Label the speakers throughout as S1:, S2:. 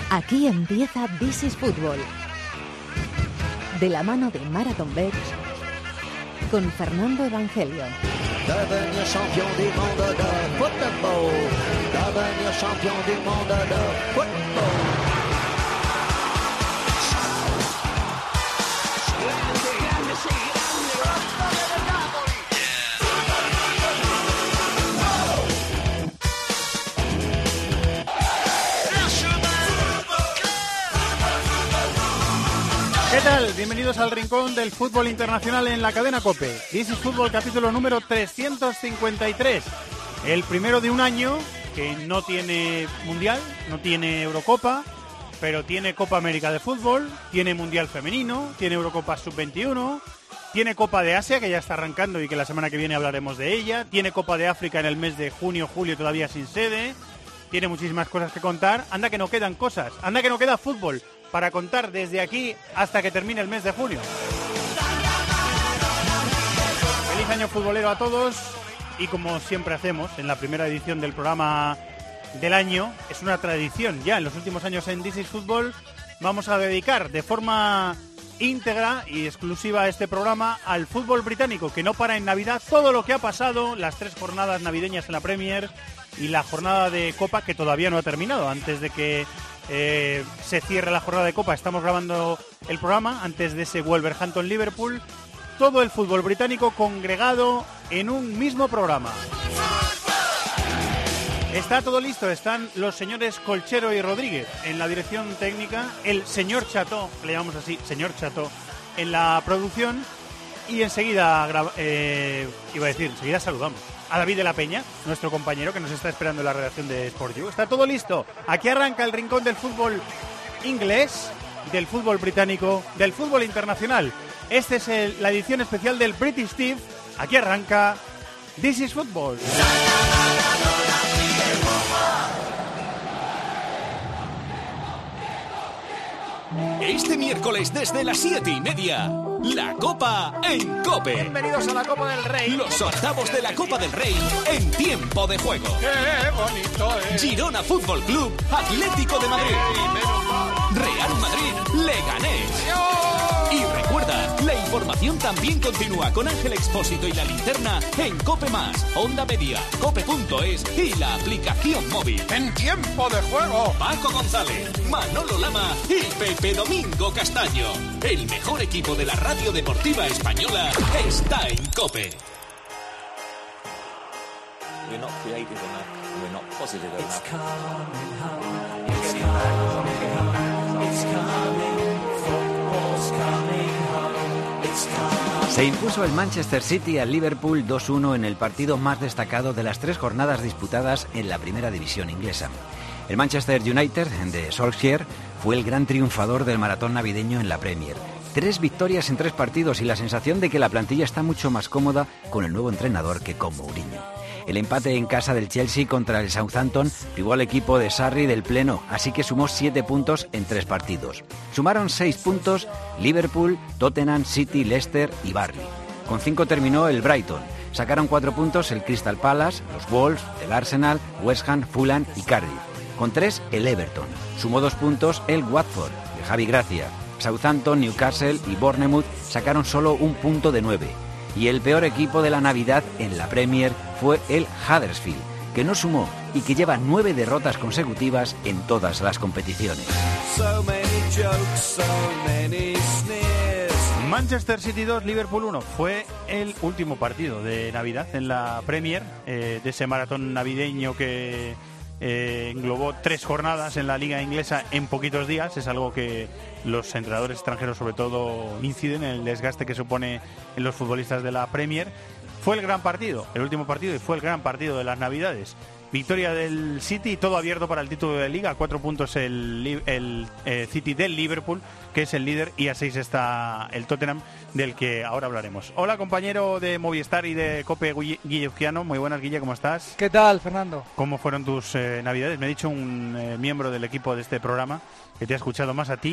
S1: Aquí empieza This is Football. De la mano de Marathon Bet con Fernando Evangelio.
S2: Devenir champion du monde de football. Devenir champion du monde de football.
S3: ¿Qué tal? Bienvenidos al rincón del fútbol internacional en la cadena COPE. This is Football, capítulo número 353. El primero de un año que no tiene Mundial, no tiene Eurocopa, pero tiene Copa América de Fútbol, tiene Mundial Femenino, tiene Eurocopa Sub-21, tiene Copa de Asia, que ya está arrancando y que la semana que viene hablaremos de ella, tiene Copa de África en el mes de junio, julio, todavía sin sede, tiene muchísimas cosas que contar. Anda que no quedan cosas, anda que no queda fútbol para contar desde aquí hasta que termine el mes de junio. Feliz año futbolero a todos, y como siempre hacemos en la primera edición del programa del año, es una tradición ya en los últimos años en This is Football, vamos a dedicar de forma íntegra y exclusiva este programa al fútbol británico, que no para en Navidad. Todo lo que ha pasado, las 3 jornadas navideñas en la Premier y la jornada de Copa, que todavía no ha terminado. Antes de que se cierre la jornada de Copa, estamos grabando el programa antes de ese Wolverhampton-Liverpool. Todo el fútbol británico congregado en un mismo programa. Está todo listo, están los señores Colchero y Rodríguez en la dirección técnica, el señor Cható, le llamamos así, señor Cható, en la producción, y enseguida enseguida saludamos a David de la Peña, nuestro compañero que nos está esperando en la redacción de Sport You. Está todo listo. Aquí arranca el rincón del fútbol inglés, del fútbol británico, del fútbol internacional. Esta es la edición especial del British Steve. Aquí arranca This is Football.
S4: Este miércoles desde las 7:30, la Copa en COPE.
S3: Bienvenidos a la Copa del Rey.
S4: Los octavos de la Copa del Rey en tiempo de juego.
S3: ¡Qué bonito es!
S4: Girona Fútbol Club, Atlético de Madrid. Real Madrid, Leganés. Y recuerda, la información también continúa con Ángel Expósito y La Linterna en COPE+, Onda Media, cope.es y la aplicación móvil.
S3: ¡En tiempo de juego!
S4: Paco González, Manolo Lama y Pepe Domingo Castaño. El mejor equipo de la radio deportiva española está en COPE.
S5: We're not creative enough. We're not positive enough.
S6: It's coming home. It's coming home. It's coming. Football's coming home. It's coming.
S7: Se impuso el Manchester City al Liverpool 2-1 en el partido más destacado de las 3 jornadas disputadas en la primera división inglesa. El Manchester United de Solskjaer fue el gran triunfador del maratón navideño en la Premier. 3 victorias en 3 partidos y la sensación de que la plantilla está mucho más cómoda con el nuevo entrenador que con Mourinho. El empate en casa del Chelsea contra el Southampton privó al equipo de Sarri del pleno, así que sumó 7 puntos en 3 partidos. Sumaron 6 puntos Liverpool, Tottenham, City, Leicester y Burnley. Con 5 terminó el Brighton. Sacaron 4 puntos el Crystal Palace, los Wolves, el Arsenal, West Ham, Fulham y Cardiff. Con 3 el Everton. Sumó 2 puntos el Watford, de Javi Gracia. Southampton, Newcastle y Bournemouth sacaron solo 1 punto de 9. Y el peor equipo de la Navidad en la Premier fue el Huddersfield, que no sumó y que lleva 9 derrotas consecutivas en todas las competiciones.
S3: Manchester City 2, Liverpool 1. Fue el último partido de Navidad en la Premier, de ese maratón navideño que englobó 3 jornadas en la liga inglesa en poquitos días. Es algo que los entrenadores extranjeros sobre todo inciden en el desgaste que supone en los futbolistas de la Premier. Fue el gran partido, el último partido, y fue el gran partido de las Navidades. Victoria del City, todo abierto para el título de Liga. 4 puntos el City del Liverpool, que es el líder, y a 6 está el Tottenham, del que ahora hablaremos. Hola, compañero de Movistar y de COPE, Guille Uzquiano. Muy buenas, Guille, ¿cómo estás?
S8: ¿Qué tal, Fernando?
S3: ¿Cómo fueron tus Navidades? Me ha dicho un miembro del equipo de este programa que te ha escuchado más a ti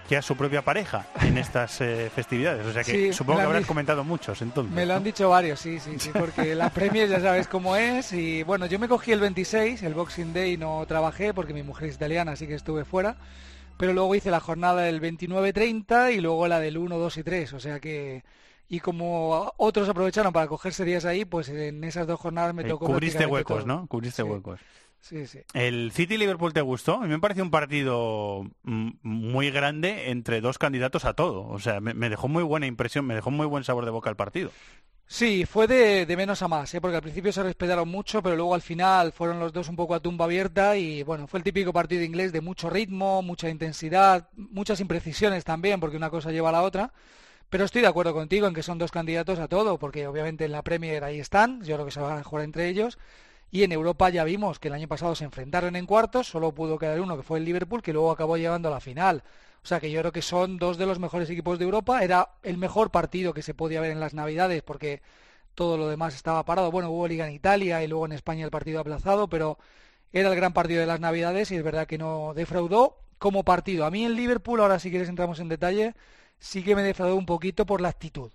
S3: que a su propia pareja en estas festividades. O sea que
S8: Sí,
S3: supongo
S8: me
S3: que
S8: lo han
S3: habrás comentado muchos entonces.
S8: Me lo han dicho varios, sí, porque la Premier ya sabes cómo es. Y bueno, yo me cogí el 26, el Boxing Day, no trabajé porque mi mujer es italiana, así que estuve fuera. Pero luego hice la jornada del 29-30 y luego la del 1, 2 y 3. O sea que... Y como otros aprovecharon para cogerse días ahí, pues en esas 2 jornadas me tocó
S3: Cubriste
S8: prácticamente
S3: huecos,
S8: todo.
S3: ¿no? Cubriste
S8: Sí.
S3: huecos.
S8: Sí.
S3: ¿El City-Liverpool te gustó? A mí me pareció un partido muy grande entre 2 candidatos a todo. O sea, me dejó muy buena impresión, me dejó muy buen sabor de boca el partido.
S8: Sí, fue de menos a más, porque al principio se respetaron mucho, pero luego al final fueron los dos un poco a tumba abierta y bueno, fue el típico partido inglés de mucho ritmo, mucha intensidad, muchas imprecisiones también, porque una cosa lleva a la otra. Pero estoy de acuerdo contigo en que son 2 candidatos a todo, porque obviamente en la Premier ahí están, yo creo que se van a jugar entre ellos. Y en Europa ya vimos que el año pasado se enfrentaron en cuartos, solo pudo quedar uno que fue el Liverpool, que luego acabó llegando a la final. O sea que yo creo que son 2 de los mejores equipos de Europa. Era el mejor partido que se podía ver en las Navidades porque todo lo demás estaba parado. Bueno, hubo Liga en Italia y luego en España el partido aplazado, pero era el gran partido de las Navidades y es verdad que no defraudó como partido. A mí el Liverpool, ahora si quieres entramos en detalle, sí que me defraudó un poquito por la actitud.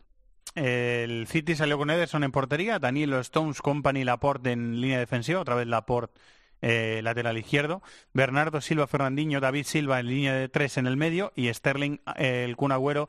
S3: El City salió con Ederson en portería, Danilo, Stones, Company, Laporte en línea defensiva, otra vez Laporte lateral izquierdo, Bernardo Silva, Fernandinho, David Silva en línea de 3 en el medio y Sterling, el Kun Agüero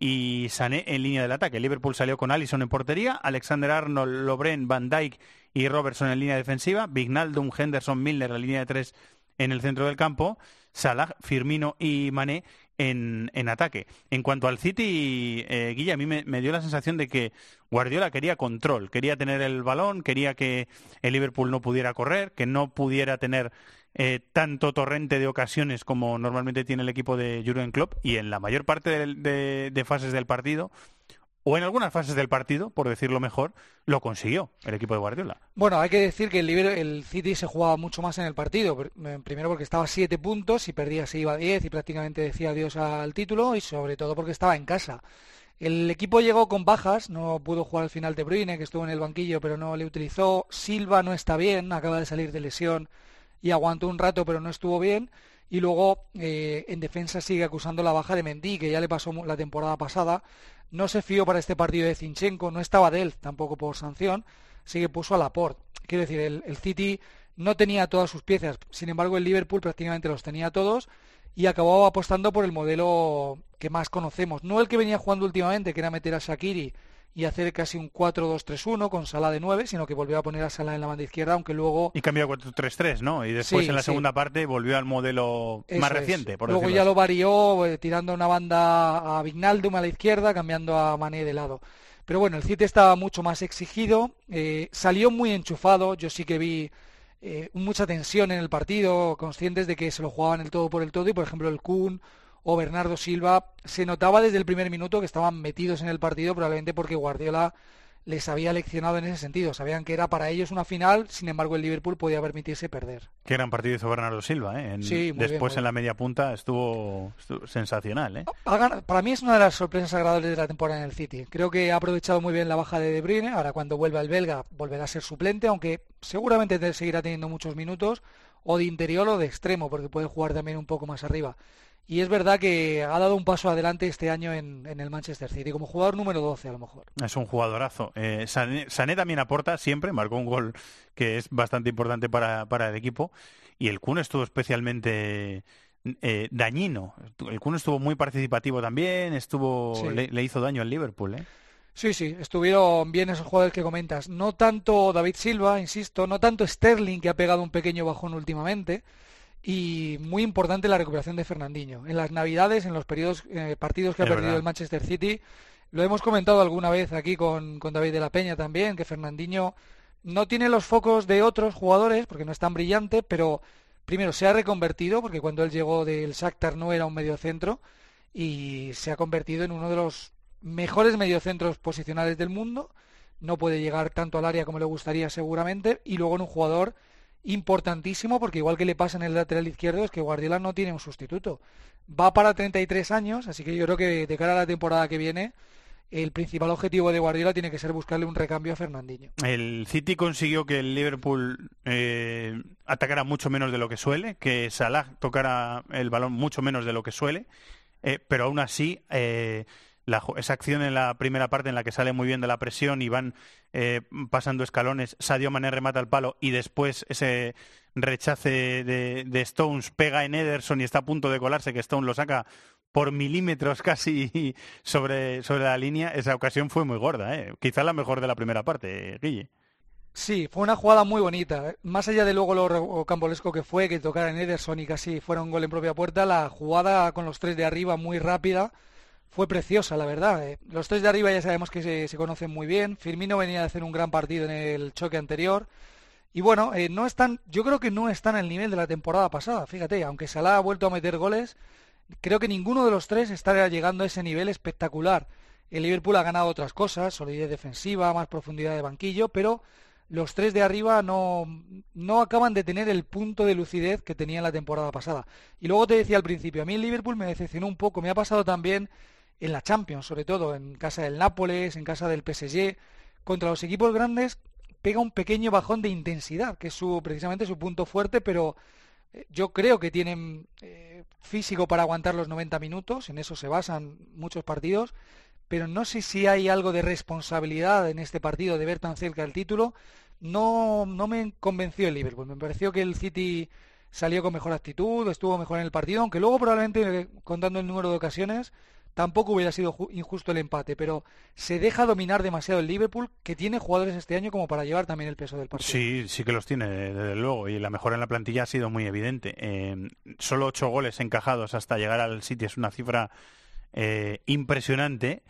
S3: y Sané en línea del ataque. Liverpool salió con Alisson en portería, Alexander-Arnold, Lovren, Van Dijk y Robertson en línea defensiva, Wijnaldum, Henderson, Milner en línea de 3 en el centro del campo, Salah, Firmino y Mané en ataque. En cuanto al City, Guilla, a mí me dio la sensación de que Guardiola quería control, quería tener el balón, quería que el Liverpool no pudiera correr, que no pudiera tener tanto torrente de ocasiones como normalmente tiene el equipo de Jürgen Klopp, y en la mayor parte de fases del partido, o en algunas fases del partido, por decirlo mejor, lo consiguió el equipo de Guardiola.
S8: Bueno, hay que decir que el City se jugaba mucho más en el partido. Primero porque estaba a 7 puntos, y perdía se iba a 10 y prácticamente decía adiós al título, y sobre todo porque estaba en casa. El equipo llegó con bajas, no pudo jugar al final De Bruyne, que estuvo en el banquillo pero no le utilizó. Silva no está bien, acaba de salir de lesión y aguantó un rato pero no estuvo bien. Y luego en defensa sigue acusando la baja de Mendy, que ya le pasó la temporada pasada. No se fió para este partido de Zinchenko, no estaba de él tampoco por sanción, así que puso a Laporte. Quiero decir, el City no tenía todas sus piezas, sin embargo el Liverpool prácticamente los tenía todos y acabó apostando por el modelo que más conocemos, no el que venía jugando últimamente, que era meter a Shaqiri y hacer casi un 4-2-3-1 con Salah de 9, sino que volvió a poner a Salah en la banda izquierda, aunque luego...
S3: Y cambió a 4-3-3, ¿no? Y después
S8: Sí,
S3: en la
S8: sí.
S3: segunda parte volvió al modelo más reciente, por
S8: Luego
S3: decirlo
S8: ya
S3: así.
S8: lo varió tirando una banda a Wijnaldum a la izquierda, cambiando a Mané de lado. Pero bueno, el City estaba mucho más exigido, salió muy enchufado, yo sí que vi mucha tensión en el partido, conscientes de que se lo jugaban el todo por el todo, y por ejemplo el Kun o Bernardo Silva se notaba desde el primer minuto que estaban metidos en el partido, probablemente porque Guardiola les había leccionado en ese sentido. Sabían que era para ellos una final, sin embargo el Liverpool podía permitirse perder.
S3: Qué gran partido hizo Bernardo Silva, ¿eh?
S8: Sí, muy
S3: Después
S8: bien.
S3: en la media punta estuvo sensacional, ¿eh?
S8: Para mí es una de las sorpresas agradables de la temporada en el City. Creo que ha aprovechado muy bien la baja de De Bruyne. Ahora cuando vuelva el belga volverá a ser suplente, aunque seguramente seguirá teniendo muchos minutos, o de interior o de extremo, porque puede jugar también un poco más arriba. Y es verdad que ha dado un paso adelante este año en el Manchester City, como jugador número 12 a lo mejor.
S3: Es un jugadorazo. Sané también aporta siempre, marcó un gol que es bastante importante para el equipo. Y el Kun estuvo especialmente dañino. El Kun estuvo muy participativo también,
S8: Sí.
S3: le hizo daño al Liverpool, ¿eh?
S8: Sí, estuvieron bien esos jugadores que comentas. No tanto David Silva, insisto, no tanto Sterling, que ha pegado un pequeño bajón últimamente. Y muy importante la recuperación de Fernandinho. En las Navidades, en los partidos que ha
S3: Es
S8: perdido
S3: verdad.
S8: el Manchester City, lo hemos comentado alguna vez aquí con David de la Peña también, que Fernandinho no tiene los focos de otros jugadores, porque no es tan brillante, pero primero se ha reconvertido, porque cuando él llegó del Shakhtar no era un mediocentro, y se ha convertido en uno de los mejores mediocentros posicionales del mundo. No puede llegar tanto al área como le gustaría seguramente, y luego en un jugador importantísimo, porque igual que le pasa en el lateral izquierdo, es que Guardiola no tiene un sustituto. Va para 33 años, así que yo creo que de cara a la temporada que viene, el principal objetivo de Guardiola tiene que ser buscarle un recambio a Fernandinho.
S3: El City consiguió que el Liverpool atacara mucho menos de lo que suele, que Salah tocara el balón mucho menos de lo que suele. pero aún así esa acción en la primera parte en la que sale muy bien de la presión y van pasando escalones, Sadio Mané remata el palo y después ese rechace de Stones pega en Ederson y está a punto de colarse, que Stones lo saca por milímetros casi sobre la línea. Esa ocasión fue muy gorda, quizá la mejor de la primera parte, Guille.
S8: Sí, fue una jugada muy bonita. Más allá de luego lo rocambolesco que fue, que tocara en Ederson y casi fuera un gol en propia puerta, la jugada con los tres de arriba muy rápida fue preciosa, la verdad. Los tres de arriba ya sabemos que se conocen muy bien. Firmino venía de hacer un gran partido en el choque anterior. Y bueno, yo creo que no están al nivel de la temporada pasada. Fíjate, aunque Salah ha vuelto a meter goles, creo que ninguno de los tres está llegando a ese nivel espectacular. El Liverpool ha ganado otras cosas, solidez defensiva, más profundidad de banquillo, pero los tres de arriba no acaban de tener el punto de lucidez que tenían la temporada pasada. Y luego te decía al principio, a mí el Liverpool me decepcionó un poco. Me ha pasado también en la Champions, sobre todo en casa del Nápoles, en casa del PSG. Contra los equipos grandes pega un pequeño bajón de intensidad, que es precisamente su punto fuerte, pero yo creo que tienen físico para aguantar los 90 minutos, en eso se basan muchos partidos, pero no sé si hay algo de responsabilidad en este partido de ver tan cerca el título. No me convenció el Liverpool, me pareció que el City salió con mejor actitud, estuvo mejor en el partido, aunque luego probablemente, contando el número de ocasiones, tampoco hubiera sido injusto el empate, pero se deja dominar demasiado el Liverpool, que tiene jugadores este año como para llevar también el peso del partido.
S3: Sí que los tiene, desde luego, y la mejora en la plantilla ha sido muy evidente. Solo 8 goles encajados hasta llegar al City es una cifra impresionante.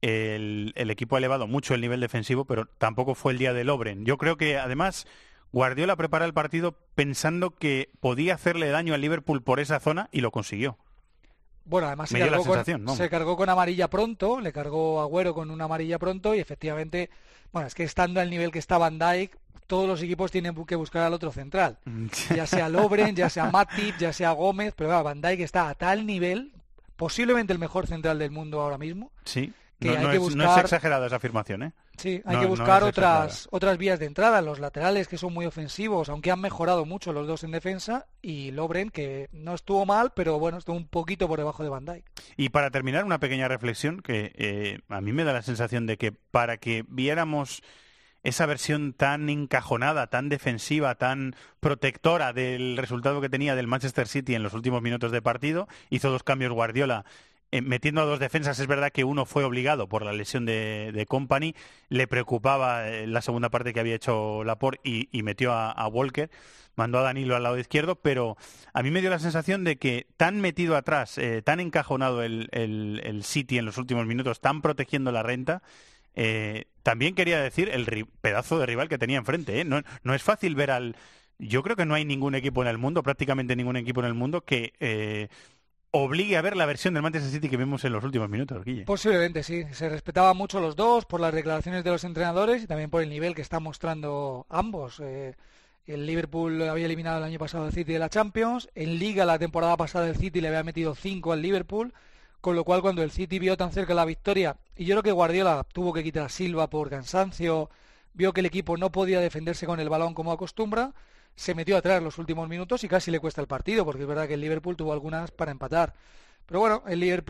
S3: El equipo ha elevado mucho el nivel defensivo, pero tampoco fue el día de Lovren. Yo creo que, además, Guardiola prepara el partido pensando que podía hacerle daño al Liverpool por esa zona y lo consiguió.
S8: Bueno, además se cargó con amarilla pronto, le cargó Agüero con una amarilla pronto y efectivamente, bueno, es que estando al nivel que está Van Dijk, todos los equipos tienen que buscar al otro central, ya sea Lovren, ya sea Matip, ya sea Gómez, pero claro, Van Dijk está a tal nivel, posiblemente el mejor central del mundo ahora mismo.
S3: Sí. No es exagerada esa afirmación, ¿eh?
S8: Sí, hay que buscar otras vías de entrada. Los laterales, que son muy ofensivos, aunque han mejorado mucho los dos en defensa, y Lovren, que no estuvo mal, pero bueno, estuvo un poquito por debajo de Van Dijk.
S3: Y para terminar, una pequeña reflexión que a mí me da la sensación de que para que viéramos esa versión tan encajonada, tan defensiva, tan protectora del resultado que tenía del Manchester City en los últimos minutos de partido, hizo 2 cambios Guardiola, metiendo a 2 defensas. Es verdad que uno fue obligado por la lesión de Kompany, le preocupaba la segunda parte que había hecho Laporte y metió a Walker, mandó a Danilo al lado izquierdo, pero a mí me dio la sensación de que tan metido atrás, tan encajonado el City en los últimos minutos, tan protegiendo la renta, también quería decir el pedazo de rival que tenía enfrente. No es fácil ver yo creo que no hay ningún equipo en el mundo, prácticamente ningún equipo en el mundo que obligue a ver la versión del Manchester City que vimos en los últimos minutos, Guille.
S8: Posiblemente, sí. Se respetaba mucho los dos por las declaraciones de los entrenadores y también por el nivel que están mostrando ambos. El Liverpool había eliminado el año pasado al City de la Champions. En Liga, la temporada pasada, el City le había metido 5 al Liverpool. Con lo cual, cuando el City vio tan cerca la victoria, y yo creo que Guardiola tuvo que quitar a Silva por cansancio, vio que el equipo no podía defenderse con el balón como acostumbra, se metió atrás los últimos minutos y casi le cuesta el partido, porque es verdad que el Liverpool tuvo algunas para empatar. Pero bueno,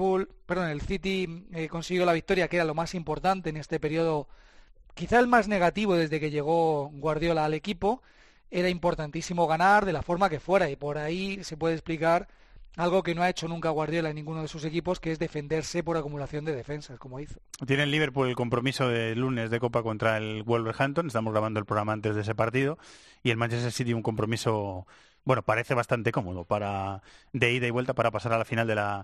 S8: el City consiguió la victoria, que era lo más importante en este periodo, quizá el más negativo desde que llegó Guardiola al equipo. Era importantísimo ganar de la forma que fuera, y por ahí se puede explicar algo que no ha hecho nunca Guardiola en ninguno de sus equipos, que es defenderse por acumulación de defensas, como hizo.
S3: Tiene el Liverpool el compromiso de lunes de Copa contra el Wolverhampton, estamos grabando el programa antes de ese partido, y el Manchester City un compromiso, bueno, parece bastante cómodo de ida y vuelta para pasar a la final de la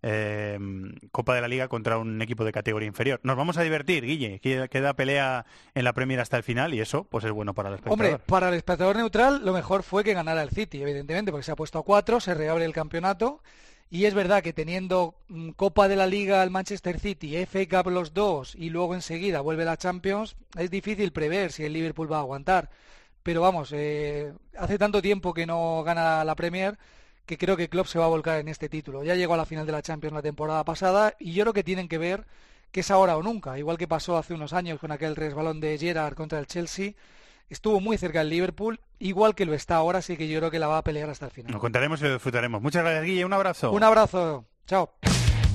S3: Copa de la Liga contra un equipo de categoría inferior. Nos vamos a divertir, Guille, queda pelea en la Premier hasta el final y eso pues es bueno para el espectador.
S8: Hombre, para el espectador neutral lo mejor fue que ganara el City, evidentemente, porque se ha puesto a 4, se reabre el campeonato, y es verdad que teniendo Copa de la Liga el Manchester City, FA Cup los dos y luego enseguida vuelve la Champions, es difícil prever si el Liverpool va a aguantar. Pero vamos, hace tanto tiempo que no gana la Premier que creo que Klopp se va a volcar en este título. Ya llegó a la final de la Champions la temporada pasada y yo creo que tienen que ver que es ahora o nunca. Igual que pasó hace unos años con aquel resbalón de Gerrard contra el Chelsea, estuvo muy cerca del Liverpool, igual que lo está ahora, así que yo creo que la va a pelear hasta el final.
S3: Nos contaremos y lo disfrutaremos. Muchas gracias, Guille. Un abrazo.
S8: Un abrazo. Chao.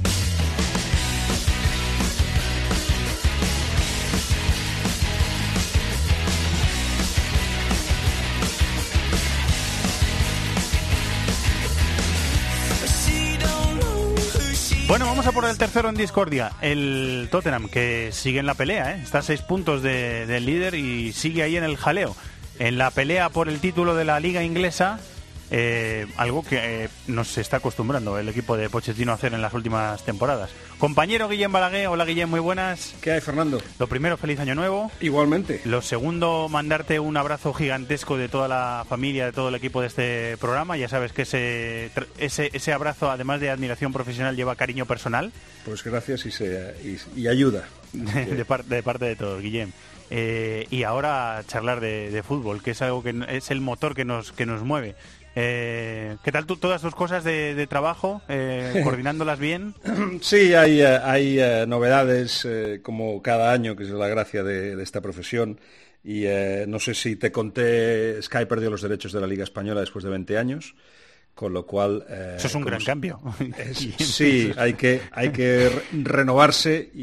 S3: Bueno, vamos a por el tercero en discordia, el Tottenham, que sigue en la pelea, está a 6 puntos del líder y sigue ahí en el jaleo, en la pelea por el título de la Liga Inglesa, algo que nos está acostumbrando el equipo de Pochettino a hacer en las últimas temporadas. Compañero Guillem Balaguer, hola Guillem, muy buenas.
S9: ¿Qué hay, Fernando?
S3: Lo primero, feliz año nuevo.
S9: Igualmente.
S3: Lo segundo, mandarte un abrazo gigantesco de toda la familia, de todo el equipo de este programa. Ya sabes que ese abrazo, además de admiración profesional, lleva cariño personal.
S9: Pues gracias y ayuda.
S3: de parte de todos, Guillem. Y ahora charlar de fútbol, que es algo que es el motor que nos mueve. ¿Qué tal todas tus cosas de trabajo? ¿Coordinándolas bien?
S9: Sí, hay novedades como cada año, que es la gracia de esta profesión. Y no sé si te conté, Sky perdió los derechos de la Liga Española después de 20 años. Con lo cual...
S3: eso es un gran cambio.
S9: Sí, hay que renovarse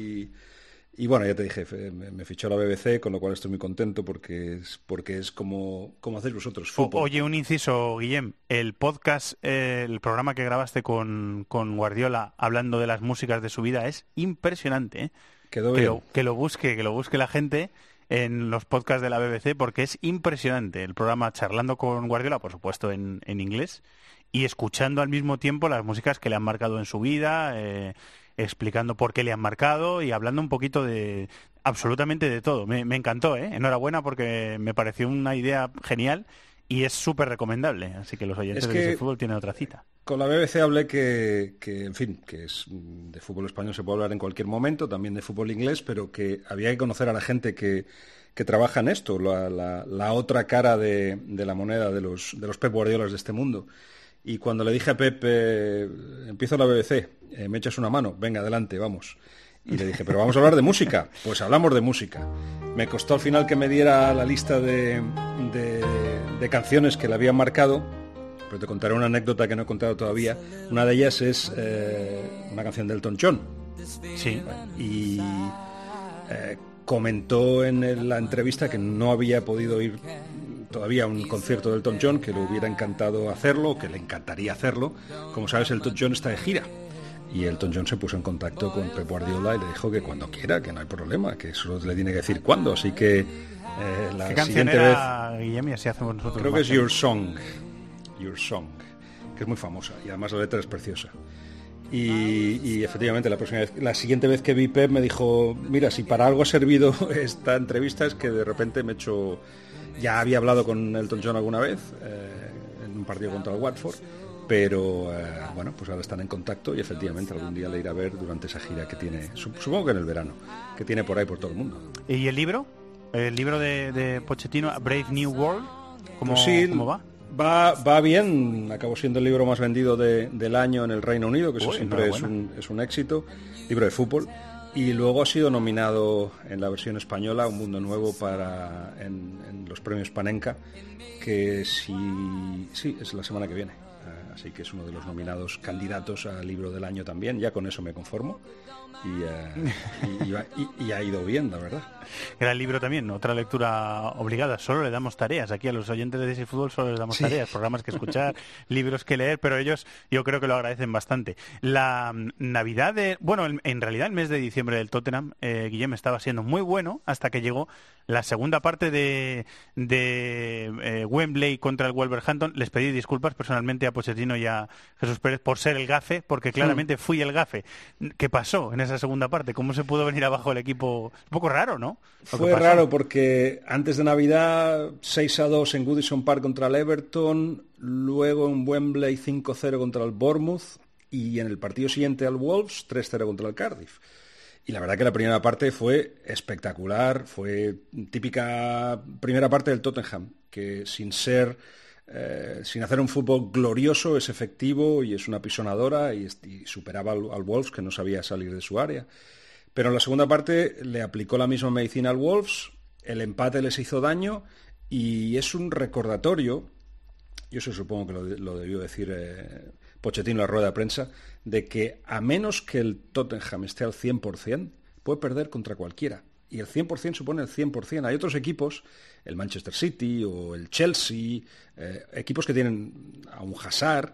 S9: y bueno, ya te dije, me fichó la BBC, con lo cual estoy muy contento porque es como hacéis vosotros, fútbol.
S3: Oye, un inciso, Guillem, el podcast, el programa que grabaste con Guardiola hablando de las músicas de su vida es impresionante, ¿eh?
S9: Quedó bien.
S3: Que lo busque la gente en los podcasts de la BBC porque es impresionante el programa charlando con Guardiola, por supuesto en inglés, y escuchando al mismo tiempo las músicas que le han marcado en su vida, explicando por qué le han marcado y hablando un poquito de absolutamente de todo. Me encantó, Enhorabuena porque me pareció una idea genial y es súper recomendable. Así que los oyentes de fútbol tienen otra cita.
S9: Con la BBC hablé que en fin, que es de fútbol español se puede hablar en cualquier momento, también de fútbol inglés, pero que había que conocer a la gente que trabaja en esto, la otra cara de la moneda de los Pep Guardiolas de este mundo. Y cuando le dije a Pep, empiezo la BBC, me echas una mano, venga, adelante, vamos. Y le dije, pero vamos a hablar de música. Pues hablamos de música. Me costó al final que me diera la lista de canciones que le habían marcado, pero te contaré una anécdota que no he contado todavía. Una de ellas es una canción de Elton John.
S3: Sí.
S9: Y comentó en la entrevista que no había podido ir todavía a un concierto de Elton John, que le hubiera encantado hacerlo, que le encantaría hacerlo. Como sabes, Elton John está de gira. Y Elton John se puso en contacto con Pep Guardiola y le dijo que cuando quiera, que no hay problema, que solo le tiene que decir cuándo. Así que la
S3: ¿Qué canción era, Guillem, y así hacemos nosotros?
S9: Creo que es Your Song, que es muy famosa y además la letra es preciosa. Y efectivamente la siguiente vez que vi Pep me dijo, mira, si para algo ha servido esta entrevista es que de repente me he hecho... Ya había hablado con Elton John alguna vez en un partido contra el Watford, pero bueno, pues ahora están en contacto y efectivamente algún día le iré a ver durante esa gira que tiene, supongo que en el verano, que tiene por ahí por todo el mundo.
S3: ¿Y el libro? ¿El libro de Pochettino, Brave New World? ¿Cómo va?
S9: Va bien, acabó siendo el libro más vendido del año en el Reino Unido, que eso siempre es un éxito, libro de fútbol. Y luego ha sido nominado en la versión española Un Mundo Nuevo en los premios Panenka, que sí, es la semana que viene. Así que es uno de los nominados candidatos al libro del año también. Ya con eso me conformo. Y ha ido bien, la verdad.
S3: Era el libro también, otra lectura obligada. Solo le damos tareas. Aquí a los oyentes de DC Fútbol solo les damos tareas, programas que escuchar, libros que leer, pero ellos yo creo que lo agradecen bastante. La Navidad en realidad el mes de diciembre del Tottenham, Guillem, estaba siendo muy bueno hasta que llegó la segunda parte de Wembley contra el Wolverhampton. Les pedí disculpas personalmente a Pochettino y a Jesús Pérez por ser el gafe, porque claramente fui el gafe. ¿Qué pasó en esa segunda parte? ¿Cómo se pudo venir abajo el equipo? Un poco raro, ¿no?
S9: Fue raro porque antes de Navidad 6-2 en Goodison Park contra el Everton, luego en Wembley 5-0 contra el Bournemouth y en el partido siguiente al Wolves 3-0 contra el Cardiff. Y la verdad que la primera parte fue espectacular, fue típica primera parte del Tottenham, que sin hacer un fútbol glorioso es efectivo y es una pisonadora y superaba al Wolves, que no sabía salir de su área. Pero en la segunda parte le aplicó la misma medicina al Wolves, el empate les hizo daño y es un recordatorio, yo eso supongo que lo debió decir Pochettino en la rueda de prensa, de que a menos que el Tottenham esté al 100%, puede perder contra cualquiera. Y el 100% supone el 100%. Hay otros equipos, el Manchester City o el Chelsea, equipos que tienen a un Hazard,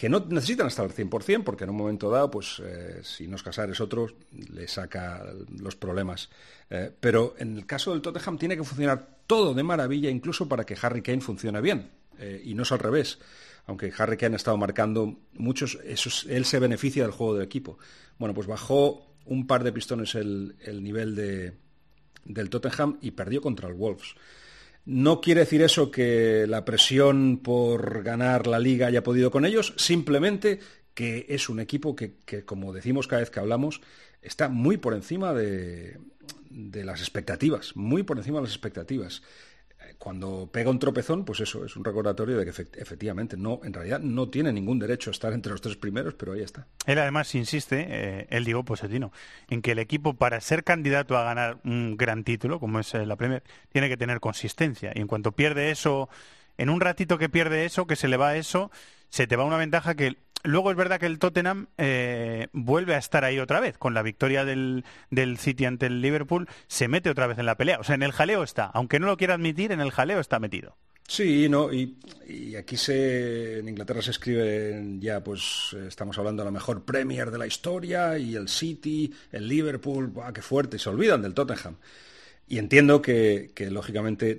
S9: que no necesitan estar al 100%, porque en un momento dado, pues si no es Casares otro, le saca los problemas. Pero en el caso del Tottenham tiene que funcionar todo de maravilla, incluso para que Harry Kane funcione bien. Y no es al revés. Aunque Harry Kane ha estado marcando muchos, él se beneficia del juego del equipo. Bueno, pues bajó un par de pistones el nivel del Tottenham y perdió contra el Wolves. No quiere decir eso que la presión por ganar la Liga haya podido con ellos, simplemente que es un equipo que como decimos cada vez que hablamos, está muy por encima de las expectativas, muy por encima de las expectativas. Cuando pega un tropezón, pues eso es un recordatorio de que efectivamente en realidad no tiene ningún derecho a estar entre los 3 primeros, pero ahí está.
S3: Él además insiste, él digo Pochettino, en que el equipo para ser candidato a ganar un gran título, como es la Premier, tiene que tener consistencia. Y en cuanto pierde eso, en un ratito que pierde eso, que se le va eso, se te va una ventaja que... Luego es verdad que el Tottenham vuelve a estar ahí otra vez. Con la victoria del City ante el Liverpool, se mete otra vez en la pelea. O sea, en el jaleo está. Aunque no lo quiera admitir, en el jaleo está metido.
S9: Sí, no, y aquí en Inglaterra se escribe ya, pues estamos hablando de la mejor Premier de la historia, y el City, el Liverpool, ¡buah, qué fuerte! Y se olvidan del Tottenham. Y entiendo que lógicamente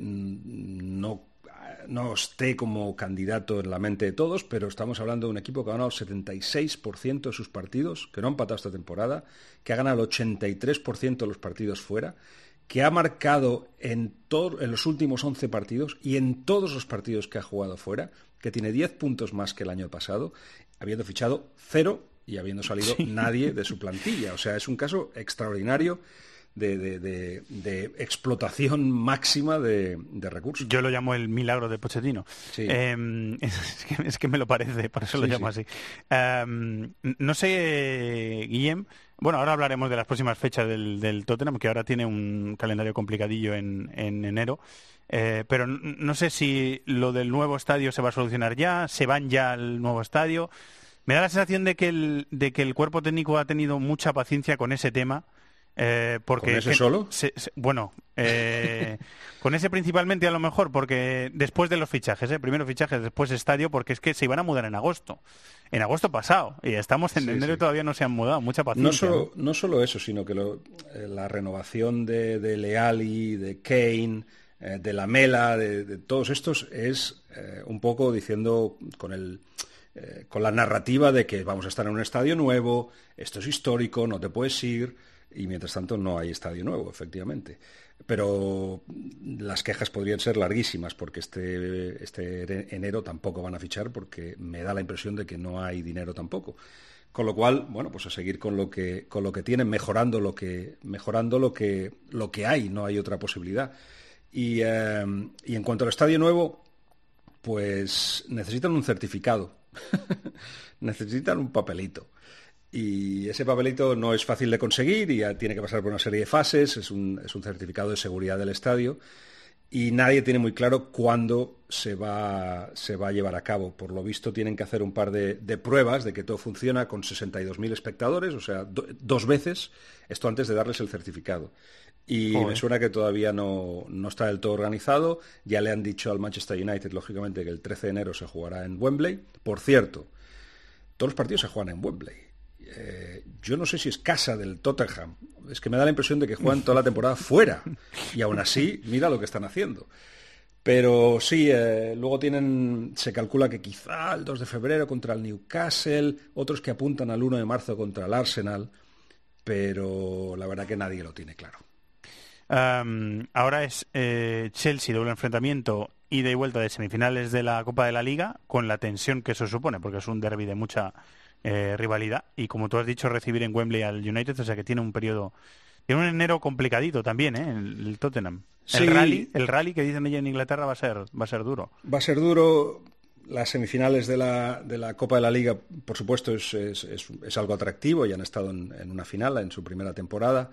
S9: no esté como candidato en la mente de todos, pero estamos hablando de un equipo que ha ganado el 76% de sus partidos, que no ha empatado esta temporada, que ha ganado el 83% de los partidos fuera, que ha marcado en los últimos 11 partidos y en todos los partidos que ha jugado fuera, que tiene 10 puntos más que el año pasado, habiendo fichado 0 y habiendo salido nadie de su plantilla. O sea, es un caso extraordinario de explotación máxima de recursos.
S3: Yo lo llamo el milagro de Pochettino.
S9: Sí.
S3: Es que me lo parece, por eso lo llamo así. No sé, Guillem, bueno, ahora hablaremos de las próximas fechas del Tottenham, que ahora tiene un calendario complicadillo en enero, pero no sé si lo del nuevo estadio se va a solucionar ya, se van ya al nuevo estadio. Me da la sensación de que el cuerpo técnico ha tenido mucha paciencia con ese tema. Porque
S9: ¿Con ese solo?
S3: Con ese principalmente a lo mejor, porque después de los fichajes, primero fichajes, después estadio, porque es que se iban a mudar en agosto pasado, y estamos en enero y todavía no se han mudado, mucha paciencia.
S9: No solo eso, sino que la renovación de Leali, de Kane, de Lamela, de todos estos es un poco diciendo con la narrativa de que vamos a estar en un estadio nuevo, esto es histórico, no te puedes ir. Y mientras tanto no hay estadio nuevo, efectivamente. Pero las quejas podrían ser larguísimas, porque este enero tampoco van a fichar, porque me da la impresión de que no hay dinero tampoco. Con lo cual, bueno, pues a seguir con lo que tienen, mejorando lo que hay, no hay otra posibilidad. Y en cuanto al estadio nuevo, pues necesitan un certificado, necesitan un papelito. Y ese papelito no es fácil de conseguir y ya tiene que pasar por una serie de fases, es un certificado de seguridad del estadio y nadie tiene muy claro cuándo se va a llevar a cabo. Por lo visto tienen que hacer un par de pruebas de que todo funciona con 62.000 espectadores, o sea, 2 veces, esto antes de darles el certificado. Y me suena que todavía no está del todo organizado. Ya le han dicho al Manchester United, lógicamente, que el 13 de enero se jugará en Wembley. Por cierto, todos los partidos se juegan en Wembley. Yo no sé si es casa del Tottenham, es que me da la impresión de que juegan toda la temporada fuera y aún así mira lo que están haciendo. Pero sí, luego se calcula que quizá el 2 de febrero contra el Newcastle, otros que apuntan al 1 de marzo contra el Arsenal, pero la verdad que nadie lo tiene claro.
S3: Ahora es Chelsea, doble enfrentamiento, ida y vuelta de semifinales de la Copa de la Liga, con la tensión que eso supone, porque es un derbi de mucha rivalidad, y como tú has dicho, recibir en Wembley al United, o sea que tiene un un enero complicadito también, el Tottenham. Sí. El rally que dicen allí en Inglaterra va a ser duro.
S9: Va a ser duro. Las semifinales de la Copa de la Liga, por supuesto, es algo atractivo, y han estado en una final en su primera temporada.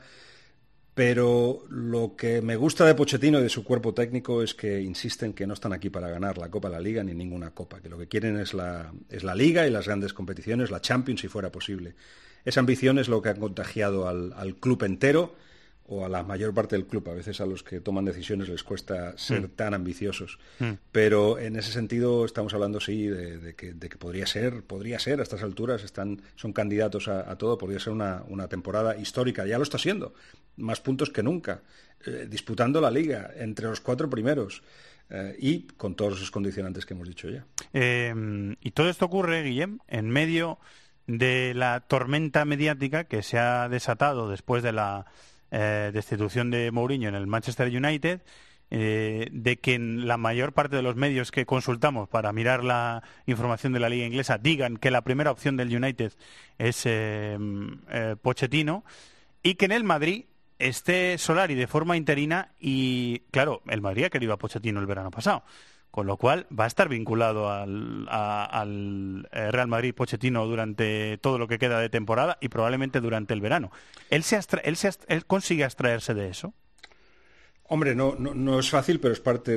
S9: Pero lo que me gusta de Pochettino y de su cuerpo técnico es que insisten que no están aquí para ganar la Copa de la Liga ni ninguna copa, que lo que quieren es la Liga y las grandes competiciones, la Champions si fuera posible. Esa ambición es lo que ha contagiado al club entero. o a la mayor parte del club. A veces a los que toman decisiones les cuesta ser tan ambiciosos. Pero en ese sentido estamos hablando, sí, de que podría ser a estas alturas, son candidatos a todo, podría ser una temporada histórica. Ya lo está siendo, más puntos que nunca, disputando la Liga entre los 4 primeros. Y con todos esos condicionantes que hemos dicho ya.
S3: Y todo esto ocurre, Guillem, en medio de la tormenta mediática que se ha desatado después de la destitución de Mourinho en el Manchester United, de que en la mayor parte de los medios que consultamos para mirar la información de la liga inglesa digan que la primera opción del United es Pochettino, y que en el Madrid esté Solari de forma interina. Y claro, el Madrid ha querido a Pochettino el verano pasado, con lo cual va a estar vinculado al Real Madrid Pochettino durante todo lo que queda de temporada y probablemente durante el verano. ¿Él consigue abstraerse de eso?
S9: Hombre, no es fácil, pero es parte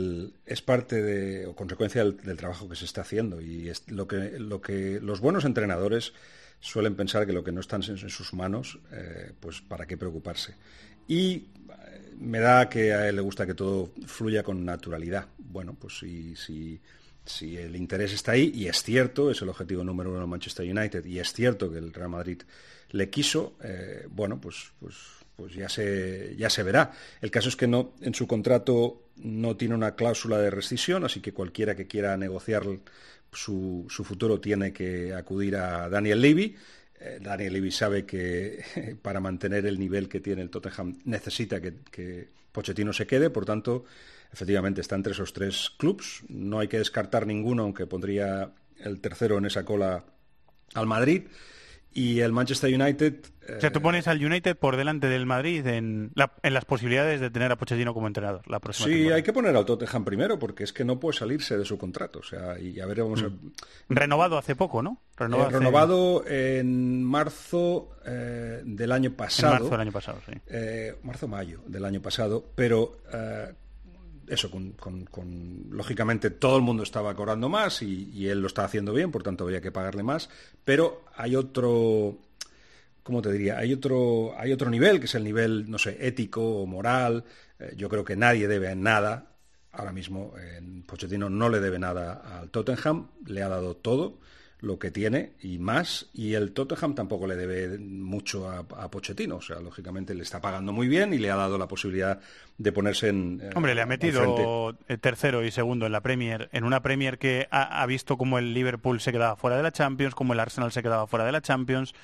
S9: o consecuencia del trabajo que se está haciendo, y es lo que los buenos entrenadores suelen pensar, que lo que no está en sus manos, pues para qué preocuparse. Y me da que a él le gusta que todo fluya con naturalidad. Bueno, pues si el interés está ahí, y es cierto, es el objetivo número 1 del Manchester United, y es cierto que el Real Madrid le quiso, bueno, pues ya se verá. El caso es que en su contrato no tiene una cláusula de rescisión, así que cualquiera que quiera negociar su futuro tiene que acudir a Daniel Levy. Daniel Levy sabe que para mantener el nivel que tiene el Tottenham necesita que Pochettino se quede, por tanto, efectivamente está entre esos 3 clubs. No hay que descartar ninguno, aunque pondría el tercero en esa cola al Madrid. Y el Manchester United...
S3: O sea, tú pones al United por delante del Madrid en las posibilidades de tener a Pochettino como entrenador la próxima temporada.
S9: Sí, hay que poner al Tottenham primero, porque es que no puede salirse de su contrato. O sea, y a ver, vamos a...
S3: Renovado hace poco, ¿no?
S9: Renovado en marzo del año pasado.
S3: En marzo del año pasado, sí.
S9: Marzo-mayo del año pasado, pero... eso, lógicamente todo el mundo estaba cobrando más y él lo está haciendo bien, por tanto habría que pagarle más, pero hay otro, ¿cómo te diría? Hay otro nivel, que es el nivel, no sé, ético o moral. Yo creo que nadie debe nada ahora mismo. Pochettino no le debe nada al Tottenham, le ha dado todo lo que tiene y más, y el Tottenham tampoco le debe mucho a Pochettino. O sea, lógicamente le está pagando muy bien y le ha dado la posibilidad de ponerse en...
S3: Hombre, le ha metido tercero y segundo en la Premier, en una Premier que ha visto como el Liverpool se quedaba fuera de la Champions, como el Arsenal se quedaba fuera de la Champions.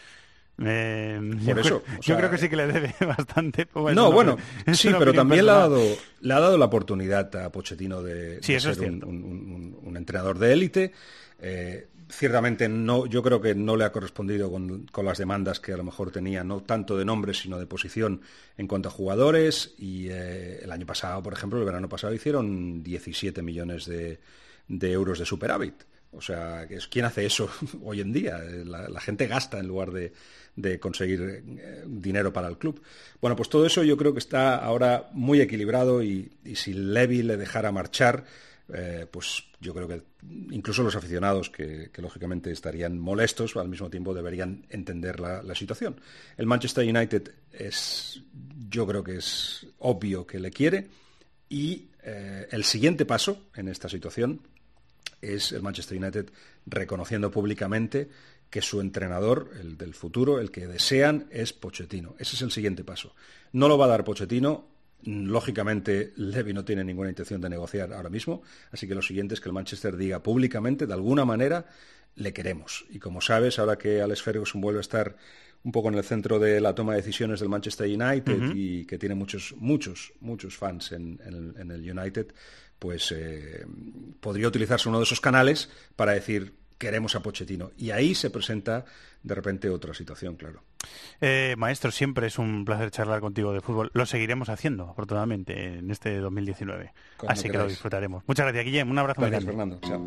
S3: Yo creo que sí que le debe bastante.
S9: Sí, pero también le ha dado la oportunidad a Pochettino de ser un entrenador de élite. Ciertamente yo creo que no le ha correspondido con las demandas que a lo mejor tenía, no tanto de nombre sino de posición en cuanto a jugadores, y el año pasado, por ejemplo, el verano pasado hicieron 17 millones de euros de superávit. O sea, ¿quién hace eso hoy en día? La gente gasta en lugar de conseguir dinero para el club. Bueno, pues todo eso yo creo que está ahora muy equilibrado, y si Levy le dejara marchar, pues yo creo que incluso los aficionados, que lógicamente estarían molestos, al mismo tiempo deberían entender la situación. El Manchester United yo creo que es obvio que le quiere, y el siguiente paso en esta situación es el Manchester United reconociendo públicamente que su entrenador, el del futuro, el que desean, es Pochettino. Ese es el siguiente paso. No lo va a dar Pochettino. Lógicamente, Levy no tiene ninguna intención de negociar ahora mismo, así que lo siguiente es que el Manchester diga públicamente, de alguna manera, le queremos. Y como sabes, ahora que Alex Ferguson vuelve a estar un poco en el centro de la toma de decisiones del Manchester United, y que tiene muchos fans en el United, pues podría utilizarse uno de esos canales para decir queremos a Pochettino, y ahí se presenta de repente otra situación, claro.
S3: Maestro, siempre es un placer charlar contigo de fútbol. Lo seguiremos haciendo, afortunadamente, en este 2019. Así que lo disfrutaremos. Muchas gracias, Guillem. Un abrazo.
S9: Gracias, Fernando. Chao.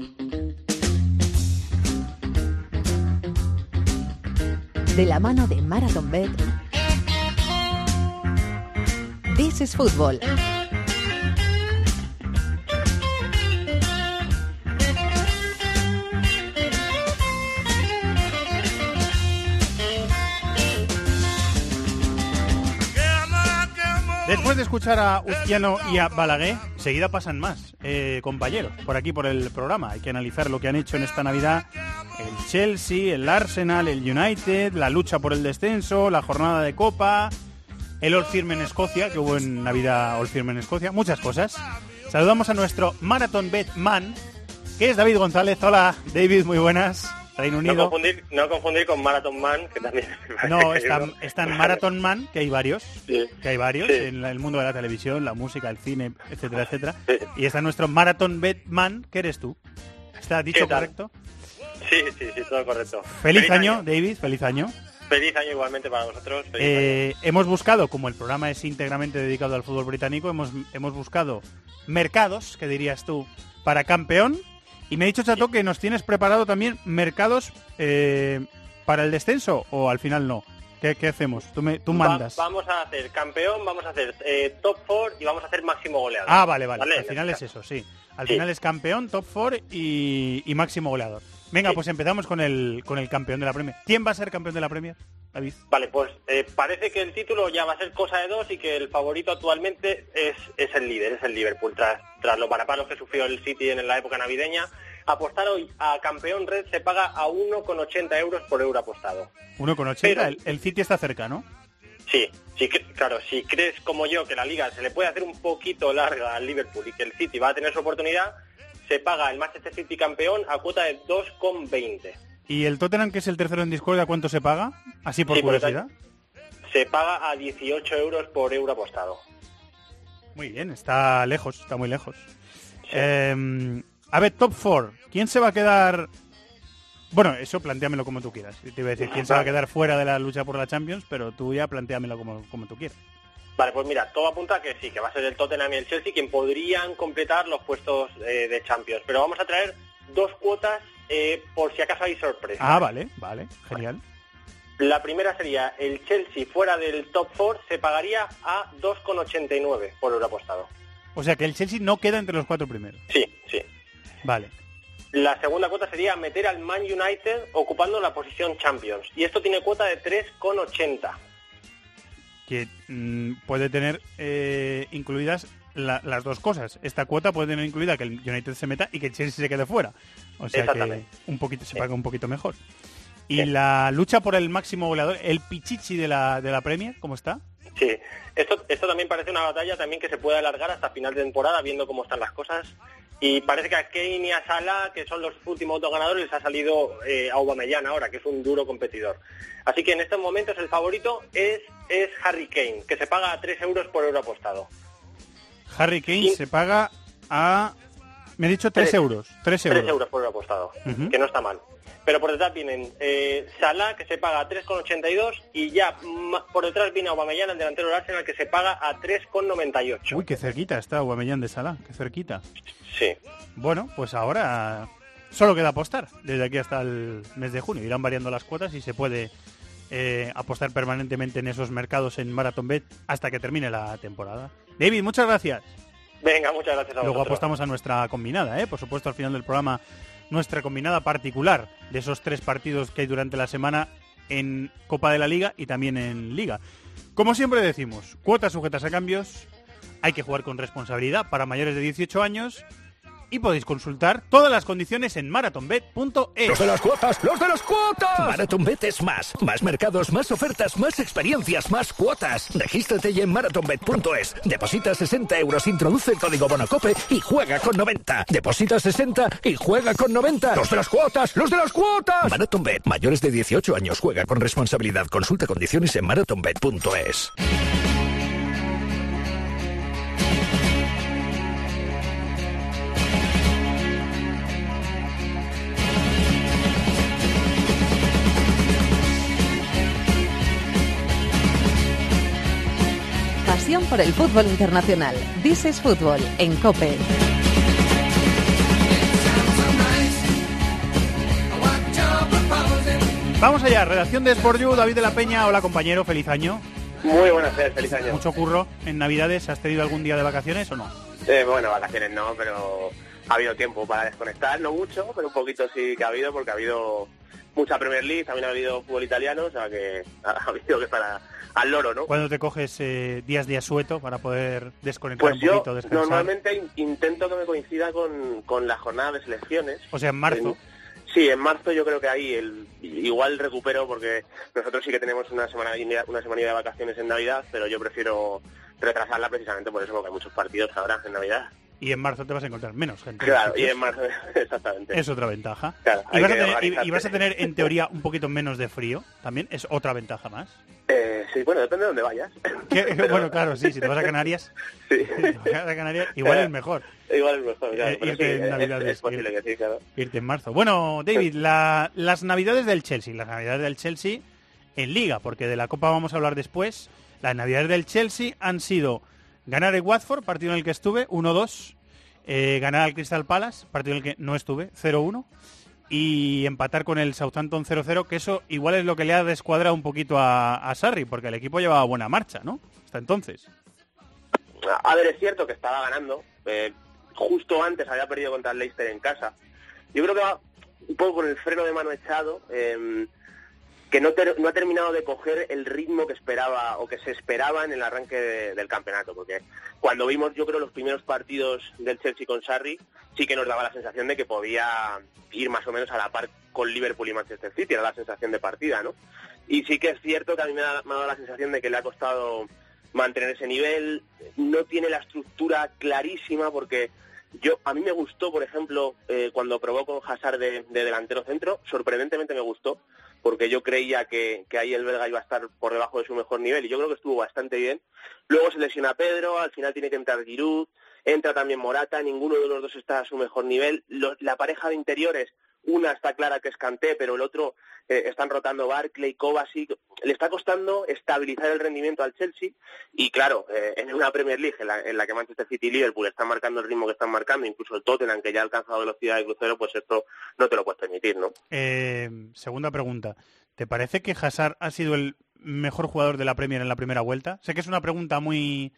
S1: De la mano de Marathon Bet, This is Football.
S3: Después de escuchar a Uzquiano y a Balaguer, enseguida pasan más compañeros por aquí por el programa. Hay que analizar lo que han hecho en esta Navidad el Chelsea, el Arsenal, el United, la lucha por el descenso, la jornada de Copa, el Old Firm en Escocia, que hubo en Navidad Old Firm en Escocia, muchas cosas. Saludamos a nuestro Marathon Bet Man, que es David González. Hola, David, muy buenas. Reino Unido.
S10: No confundir con Marathon Man, que también...
S3: No, están Marathon Man, que hay varios,
S10: sí.
S3: En el mundo de la televisión, la música, el cine, etcétera, etcétera. Sí. Y está nuestro Marathon Bet Man, que eres tú. ¿Está dicho correcto?
S10: Sí, todo correcto.
S3: Feliz año, David, feliz año.
S10: Feliz año igualmente para vosotros.
S3: Hemos buscado, como el programa es íntegramente dedicado al fútbol británico, hemos buscado mercados, que dirías tú, para campeón. Y me ha dicho Chato que nos tienes preparado también mercados para el descenso, o al final no. ¿Qué hacemos? Tú mandas.
S10: Vamos a hacer campeón, vamos a hacer top 4 y vamos a hacer máximo goleador.
S3: Ah, vale. Al final es eso, sí. Al final es campeón, top 4 y máximo goleador. Venga, pues empezamos con el campeón de la Premier. ¿Quién va a ser campeón de la Premier, David?
S10: Vale, pues parece que el título ya va a ser cosa de dos y que el favorito actualmente es el líder, es el Liverpool. Tras los varapalos que sufrió el City en la época navideña, apostar hoy a campeón red se paga a 1,80 euros por euro apostado.
S3: 1,80, el City está cerca, ¿no?
S10: Sí, claro, si crees como yo que la Liga se le puede hacer un poquito larga al Liverpool y que el City va a tener su oportunidad, se paga el Manchester City campeón a cuota de 2,20.
S3: ¿Y el Tottenham, que es el tercero en discordia, cuánto se paga? Así por curiosidad.
S10: Se paga a 18 euros por euro apostado.
S3: Muy bien, está muy lejos. Sí. A ver, top 4. ¿Quién se va a quedar...? Bueno, eso plantéamelo como tú quieras. Te iba a decir quién se va a quedar fuera de la lucha por la Champions, pero tú ya plantéamelo como tú quieras.
S10: Vale, pues mira, todo apunta a que sí, que va a ser el Tottenham y el Chelsea quien podrían completar los puestos de Champions. Pero vamos a traer dos cuotas por si acaso hay sorpresa.
S3: Ah, vale, genial.
S10: La primera sería el Chelsea fuera del top 4 se pagaría a 2,89 por euro apostado.
S3: O sea que el Chelsea no queda entre los 4 primeros.
S10: Sí.
S3: Vale.
S10: La segunda cuota sería meter al Man United ocupando la posición Champions. Y esto tiene cuota de 3,80.
S3: Que puede tener incluidas las dos cosas. Esta cuota puede tener incluida que el United se meta y que el Chelsea se quede fuera. O sea que se paga un poquito mejor. Y la lucha por el máximo goleador, el Pichichi de la Premier, ¿cómo está?
S10: Sí, esto también parece una batalla también que se puede alargar hasta final de temporada viendo cómo están las cosas. Y parece que a Kane y a Salah, que son los últimos autoganadores, les ha salido a Aubameyang ahora, que es un duro competidor. Así que en estos momentos el favorito es Harry Kane, que se paga a 3 euros por euro apostado.
S3: Harry Kane se paga a... Me he dicho 3 euros. 3
S10: euros por euro apostado, que no está mal. Pero por detrás vienen Salah, que se paga a 3,82, y ya por detrás viene Aubameyang, el delantero del Arsenal, que se paga a 3,98.
S3: Uy, qué cerquita está Aubameyang de Salah, qué cerquita.
S10: Sí.
S3: Bueno, pues ahora solo queda apostar desde aquí hasta el mes de junio. Irán variando las cuotas y se puede apostar permanentemente en esos mercados en Marathon Bet hasta que termine la temporada. David, muchas gracias.
S10: Venga, muchas gracias a vosotros.
S3: Luego apostamos a nuestra combinada, por supuesto, al final del programa, nuestra combinada particular de esos 3 partidos que hay durante la semana en Copa de la Liga y también en Liga. Como siempre decimos, cuotas sujetas a cambios, hay que jugar con responsabilidad para mayores de 18 años y podéis consultar todas las condiciones en marathonbet.es.
S11: ¡Los de las cuotas! ¡Los de las cuotas! Marathonbet es más mercados, más ofertas, más experiencias, más cuotas. Regístrate ya en marathonbet.es. Deposita 60 euros, introduce el código BONOCOPE y juega con 90. Deposita 60 y juega con 90. ¡Los de las cuotas! ¡Los de las cuotas! Marathonbet, mayores de 18 años, juega con responsabilidad. Consulta condiciones en marathonbet.es.
S1: Pasión por el fútbol internacional. This is Fútbol en COPE.
S3: Vamos allá, redacción de Sport You, David de la Peña. Hola compañero, feliz año.
S10: Muy buenas tardes, feliz año.
S3: Mucho curro en Navidades. ¿Has tenido algún día de vacaciones o no?
S10: Bueno, vacaciones no, pero
S12: ha habido tiempo para desconectar, no mucho, pero un poquito sí que ha habido, porque ha habido mucha Premier League, también ha habido fútbol italiano, o sea que ha habido que estar al loro, ¿no?
S3: ¿Cuándo te coges días de asueto para poder desconectar un poquito, descansar?
S12: Pues yo normalmente intento que me coincida con la jornada de selecciones.
S3: O sea, en marzo.
S12: Sí, en marzo yo creo que ahí igual recupero, porque nosotros sí que tenemos una semana de vacaciones en Navidad, pero yo prefiero retrasarla precisamente por eso, porque hay muchos partidos ahora en Navidad.
S3: Y en marzo te vas a encontrar menos gente.
S12: Claro, y en marzo, exactamente.
S3: Es otra ventaja.
S12: Claro,
S3: y vas a tener, en teoría, un poquito menos de frío, también es otra ventaja más.
S12: Sí, bueno, depende de dónde vayas.
S3: Pero... Bueno, claro, sí, si te vas a Canarias,
S12: sí.
S3: Igual es mejor.
S12: Igual es mejor, claro.
S3: Irte en Navidades.
S12: Es posible que sí, claro.
S3: Irte en marzo. Bueno, David, las Navidades del Chelsea. Las Navidades del Chelsea en Liga, porque de la Copa vamos a hablar después. Las Navidades del Chelsea han sido ganar el Watford, partido en el que estuve, 1-2. Ganar al Crystal Palace, partido en el que no estuve, 0-1. Y empatar con el Southampton 0-0, que eso igual es lo que le ha descuadrado un poquito a Sarri, porque el equipo llevaba buena marcha, ¿no? Hasta entonces.
S12: A ver, es cierto que estaba ganando. Justo antes había perdido contra el Leicester en casa. Yo creo que va un poco con el freno de mano echado, que no ha terminado de coger el ritmo que esperaba o que se esperaba en el arranque del campeonato, porque cuando vimos, yo creo, los primeros partidos del Chelsea con Sarri, sí que nos daba la sensación de que podía ir más o menos a la par con Liverpool y Manchester City, era la sensación de partida, ¿no? Y sí que es cierto que a mí me ha dado la sensación de que le ha costado mantener ese nivel, no tiene la estructura clarísima, porque a mí me gustó, por ejemplo, cuando probó con Hazard de delantero centro, sorprendentemente me gustó, porque yo creía que ahí el belga iba a estar por debajo de su mejor nivel, y yo creo que estuvo bastante bien. Luego se lesiona Pedro, al final tiene que entrar Giroud, entra también Morata, ninguno de los dos está a su mejor nivel. La pareja de interiores, una está clara que es Kanté, pero el otro están rotando Barkley, Kovacic. Le está costando estabilizar el rendimiento al Chelsea, y claro, en una Premier League en la que Manchester City y Liverpool están marcando el ritmo que están marcando, incluso el Tottenham, que ya ha alcanzado velocidad de crucero, pues esto no te lo puedes permitir, ¿no?
S3: Segunda pregunta. ¿Te parece que Hazard ha sido el mejor jugador de la Premier en la primera vuelta? Sé que es una pregunta muy...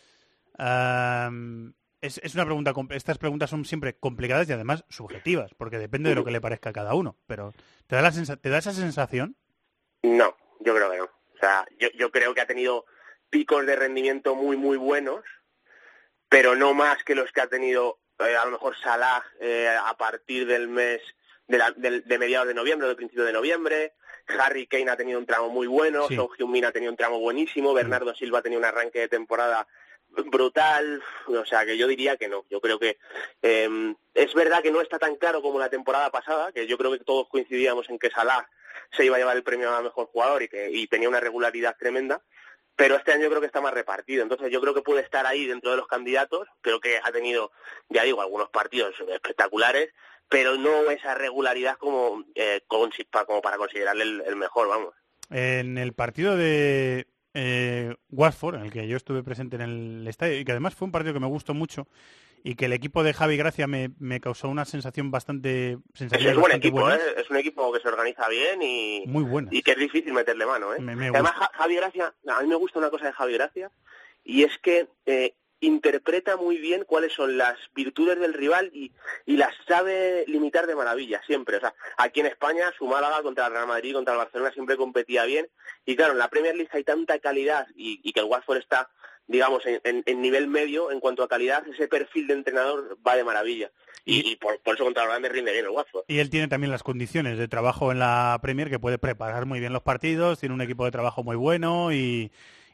S3: Es una pregunta, estas preguntas son siempre complicadas y además subjetivas, porque depende de lo que le parezca a cada uno. Pero ¿te da esa sensación?
S12: No, yo creo que no. O sea, yo creo que ha tenido picos de rendimiento muy, muy buenos, pero no más que los que ha tenido a lo mejor Salah a partir del mes de mediados de noviembre, del principio de noviembre. Harry Kane ha tenido un tramo muy bueno, sí. Son Heung-min ha tenido un tramo buenísimo, Bernardo Silva ha tenido un arranque de temporada brutal, o sea que yo diría que no. Yo creo que es verdad que no está tan claro como la temporada pasada, que yo creo que todos coincidíamos en que Salah se iba a llevar el premio a mejor jugador y tenía una regularidad tremenda, pero este año creo que está más repartido, entonces yo creo que puede estar ahí dentro de los candidatos. Creo que ha tenido, ya digo, algunos partidos espectaculares, pero no esa regularidad como para considerarle el mejor, vamos.
S3: En el partido de Watford, en el que yo estuve presente en el estadio, y que además fue un partido que me gustó mucho, y que el equipo de Javi Gracia me causó una sensación bastante...
S12: Es un buen equipo, es un equipo que se organiza bien y,
S3: muy buenas.
S12: Y que es difícil meterle mano. Además, Javi Gracia, a mí me gusta una cosa de Javi Gracia, y es que interpreta muy bien cuáles son las virtudes del rival y las sabe limitar de maravilla siempre. O sea, aquí en España, su Málaga contra el Real Madrid, contra el Barcelona siempre competía bien, y claro, en la Premier League hay tanta calidad y que el Watford está, digamos, en nivel medio en cuanto a calidad, ese perfil de entrenador va de maravilla. Y por eso contra el Grande rinde bien el Watford.
S3: Y él tiene también las condiciones de trabajo en la Premier, que puede preparar muy bien los partidos, tiene un equipo de trabajo muy bueno y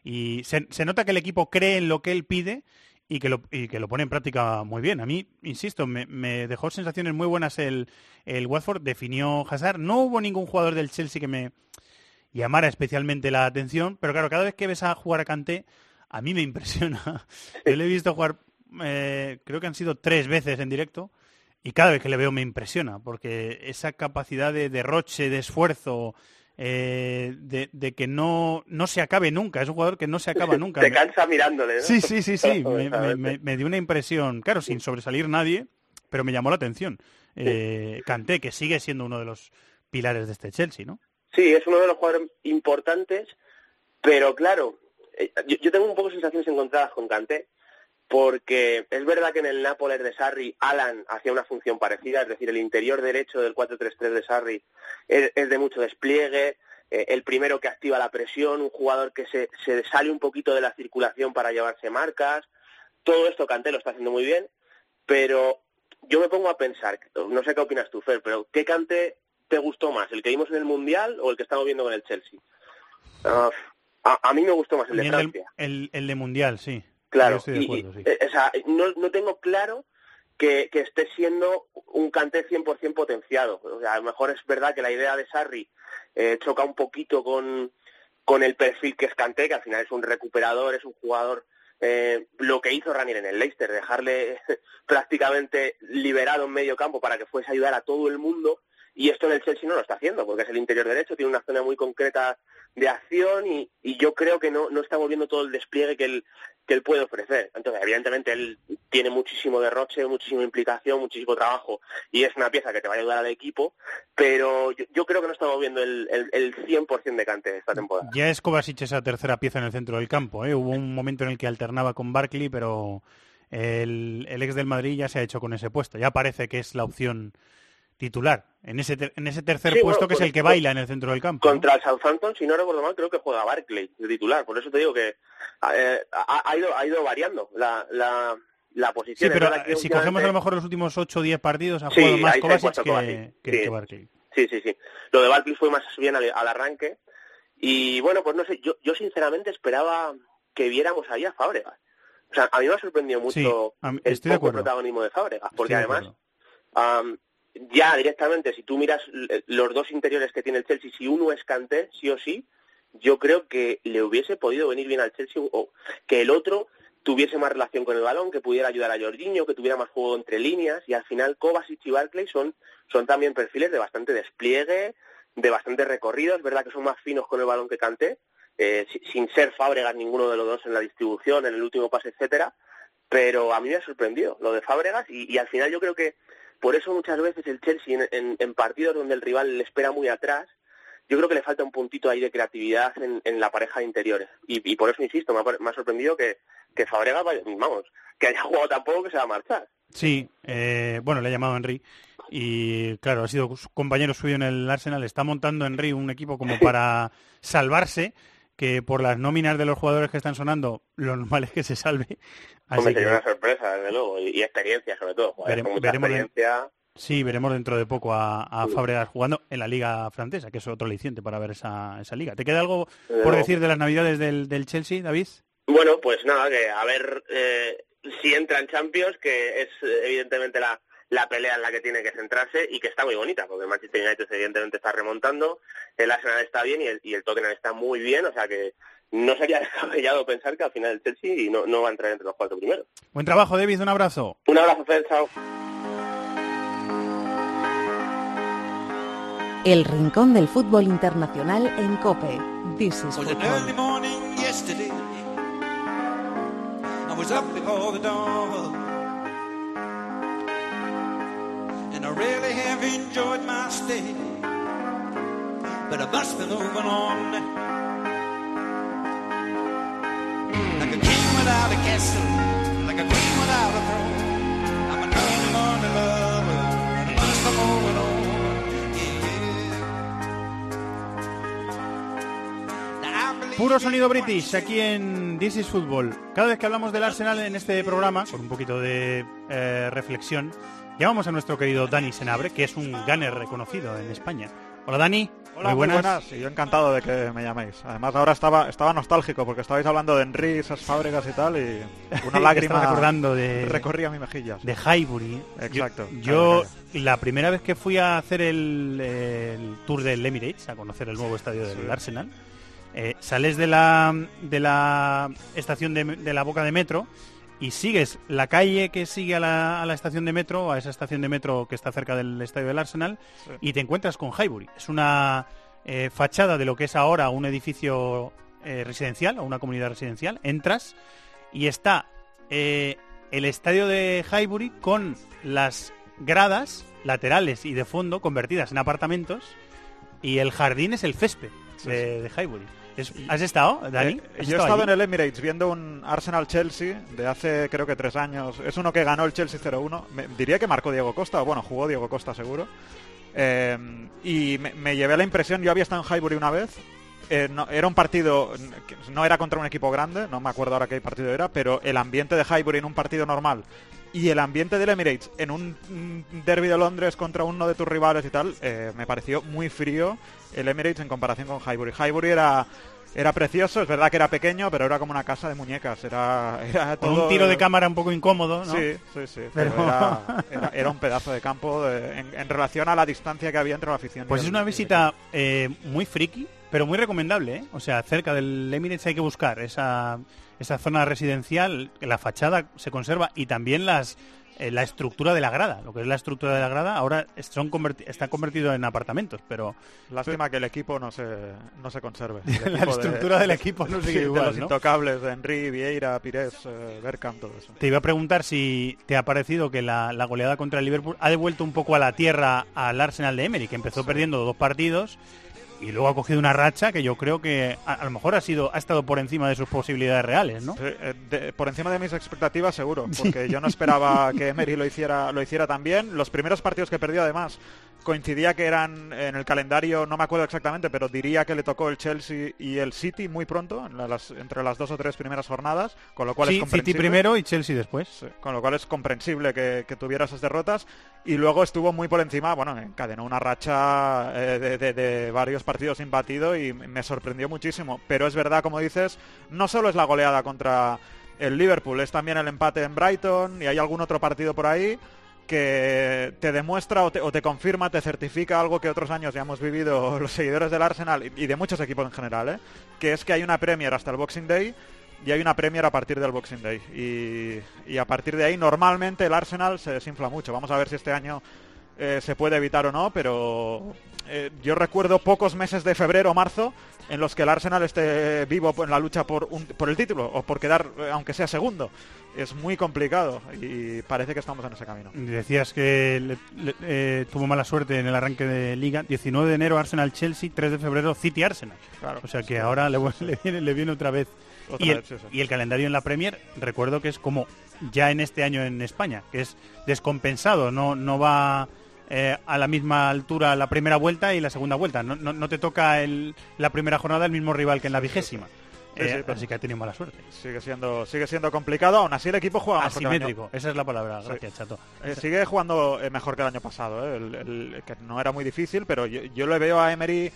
S3: se nota que el equipo cree en lo que él pide y que lo pone en práctica muy bien. A mí, insisto, me dejó sensaciones muy buenas el Watford, definió Hazard. No hubo ningún jugador del Chelsea que me llamara especialmente la atención, pero claro, cada vez que ves a jugar a Kanté, a mí me impresiona. Yo le he visto jugar, creo que han sido 3 veces en directo, y cada vez que le veo me impresiona, porque esa capacidad de derroche, de esfuerzo, de que no se acabe nunca, es un jugador que no se acaba nunca.
S12: Te cansa mirándole, ¿no?
S3: Sí, me dio una impresión, claro, sin sobresalir nadie, pero me llamó la atención. Kanté, que sigue siendo uno de los pilares de este Chelsea, ¿no?
S12: Sí, es uno de los jugadores importantes, pero claro, yo tengo un poco sensaciones encontradas con Kanté, porque es verdad que en el Nápoles de Sarri Alan hacía una función parecida, es decir, el interior derecho del 4-3-3 de Sarri es de mucho despliegue, el primero que activa la presión, un jugador que se sale un poquito de la circulación para llevarse marcas. Todo esto Kanté lo está haciendo muy bien, pero yo me pongo a pensar, no sé qué opinas tú, Fer, pero ¿qué Kanté te gustó más, el que vimos en el Mundial o el que estamos viendo con el Chelsea? A mí me gustó más el de Francia.
S3: El de Mundial, sí.
S12: Claro,
S3: estoy de acuerdo, sí.
S12: O sea, no tengo claro que esté siendo un Kanté 100% potenciado. O sea, a lo mejor es verdad que la idea de Sarri choca un poquito con el perfil que es Kanté, que al final es un recuperador, es un jugador, lo que hizo Ranieri en el Leicester, dejarle prácticamente liberado en medio campo para que fuese a ayudar a todo el mundo, y esto en el Chelsea no lo está haciendo, porque es el interior derecho, tiene una zona muy concreta de acción y yo creo que no estamos viendo todo el despliegue que él puede ofrecer. Entonces, evidentemente, él tiene muchísimo derroche, muchísima implicación, muchísimo trabajo y es una pieza que te va a ayudar al equipo, pero yo creo que no estamos viendo el 100% de Kanté esta temporada.
S3: Ya es Kovacic esa tercera pieza en el centro del campo, ¿eh? Hubo un momento en el que alternaba con Barkley, pero el ex del Madrid ya se ha hecho con ese puesto. Ya parece que es la opción titular en ese tercer puesto, que es el que baila en el centro del campo.
S12: Contra el Southampton, si no recuerdo mal, creo que juega Barkley de titular. Por eso te digo que ha ido variando la posición.
S3: Sí, pero si cogemos a lo mejor los últimos 8 o 10 partidos, ha jugado más Kovacic que Barkley.
S12: Sí. Lo de Barkley fue más bien al arranque. Y bueno, pues no sé, yo sinceramente esperaba que viéramos ahí a Fábregas. O sea, a mí me ha sorprendido mucho el poco protagonismo de Fábregas, porque además ya directamente, si tú miras los dos interiores que tiene el Chelsea, si uno es Kanté, sí o sí, yo creo que le hubiese podido venir bien al Chelsea, o que el otro tuviese más relación con el balón, que pudiera ayudar a Jorginho, que tuviera más juego entre líneas, y al final Kovacic y Barkley son también perfiles de bastante despliegue, de bastante recorrido. Es verdad que son más finos con el balón que Kanté, sin ser Fábregas ninguno de los dos en la distribución, en el último pase, etcétera, pero a mí me ha sorprendido lo de Fábregas y al final yo creo que por eso muchas veces el Chelsea en partidos donde el rival le espera muy atrás, yo creo que le falta un puntito ahí de creatividad en la pareja de interiores. Y por eso, insisto, me ha sorprendido que Fábregas, que haya jugado tan poco que se va a marchar.
S3: Sí, bueno, le ha llamado Henry y claro, ha sido compañero suyo en el Arsenal. Está montando Henry un equipo como para salvarse, que por las nóminas de los jugadores que están sonando, lo normal es que se salve.
S12: Hombre, sería una sorpresa, desde luego, y experiencia sobre todo.
S3: Veremos dentro de poco a Fábregas jugando en la Liga Francesa, que es otro aliciente para ver esa liga. ¿Te queda algo por decir de las navidades del Chelsea, David?
S12: Bueno, pues nada, que a ver si entra en Champions, que es evidentemente la pelea en la que tiene que centrarse y que está muy bonita, porque el Manchester United evidentemente está remontando, el Arsenal está bien y el Tottenham está muy bien, o sea que no sería descabellado pensar que al final el Chelsea no va a entrar entre los 4 primeros.
S3: Buen trabajo, David, un abrazo.
S12: Un abrazo, Fer, chao.
S1: El rincón del fútbol internacional en COPE. This is Football.
S6: I really have enjoyed my stay, but I must be moving on. Like a king without a castle, like a queen without a throne. I'm a lonely, lonely lover, and I must be moving on.
S3: Puro sonido British aquí en This is Football. Cada vez que hablamos del Arsenal en este programa, con un poquito de reflexión, llamamos a nuestro querido Dani Senabre, que es un gunner reconocido en España. Hola, Dani.
S13: Hola, muy buenas. Y yo encantado de que me llaméis. Además, ahora estaba nostálgico porque estabais hablando de Henry, esas Fábregas y tal, y una lágrima
S3: recordando
S13: recorría mi mejilla.
S3: De Highbury.
S13: Exacto.
S3: Yo la primera vez que fui a hacer el tour del Emirates, a conocer el nuevo estadio del Arsenal, sales de la estación de la boca de metro y sigues la calle que sigue a la estación de metro, a esa estación de metro que está cerca del estadio del Arsenal, y te encuentras con Highbury. Es una fachada de lo que es ahora un edificio residencial o una comunidad residencial. Entras y está el estadio de Highbury con las gradas laterales y de fondo convertidas en apartamentos, y el jardín es el césped de Highbury. ¿Has estado, Dani?
S13: Yo he estado en el Emirates viendo un Arsenal-Chelsea de hace creo que 3 años. Es uno que ganó el Chelsea 0-1. Diría que marcó Diego Costa, bueno, jugó Diego Costa seguro. Y me llevé la impresión, yo había estado en Highbury una vez. No, era un partido, no era contra un equipo grande, no me acuerdo ahora qué partido era, pero el ambiente de Highbury en un partido normal y el ambiente del Emirates en un derbi de Londres contra uno de tus rivales y tal, me pareció muy frío el Emirates en comparación con Highbury. Highbury era precioso, es verdad que era pequeño, pero era como una casa de muñecas. Era todo,
S3: con un tiro de cámara un poco incómodo, ¿no?
S13: Sí. Pero era un pedazo de campo en relación a la distancia que había entre la afición.
S3: Pues es una visita muy friki, pero muy recomendable, ¿eh? O sea, cerca del Emirates hay que buscar esa zona residencial, la fachada se conserva y también la estructura de la grada. Lo que es la estructura de la grada ahora está convertido en apartamentos, pero...
S13: Lástima que el equipo no se conserve.
S3: La estructura del equipo no sigue igual,
S13: de los
S3: ¿no?
S13: intocables de Henry, Vieira, Pires, Bergkamp, todo eso.
S3: Te iba a preguntar si te ha parecido que la goleada contra el Liverpool ha devuelto un poco a la tierra al Arsenal de Emery, que empezó perdiendo 2 partidos y luego ha cogido una racha que yo creo que a lo mejor ha estado por encima de sus posibilidades reales, ¿no?
S13: Por encima de mis expectativas seguro, porque yo no esperaba que Emery lo hiciera tan bien. Los primeros partidos que perdió además coincidía que eran en el calendario, no me acuerdo exactamente, pero diría que le tocó el Chelsea y el City muy pronto, entre las 2 o 3 primeras jornadas, con lo cual es comprensible.
S3: City primero y Chelsea después.
S13: Sí, con lo cual es comprensible que tuviera esas derrotas, y luego estuvo muy por encima, bueno, encadenó una racha de varios partidos sin batido y me sorprendió muchísimo. Pero es verdad, como dices, no solo es la goleada contra el Liverpool, es también el empate en Brighton y hay algún otro partido por ahí que te demuestra o te confirma, te certifica algo que otros años ya hemos vivido los seguidores del Arsenal y de muchos equipos en general, que es que hay una Premier hasta el Boxing Day y hay una Premier a partir del Boxing Day y a partir de ahí normalmente el Arsenal se desinfla mucho. Vamos a ver si este año se puede evitar o no, pero yo recuerdo pocos meses de febrero o marzo en los que el Arsenal esté vivo en la lucha por el título o por quedar, aunque sea segundo. Es muy complicado y parece que estamos en ese camino.
S3: Decías que tuvo mala suerte en el arranque de Liga. 19 de enero Arsenal-Chelsea, 3 de febrero City-Arsenal. Claro, o sea que ahora le viene otra vez. Y el calendario en la Premier, recuerdo que es como ya en este año en España, que es descompensado, no va a la misma altura la primera vuelta y la segunda vuelta. No te toca la primera jornada el mismo rival que en la 20ª. Así que ha tenido mala suerte.
S13: Sigue siendo complicado, aún así el equipo juega mejor
S3: asimétrico, esa es la palabra, gracias, Chato.
S13: Sigue jugando mejor que el año pasado, que no era muy difícil, pero yo le veo a Emery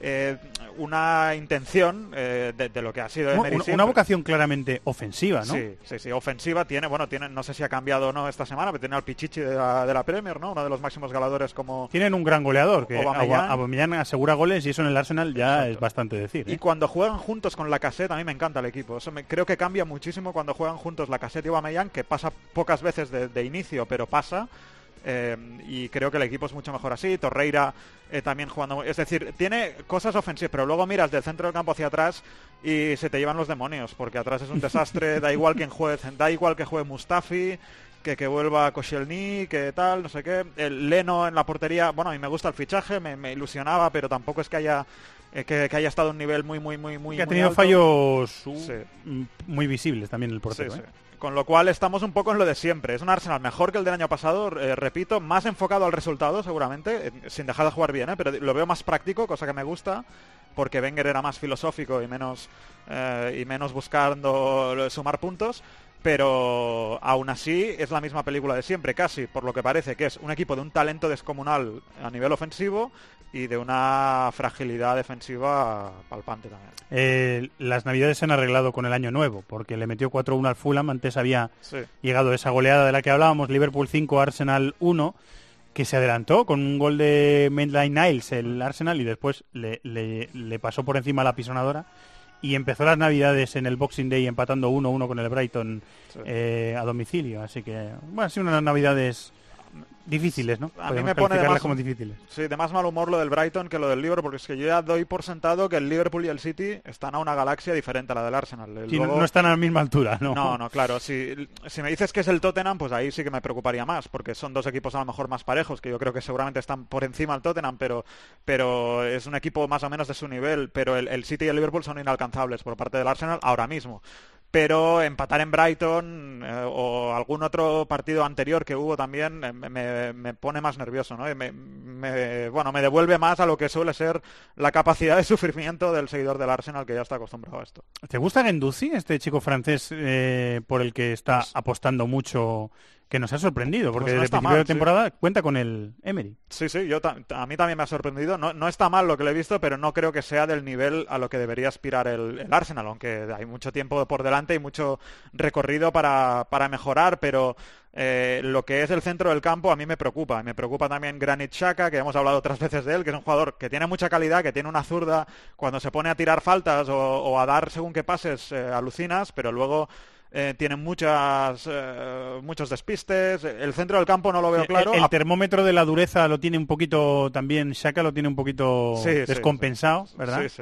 S13: una intención de lo que ha sido Emery
S3: una vocación claramente ofensiva, ¿no?
S13: Sí, ofensiva. Tiene, no sé si ha cambiado o no esta semana, pero tiene al Pichichi de la Premier, ¿no? Uno de los máximos goleadores como...
S3: Tienen un gran goleador, que Aubameyang asegura goles y eso en el Arsenal ya es bastante decir.
S13: Y cuando juegan juntos con Lacazette, a mí me encanta el equipo. Creo que cambia muchísimo cuando juegan juntos Lacazette y Aubameyang, que pasa pocas veces de inicio, pero pasa. Y creo que el equipo es mucho mejor así. Torreira también jugando, es decir, tiene cosas ofensivas, pero luego miras del centro del campo hacia atrás y se te llevan los demonios, porque atrás es un desastre. Da igual que juegue Mustafi, que vuelva Koscielny, que tal, no sé qué. El Leno en la portería, bueno, a mí me gusta el fichaje, me ilusionaba, pero tampoco es que haya estado a un nivel muy
S3: que ha tenido
S13: alto.
S3: Fallos muy visibles también el portero.
S13: Sí. Con lo cual estamos un poco en lo de siempre. Es un Arsenal mejor que el del año pasado, repito, más enfocado al resultado seguramente, sin dejar de jugar bien, pero lo veo más práctico, cosa que me gusta, porque Wenger era más filosófico y menos buscando sumar puntos. Pero aún así es la misma película de siempre, casi, por lo que parece, que es un equipo de un talento descomunal a nivel ofensivo y de una fragilidad defensiva palpante también.
S3: Las Navidades se han arreglado con el Año Nuevo, porque le metió 4-1 al Fulham. Antes había llegado esa goleada de la que hablábamos, Liverpool 5, Arsenal 1, que se adelantó con un gol de Maitland-Niles el Arsenal y después le pasó por encima a la pisonadora. Y empezó las Navidades en el Boxing Day empatando 1-1 con el Brighton a domicilio. Así que, bueno, han sido unas Navidades difíciles, ¿no?
S13: A mí me pone
S3: como difíciles.
S13: Sí, de más mal humor lo del Brighton que lo del Liverpool, porque es que yo ya doy por sentado que el Liverpool y el City están a una galaxia diferente a la del Arsenal.
S3: Sí, no están a la misma altura, ¿no?
S13: No, claro. Si me dices que es el Tottenham, pues ahí sí que me preocuparía más, porque son dos equipos a lo mejor más parejos, que yo creo que seguramente están por encima del Tottenham, pero es un equipo más o menos de su nivel, pero el City y el Liverpool son inalcanzables por parte del Arsenal ahora mismo. Pero empatar en Brighton o algún otro partido anterior que hubo también me pone más nervioso, ¿no? Me devuelve más a lo que suele ser la capacidad de sufrimiento del seguidor del Arsenal, que ya está acostumbrado a esto.
S3: ¿Te gusta Guendouzi, este chico francés por el que está apostando mucho, que nos ha sorprendido? Porque
S13: pues no
S3: desde el principio de temporada cuenta con el Emery.
S13: Sí, a mí también me ha sorprendido. No está mal lo que le he visto, pero no creo que sea del nivel a lo que debería aspirar el Arsenal, aunque hay mucho tiempo por delante y mucho recorrido para mejorar, pero lo que es el centro del campo a mí me preocupa. Me preocupa también Granit Xhaka, que hemos hablado otras veces de él, que es un jugador que tiene mucha calidad, que tiene una zurda, cuando se pone a tirar faltas o a dar según qué pases alucinas, pero luego tiene muchos despistes. El centro del campo no lo veo claro.
S3: El termómetro de la dureza lo tiene un poquito también, Xhaka lo tiene un poquito descompensado, ¿verdad?
S13: Sí.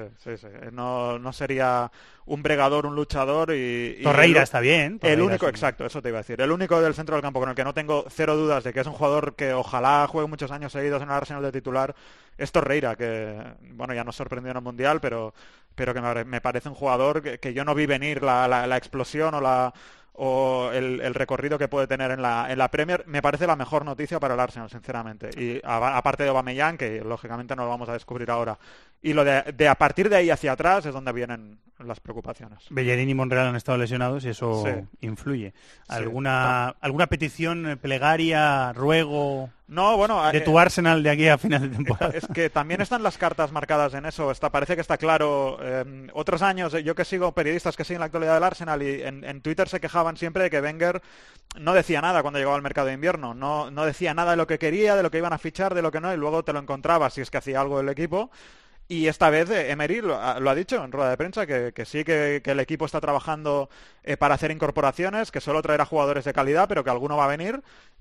S13: No sería un bregador, un luchador y
S3: Torreira está bien.
S13: El único, exacto, eso te iba a decir. El único del centro del campo con el que no tengo cero dudas de que es un jugador que ojalá juegue muchos años seguidos en el Arsenal de titular es Torreira, que ya nos sorprendió en el Mundial, pero que me parece un jugador que yo no vi venir la explosión o el recorrido que puede tener en la Premier. Me parece la mejor noticia para el Arsenal, sinceramente. Y aparte de Aubameyang, que lógicamente no lo vamos a descubrir ahora. Y lo de a partir de ahí hacia atrás es donde vienen las preocupaciones.
S3: Bellerín y Monreal han estado lesionados y eso influye. ¿Alguna petición, plegaria, ruego?
S13: No,
S3: de tu Arsenal de aquí a final de temporada.
S13: Es que también están las cartas marcadas en eso. Parece que está claro. Otros años, yo que sigo periodistas que siguen la actualidad del Arsenal y en Twitter se quejaban siempre de que Wenger no decía nada cuando llegaba al mercado de invierno. No decía nada de lo que quería, de lo que iban a fichar, de lo que no, y luego te lo encontrabas si es que hacía algo el equipo. Y esta vez Emery lo ha dicho en rueda de prensa, que sí, que el equipo está trabajando para hacer incorporaciones, que solo traerá jugadores de calidad, pero que alguno va a venir,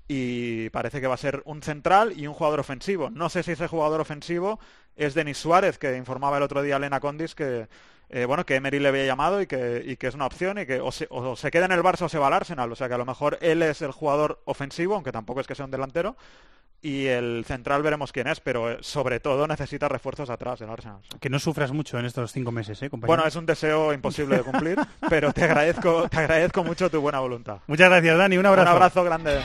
S13: y parece que va a ser un central y un jugador ofensivo. No sé si ese jugador ofensivo es Denis Suárez, que informaba el otro día Elena Condis que Emery le había llamado y que es una opción y que o se queda en el Barça o se va al Arsenal. O sea que a lo mejor él es el jugador ofensivo, aunque tampoco es que sea un delantero. Y el central veremos quién es, pero sobre todo necesita refuerzos atrás del Arsenal.
S3: Que no sufras mucho en estos 5 meses, compañero.
S13: Bueno, es un deseo imposible de cumplir, pero te agradezco mucho tu buena voluntad.
S3: Muchas gracias, Dani. Un abrazo.
S13: Un abrazo grande.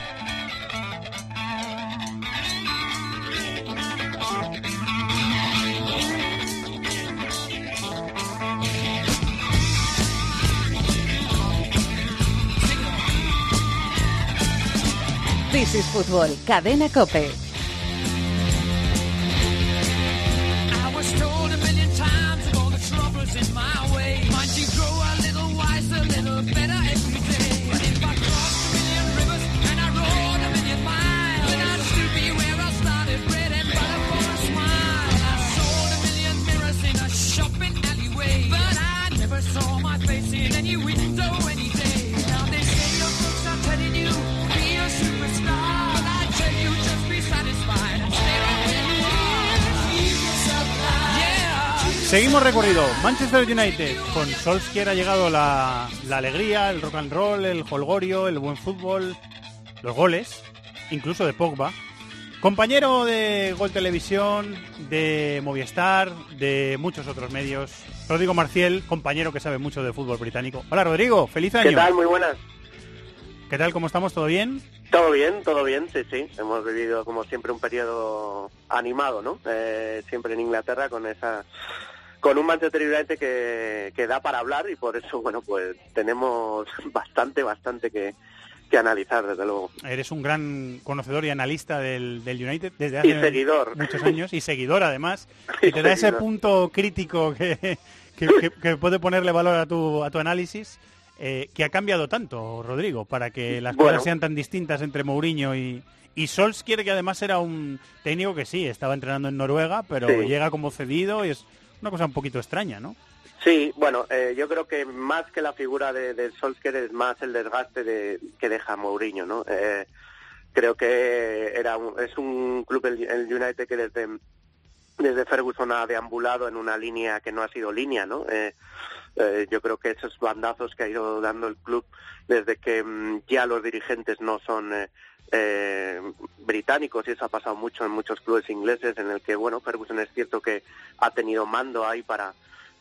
S1: This is Fútbol, Cadena COPE.
S3: Seguimos recorrido. Manchester United. Con Solskjaer ha llegado la alegría, el rock and roll, el jolgorio, el buen fútbol, los goles, incluso de Pogba. Compañero de Gol Televisión, de Movistar, de muchos otros medios. Rodrigo Marciel, compañero que sabe mucho de fútbol británico. Hola Rodrigo, feliz año.
S12: ¿Qué tal? Muy buenas.
S3: ¿Qué tal? ¿Cómo estamos? ¿Todo bien?
S12: Todo bien, sí. Hemos vivido como siempre un periodo animado, ¿no? Siempre en Inglaterra con un Manchester United que da para hablar y por eso, pues tenemos bastante que analizar, desde luego.
S3: Eres un gran conocedor y analista del United desde hace muchos años, y seguidor además, y te da ese punto crítico que puede ponerle valor a tu análisis, que ha cambiado tanto, Rodrigo, para que las cosas sean tan distintas entre Mourinho y Solskjaer, que además era un técnico que sí, estaba entrenando en Noruega, pero llega como cedido y es una cosa un poquito extraña, ¿no?
S12: Sí, yo creo que más que la figura de Solskjaer es más el desgaste que deja Mourinho, ¿no? creo que es un club, el United, que desde Ferguson ha deambulado en una línea que no ha sido línea, ¿no? Yo creo que esos bandazos que ha ido dando el club desde que ya los dirigentes no son británicos, y eso ha pasado mucho en muchos clubes ingleses, en el que, bueno, Ferguson es cierto que ha tenido mando ahí para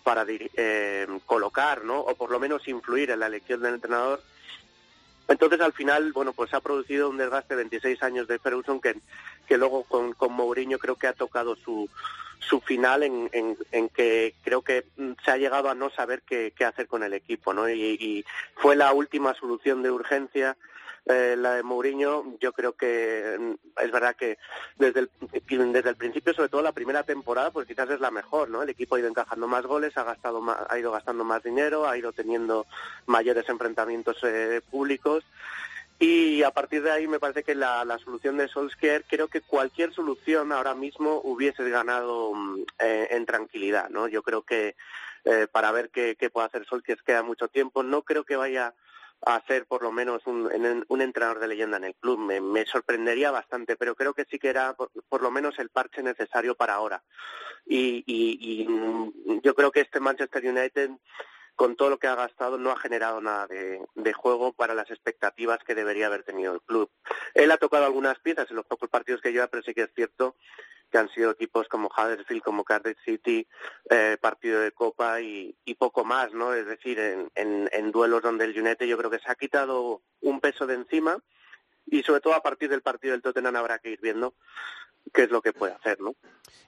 S12: colocar, ¿no? O por lo menos influir en la elección del entrenador. Entonces, al final, bueno, pues se ha producido un desgaste de 26 años de Ferguson que luego con Mourinho creo que ha tocado su final en que creo que se ha llegado a no saber qué hacer con el equipo, ¿no? Y fue la última solución de urgencia, la de Mourinho. Yo creo que es verdad que desde el principio, sobre todo la primera temporada, pues quizás es la mejor, ¿no? El equipo ha ido encajando más goles, ha ido gastando más dinero, ha ido teniendo mayores enfrentamientos públicos. Y a partir de ahí me parece que la solución de Solskjaer, creo que cualquier solución ahora mismo hubiese ganado en tranquilidad, ¿no? Yo creo que para ver qué puede hacer Solskjaer queda mucho tiempo. No creo que vaya a ser por lo menos un entrenador de leyenda en el club. Me sorprendería bastante, pero creo que sí que era por lo menos el parche necesario para ahora. Y yo creo que este Manchester United, con todo lo que ha gastado, no ha generado nada de juego para las expectativas que debería haber tenido el club. Él ha tocado algunas piezas en los pocos partidos que lleva, pero sí que es cierto que han sido equipos como Huddersfield, como Cardiff City, partido de Copa y poco más, ¿no? Es decir, en duelos donde el United yo creo que se ha quitado un peso de encima, y sobre todo a partir del partido del Tottenham habrá que ir viendo qué es lo que puede hacer, ¿no?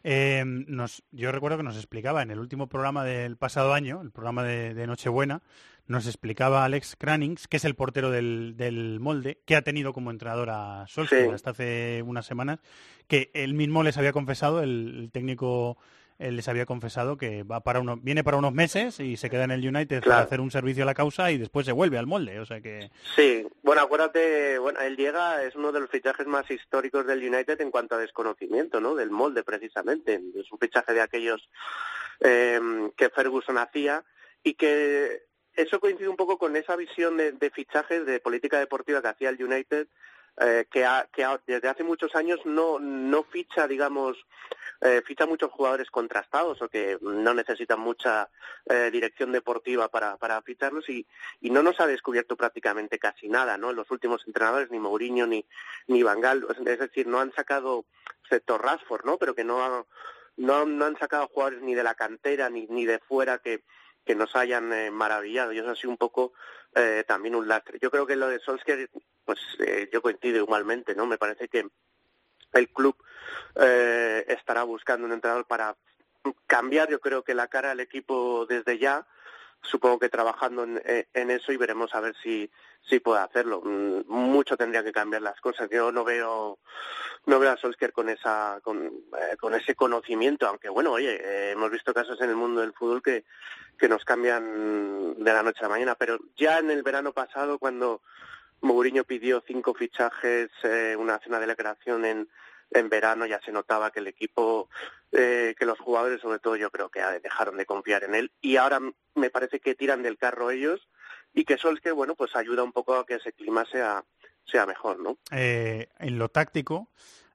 S3: Yo recuerdo que nos explicaba en el último programa del pasado año, el programa de Nochebuena, nos explicaba Alex Cranings, que es el portero del Molde, que ha tenido como entrenador a Solskjaer hasta hace unas semanas, que él mismo les había confesado, el técnico les había confesado que viene para unos meses y se queda en el United para hacer un servicio a la causa y después se vuelve al Molde, o sea que...
S12: Sí, bueno, acuérdate, él llega, es uno de los fichajes más históricos del United en cuanto a desconocimiento, ¿no? Del Molde, precisamente. Es un fichaje de aquellos que Ferguson hacía, y que eso coincide un poco con esa visión de fichajes, de política deportiva que hacía el United, que desde hace muchos años no ficha, digamos, ficha muchos jugadores contrastados o que no necesitan mucha dirección deportiva para ficharlos, y no nos ha descubierto prácticamente casi nada, ¿no? En los últimos entrenadores, ni Mourinho ni Van Gaal, es decir, no han sacado, excepto Rashford, ¿no? Pero que no han sacado jugadores ni de la cantera ni de fuera que nos hayan maravillado, y eso ha sido un poco también un lastre. Yo creo que lo de Solskjaer, pues yo coincido igualmente, ¿no? Me parece que el club estará buscando un entrenador para cambiar, yo creo que la cara al equipo desde ya, supongo que trabajando en eso, y veremos a ver si puede hacerlo. Mucho tendría que cambiar las cosas. Yo no veo a Solskjaer con ese conocimiento, aunque bueno, oye, hemos visto casos en el mundo del fútbol que nos cambian de la noche a la mañana, pero ya en el verano pasado, cuando Mourinho pidió 5 fichajes, hace una declaración en verano, ya se notaba que el equipo, que los jugadores sobre todo, yo creo que dejaron de confiar en él, y ahora me parece que tiran del carro ellos, y que Solskjaer, bueno, pues ayuda un poco a que ese clima sea mejor, ¿no?
S3: En lo táctico,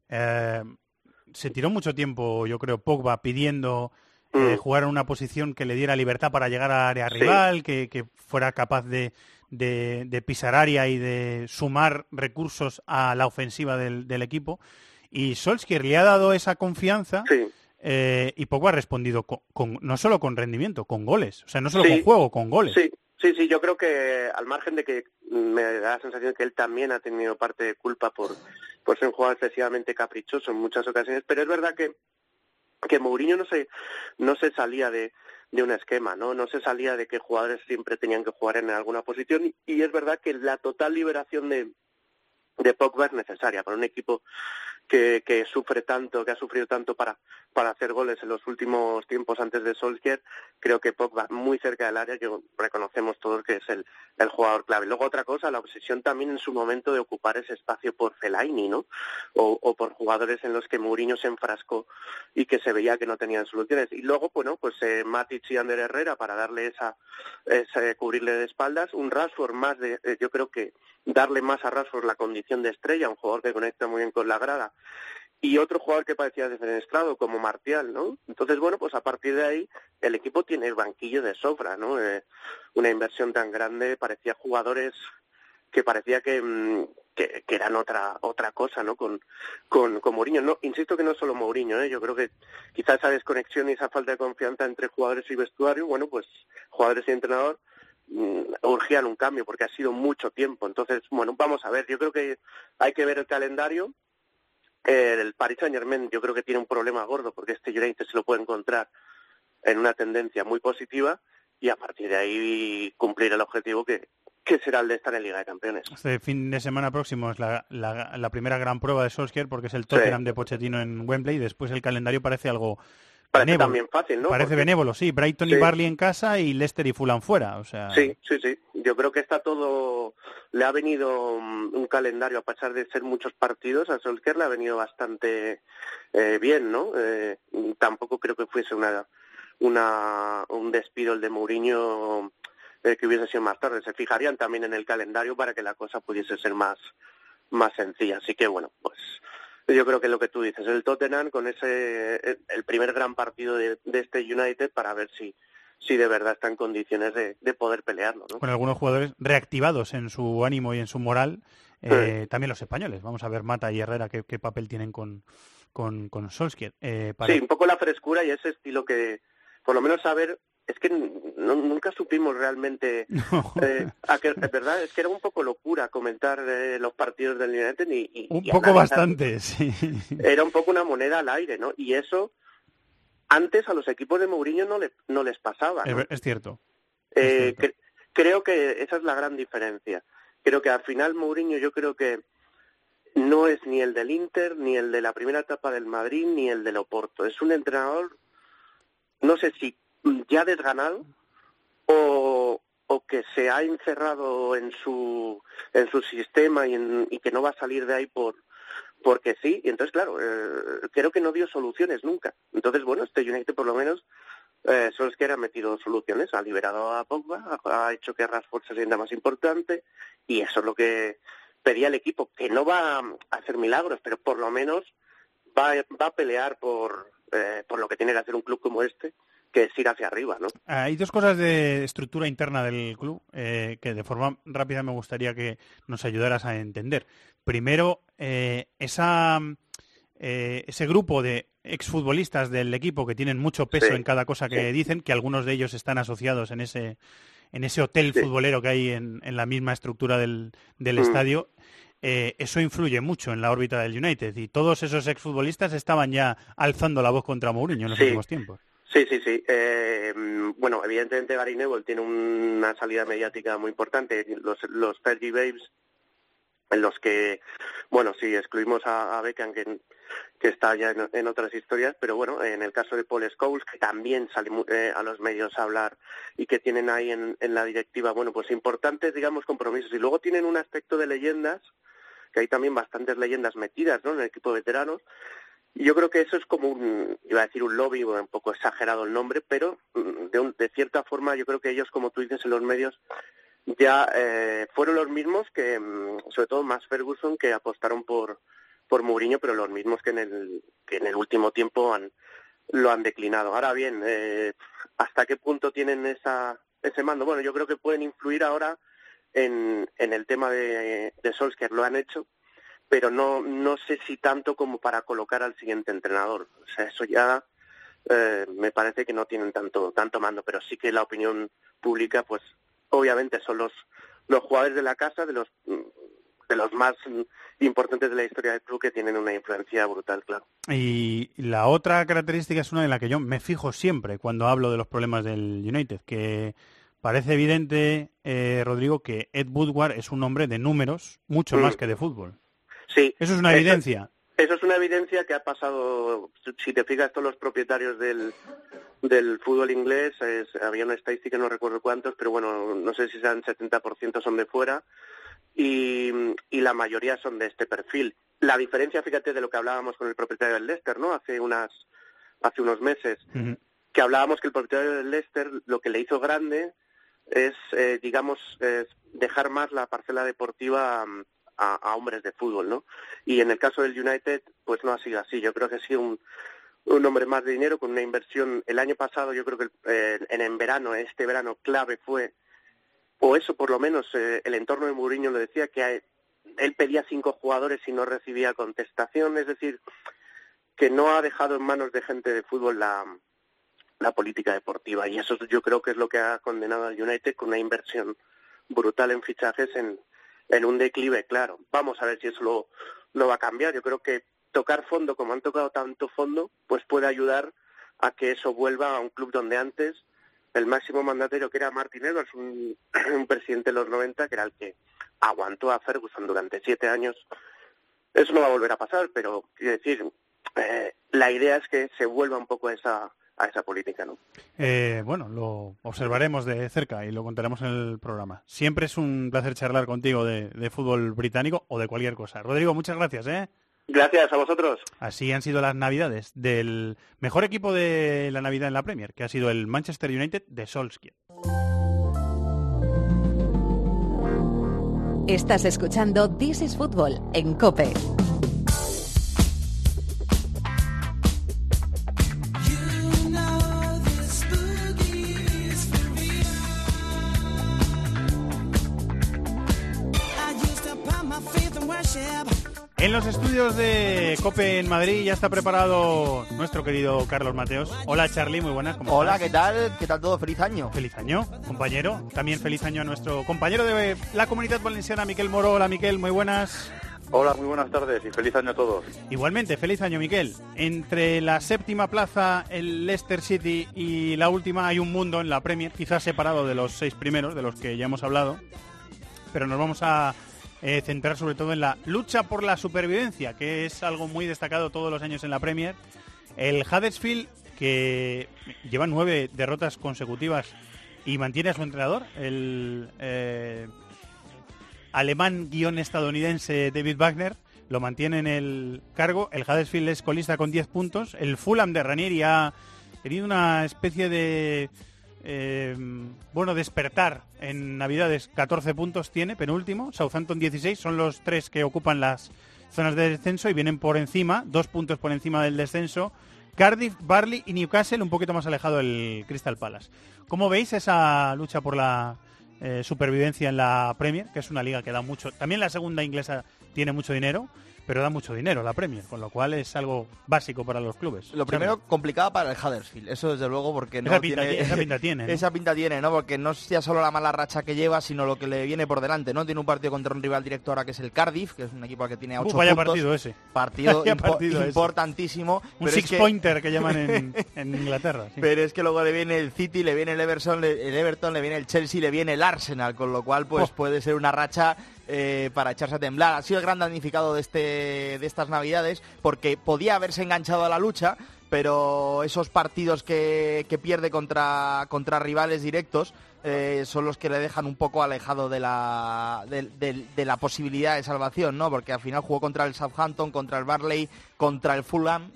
S3: se tiró mucho tiempo, yo creo, Pogba pidiendo jugar en una posición que le diera libertad para llegar al área rival, que fuera capaz de pisar área y de sumar recursos a la ofensiva del equipo. Y Solskjaer le ha dado esa confianza, y Pogba ha respondido no solo con rendimiento, con goles. O sea, no solo con juego, con goles.
S12: Sí, yo creo que al margen de que me da la sensación que él también ha tenido parte de culpa por ser un jugador excesivamente caprichoso en muchas ocasiones, pero es verdad que Mourinho no se salía de un esquema, no se salía de que jugadores siempre tenían que jugar en alguna posición, y es verdad que la total liberación de Pogba es necesaria para un equipo que sufre tanto, que ha sufrido tanto para hacer goles en los últimos tiempos antes de Solskjaer. Creo que Pogba, muy cerca del área, que reconocemos todos que es el jugador clave. Luego otra cosa, la obsesión también en su momento de ocupar ese espacio por Fellaini, ¿no? O por jugadores en los que Mourinho se enfrascó y que se veía que no tenían soluciones. Y luego, bueno, pues Matic y Ander Herrera para darle cubrirle de espaldas. Un Rashford más yo creo que darle más a Rashford la condición de estrella, un jugador que conecta muy bien con la grada, y otro jugador que parecía defenestrado como Martial, ¿no? Entonces, bueno, pues a partir de ahí el equipo tiene el banquillo de sobra, ¿no? Una inversión tan grande, parecía jugadores que parecía que eran otra cosa, ¿no? Con Mourinho. No, insisto que no solo Mourinho, yo creo que quizás esa desconexión y esa falta de confianza entre jugadores y vestuario, bueno, pues jugadores y entrenador urgían un cambio porque ha sido mucho tiempo. Entonces, bueno, vamos a ver, yo creo que hay que ver el calendario. El Paris Saint-Germain yo creo que tiene un problema gordo porque este United se lo puede encontrar en una tendencia muy positiva y a partir de ahí cumplir el objetivo que será el de estar en Liga de Campeones.
S3: Este fin de semana próximo es la primera gran prueba de Solskjaer porque es el Tottenham de Pochettino en Wembley y después el calendario parece algo benévolo.
S12: También fácil, ¿no?
S3: Parece benévolo, sí. Brighton y Burnley en casa y Leicester y Fulham fuera. O sea...
S12: Sí. Yo creo que está todo... Le ha venido un calendario, a pesar de ser muchos partidos, a Solskjaer le ha venido bastante bien, ¿no? Tampoco creo que fuese un despido el de Mourinho que hubiese sido más tarde. Se fijarían también en el calendario para que la cosa pudiese ser más sencilla. Así que, bueno, pues yo creo que lo que tú dices, el Tottenham con el primer gran partido de este United para ver si de verdad está en condiciones de poder pelearlo, ¿no?
S3: Con algunos jugadores reactivados en su ánimo y en su moral, también los españoles. Vamos a ver Mata y Herrera qué papel tienen con Solskjaer.
S12: Sí, un poco la frescura y ese estilo que, por lo menos saber, es que nunca supimos realmente, ¿verdad? Es que era un poco locura comentar los partidos del United
S3: un poco bastante, sí.
S12: Era un poco una moneda al aire, ¿no? Y eso antes a los equipos de Mourinho no les pasaba, ¿no?
S3: Es cierto.
S12: Creo que esa es la gran diferencia. Creo que al final Mourinho yo creo que no es ni el del Inter, ni el de la primera etapa del Madrid, ni el del Oporto. Es un entrenador, no sé si ya desganado o que se ha encerrado en su sistema y que no va a salir de ahí porque sí. Y entonces, claro, creo que no dio soluciones nunca. Entonces, bueno, este United por lo menos Solskjaer ha metido soluciones, ha liberado a Pogba, ha hecho que Rashford se sienta más importante y eso es lo que pedía el equipo, que no va a hacer milagros, pero por lo menos va a pelear por lo que tiene que hacer un club como este, que es ir hacia arriba, ¿no?
S3: Hay dos cosas de estructura interna del club que de forma rápida me gustaría que nos ayudaras a entender. Primero, ese grupo de exfutbolistas del equipo que tienen mucho peso en cada cosa que dicen, que algunos de ellos están asociados en ese hotel futbolero que hay en la misma estructura del estadio. Eso influye mucho en la órbita del United y todos esos exfutbolistas estaban ya alzando la voz contra Mourinho en los últimos tiempos.
S12: Sí. Bueno, evidentemente Gary Neville tiene una salida mediática muy importante. Los Fergie Babes, en los que, bueno, sí, excluimos a Beckham, que está ya en otras historias, pero bueno, en el caso de Paul Scholes, que también sale a los medios a hablar y que tienen ahí en la directiva, bueno, pues importantes, digamos, compromisos. Y luego tienen un aspecto de leyendas, que hay también bastantes leyendas metidas, ¿no?, en el equipo de veteranos. Y yo creo que eso es como iba a decir un lobby, bueno, un poco exagerado el nombre, pero de cierta forma yo creo que ellos, como tú dices en los medios, ya fueron los mismos que, sobre todo más Ferguson, que apostaron por Mourinho, pero los mismos que en el último tiempo lo han declinado. Ahora bien, ¿hasta qué punto tienen ese mando? Bueno, yo creo que pueden influir ahora en el tema de Solskjaer, lo han hecho, pero no sé si tanto como para colocar al siguiente entrenador. O sea, eso ya me parece que no tienen tanto mando, pero sí que la opinión pública, pues obviamente son los jugadores de la casa, de los más importantes de la historia del club, que tienen una influencia brutal, claro. Y
S3: la otra característica es una en la que yo me fijo siempre cuando hablo de los problemas del United, que parece evidente, Rodrigo, que Ed Woodward es un hombre de números mucho más que de fútbol.
S12: Sí.
S3: Eso es una evidencia.
S12: Eso es una evidencia que ha pasado, si te fijas, todos los propietarios del fútbol inglés, había una estadística, no recuerdo cuántos, pero bueno, no sé si sean 70% son de fuera y la mayoría son de este perfil. La diferencia, fíjate, de lo que hablábamos con el propietario del Leicester, ¿no?, hace unos meses, que hablábamos que el propietario del Leicester lo que le hizo grande es, digamos, dejar más la parcela deportiva a hombres de fútbol, ¿no? Y en el caso del United, pues no ha sido así. Yo creo que ha sido un hombre más de dinero con una inversión. El año pasado, yo creo que en verano, este verano clave fue, o eso por lo menos, el entorno de Mourinho lo decía, que él pedía 5 jugadores y no recibía contestación, es decir, que no ha dejado en manos de gente de fútbol la política deportiva, y eso yo creo que es lo que ha condenado al United, con una inversión brutal en fichajes en un declive, claro. Vamos a ver si eso lo va a cambiar. Yo creo que tocar fondo, como han tocado tanto fondo, pues puede ayudar a que eso vuelva a un club donde antes el máximo mandatario, que era Martin Edwards, un presidente de los 90, que era el que aguantó a Ferguson durante 7 años. Eso no va a volver a pasar, pero quiero decir, la idea es que se vuelva un poco a esa política, ¿no?
S3: Bueno, lo observaremos de cerca y lo contaremos en el programa. Siempre es un placer charlar contigo de fútbol británico o de cualquier cosa. Rodrigo, muchas gracias, ¿eh?
S12: Gracias a vosotros.
S3: Así han sido las Navidades del mejor equipo de la Navidad en la Premier, que ha sido el Manchester United de Solskjaer.
S1: Estás escuchando This is Football en COPE.
S3: En los estudios de COPE en Madrid ya está preparado nuestro querido Carlos Mateos. Hola Charlie, muy buenas. ¿Cómo
S14: Hola,
S3: estás?
S14: ¿qué tal? ¿Qué tal todo? ¡Feliz año!
S3: Feliz año, compañero. También feliz año a nuestro compañero de la Comunidad Valenciana, Miquel Moro. Hola Miquel, muy buenas.
S15: Hola, muy buenas tardes y feliz año a todos.
S3: Igualmente, feliz año Miquel. Entre la séptima plaza, el Leicester City, y la última hay un mundo en la Premier, quizás separado de los 6 primeros, de los que ya hemos hablado. Pero nos vamos a centrar sobre todo en la lucha por la supervivencia, que es algo muy destacado todos los años en la Premier. El Huddersfield, que lleva 9 derrotas consecutivas y mantiene a su entrenador, el alemán-estadounidense David Wagner, lo mantiene en el cargo. El Huddersfield es colista con 10 puntos. El Fulham de Ranieri ha tenido una especie de despertar en Navidades. 14 puntos tiene, penúltimo. Southampton 16, son los 3 que ocupan las zonas de descenso y vienen por encima, 2 puntos por encima del descenso, Cardiff, Burnley y Newcastle, un poquito más alejado el Crystal Palace. ¿Cómo veis esa lucha por la supervivencia en la Premier, que es una liga que da mucho? También la segunda inglesa tiene mucho dinero, pero da mucho dinero la Premier, con lo cual es algo básico para los clubes.
S14: Lo primero, complicado para el Huddersfield, eso desde luego, porque no
S3: esa pinta tiene, ¿no?
S14: Esa pinta tiene, ¿no? Porque no es ya solo la mala racha que lleva, sino lo que le viene por delante, ¿no? Tiene un partido contra un rival directo ahora que es el Cardiff, que es un equipo que tiene 8
S3: vaya
S14: puntos.
S3: Partido ese.
S14: Partido
S3: ese.
S14: Importantísimo.
S3: Un six-pointer que llaman en Inglaterra. Sí.
S14: Pero es que luego le viene el City, le viene el Everton, le viene el Chelsea, le viene el Arsenal, con lo cual pues puede ser una racha para echarse a temblar. Ha sido el gran damnificado de estas Navidades, porque podía haberse enganchado a la lucha, pero esos partidos que pierde contra rivales directos son los que le dejan un poco alejado de la posibilidad de salvación, ¿no? Porque al final jugó contra el Southampton, contra el Burnley, contra el Fulham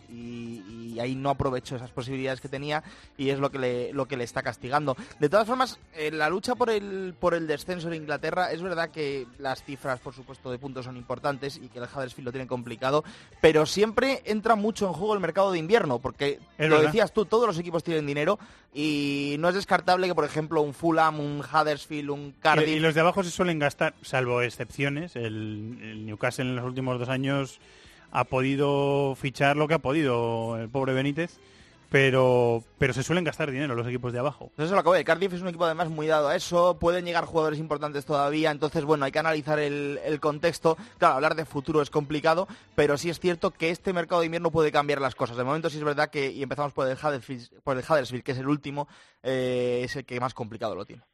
S14: y ahí no aprovechó esas posibilidades que tenía y es lo que le está castigando. De todas formas, la lucha por el descenso en Inglaterra, es verdad que las cifras, por supuesto, de puntos son importantes y que el Huddersfield lo tiene complicado, pero siempre entra mucho en juego el mercado de invierno, porque decías tú, todos los equipos tienen dinero y no es descartable que, por ejemplo, un Fulham, un Huddersfield, un Cardiff...
S3: Y los de abajo se suelen gastar, salvo excepciones. El Newcastle en los últimos 2 años ha podido fichar lo que ha podido el pobre Benítez, pero se suelen gastar dinero los equipos de abajo.
S14: Eso es lo que voy. Cardiff es un equipo además muy dado a eso, pueden llegar jugadores importantes todavía, entonces bueno, hay que analizar el contexto. Claro, hablar de futuro es complicado, pero sí es cierto que este mercado de invierno puede cambiar las cosas. De momento sí es verdad que, y empezamos por el Huddersfield, que es el último, es el que más complicado lo tiene.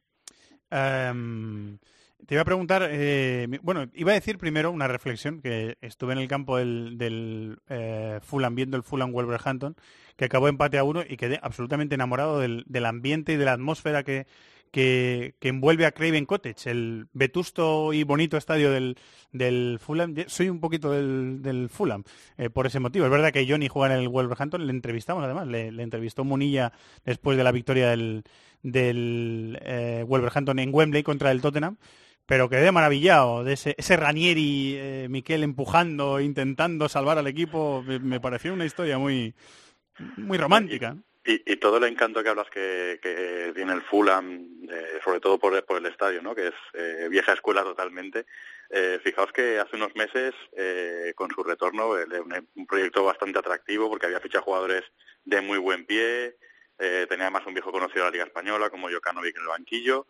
S3: Te iba a preguntar, iba a decir primero una reflexión, que estuve en el campo del Fulham, viendo el Fulham Wolverhampton, que acabó empate a 1 y quedé absolutamente enamorado del ambiente y de la atmósfera que envuelve a Craven Cottage, el vetusto y bonito estadio del Fulham. Soy un poquito del Fulham por ese motivo. Es verdad que Johnny juega en el Wolverhampton, le entrevistamos además, le entrevistó Munilla después de la victoria del Wolverhampton en Wembley contra el Tottenham. pero quedé maravillado de ese Ranieri, Miquel empujando, intentando salvar al equipo. Me pareció una historia muy romántica.
S15: Y todo el encanto que hablas que tiene el Fulham, sobre todo por el estadio, ¿no? Que es vieja escuela totalmente. Fijaos que hace unos meses, con su retorno, un proyecto bastante atractivo porque había fichado jugadores de muy buen pie, tenía además un viejo conocido de la Liga Española como Jokanovic en el banquillo,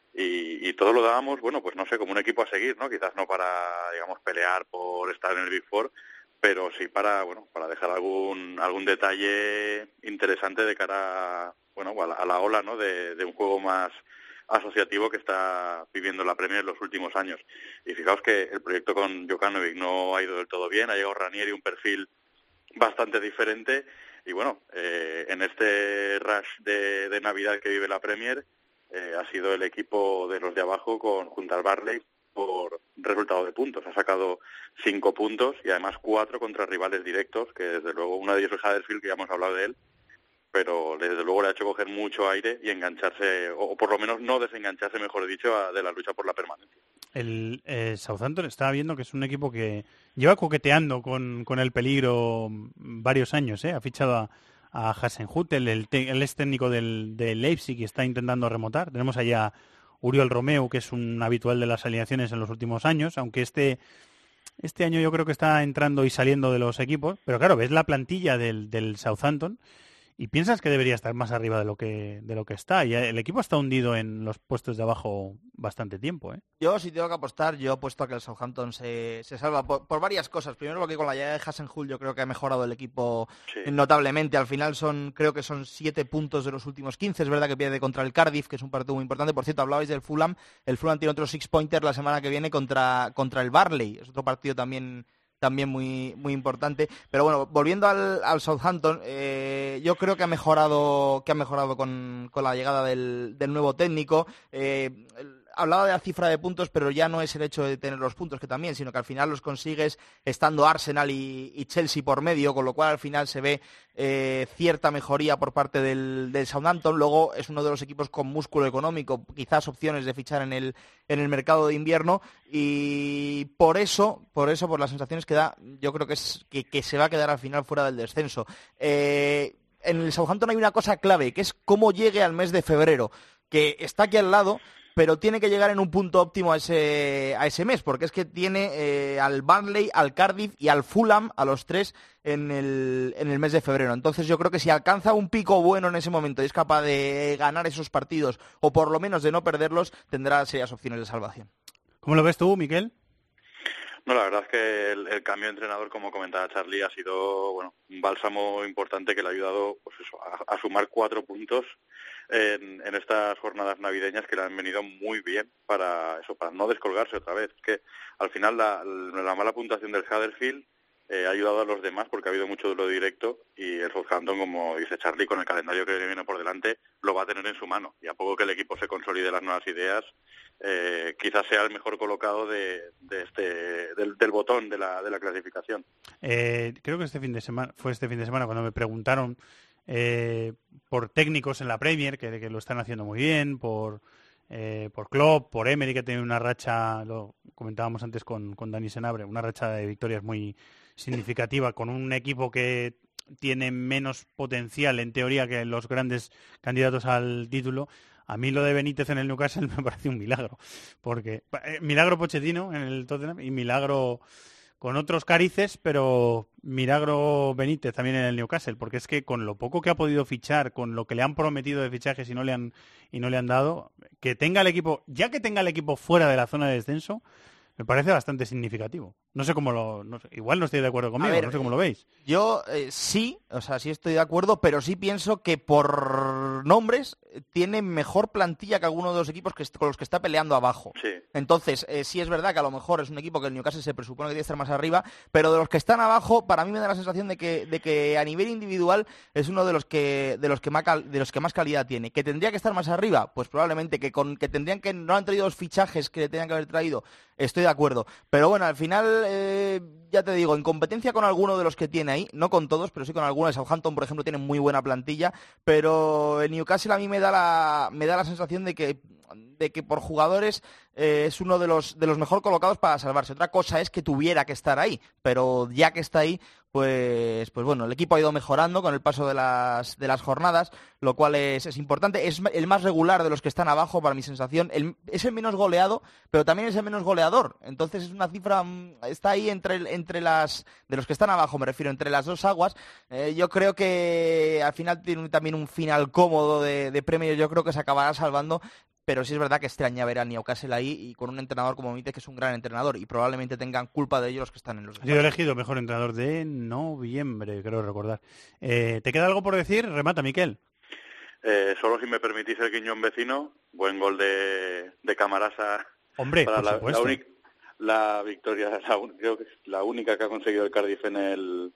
S15: y todo lo dábamos, bueno, pues no sé, como un equipo a seguir, ¿no? Quizás no para, digamos, pelear por estar en el Big Four, pero sí para dejar algún detalle interesante de cara a la ola, ¿no? De un juego más asociativo que está viviendo la Premier en los últimos años. Y fijaos que el proyecto con Jokanovic no ha ido del todo bien, ha llegado Ranieri, un perfil bastante diferente, y bueno, en este rush de Navidad que vive la Premier, ha sido el equipo de los de abajo junto al Barley por resultado de puntos. Ha sacado 5 puntos y además 4 contra rivales directos, que desde luego uno de ellos es Huddersfield, que ya hemos hablado de él, pero desde luego le ha hecho coger mucho aire y engancharse, o por lo menos no desengancharse, mejor dicho, de la lucha por la permanencia.
S3: El Southampton estaba viendo que es un equipo que lleva coqueteando con el peligro varios años, ha fichado a Hasenhüttl, el ex técnico del Leipzig, y está intentando remontar. Tenemos allá Uriol Romeu, que es un habitual de las alineaciones en los últimos años, aunque este año yo creo que está entrando y saliendo de los equipos, pero claro, ves la plantilla del Southampton y piensas que debería estar más arriba de lo que está, y el equipo está hundido en los puestos de abajo bastante tiempo, ¿eh?
S14: Yo, si tengo que apostar, yo apuesto a que el Southampton se salva por varias cosas. Primero, porque con la llegada de Hasenhüttl yo creo que ha mejorado el equipo notablemente. Al final creo que son 7 puntos de los últimos 15. Es verdad que pierde contra el Cardiff, que es un partido muy importante. Por cierto, hablabais del Fulham. El Fulham tiene otro 6-pointer la semana que viene contra el Barley. Es otro partido también muy muy importante. Pero bueno, volviendo al Southampton, yo creo que ha mejorado con la llegada del nuevo técnico. Hablaba de la cifra de puntos, pero ya no es el hecho de tener los puntos, que también, sino que al final los consigues estando Arsenal y Chelsea por medio, con lo cual al final se ve cierta mejoría por parte del Southampton. Luego es uno de los equipos con músculo económico, quizás opciones de fichar en el mercado de invierno, y por las sensaciones que da, yo creo que es que se va a quedar al final fuera del descenso. En el Southampton hay una cosa clave, que es cómo llegue al mes de febrero, que está aquí al lado, pero tiene que llegar en un punto óptimo a ese mes, porque es que tiene al Burnley, al Cardiff y al Fulham, a los 3 en el mes de febrero. Entonces yo creo que si alcanza un pico bueno en ese momento y es capaz de ganar esos partidos, o por lo menos de no perderlos, tendrá serias opciones de salvación.
S3: ¿Cómo lo ves tú, Miquel?
S15: No, la verdad es que el cambio de entrenador, como comentaba Charlie, ha sido un bálsamo importante que le ha ayudado a sumar 4 puntos en estas jornadas navideñas, que le han venido muy bien para no descolgarse otra vez. Es que al final la mala puntuación del Huddersfield ha ayudado a los demás, porque ha habido mucho duelo directo, y el Southampton, como dice Charlie, con el calendario que viene por delante, lo va a tener en su mano, y a poco que el equipo se consolide las nuevas ideas, quizás sea el mejor colocado del botón de la clasificación.
S3: Creo que este fin de semana cuando me preguntaron por técnicos en la Premier que lo están haciendo muy bien, por Klopp, por Emery, que tiene una racha, lo comentábamos antes con Dani Senabre, una racha de victorias muy significativa, con un equipo que tiene menos potencial en teoría que los grandes candidatos al título. A mí lo de Benítez en el Newcastle me parece un milagro, porque milagro Pochettino en el Tottenham y milagro con otros carices, pero milagro Benítez también en el Newcastle, porque es que con lo poco que ha podido fichar, con lo que le han prometido de fichajes y no le han dado, que tenga el equipo fuera de la zona de descenso, me parece bastante significativo. No sé cómo igual no estoy de acuerdo conmigo, no sé cómo lo veis.
S14: Yo sí estoy de acuerdo, pero sí pienso que por nombres tiene mejor plantilla que alguno de los equipos con los que está peleando abajo.
S15: Sí.
S14: Entonces, sí es verdad que a lo mejor es un equipo que el Newcastle se presupone que debe estar más arriba, pero de los que están abajo, para mí me da la sensación de que a nivel individual es uno de los que más calidad tiene. ¿Que tendría que estar más arriba? Pues probablemente. Que tendrían que no han traído los fichajes que tenían que haber traído, estoy de acuerdo. Pero bueno, al final, ya te digo, en competencia con alguno de los que tiene ahí, no con todos, pero sí con algunos. Southampton, por ejemplo, tiene muy buena plantilla, pero el Newcastle a mí me da la sensación de que que por jugadores es uno de los mejor colocados para salvarse. Otra cosa es que tuviera que estar ahí, pero ya que está ahí, pues bueno, el equipo ha ido mejorando con el paso de las jornadas, lo cual es importante. Es el más regular de los que están abajo, para mi sensación. Es el menos goleado, pero también es el menos goleador. Entonces es una cifra, está ahí entre las de los que están abajo, me refiero, entre las dos aguas. Yo creo que al final tiene también un final cómodo de Premier. Yo creo que se acabará salvando. Pero sí es verdad que extraña ver a Newcastle ahí y con un entrenador como Mite, que es un gran entrenador, y probablemente tengan culpa de ellos los que están en los...
S3: Ha sido elegido mejor entrenador de noviembre, creo recordar. ¿Te queda algo por decir? Remata, Miquel.
S15: Solo si me permitís el guiñón vecino, buen gol de Camarasa.
S3: Hombre,
S15: para
S3: por supuesto.
S15: La victoria, creo que es la única que ha conseguido el Cardiff en el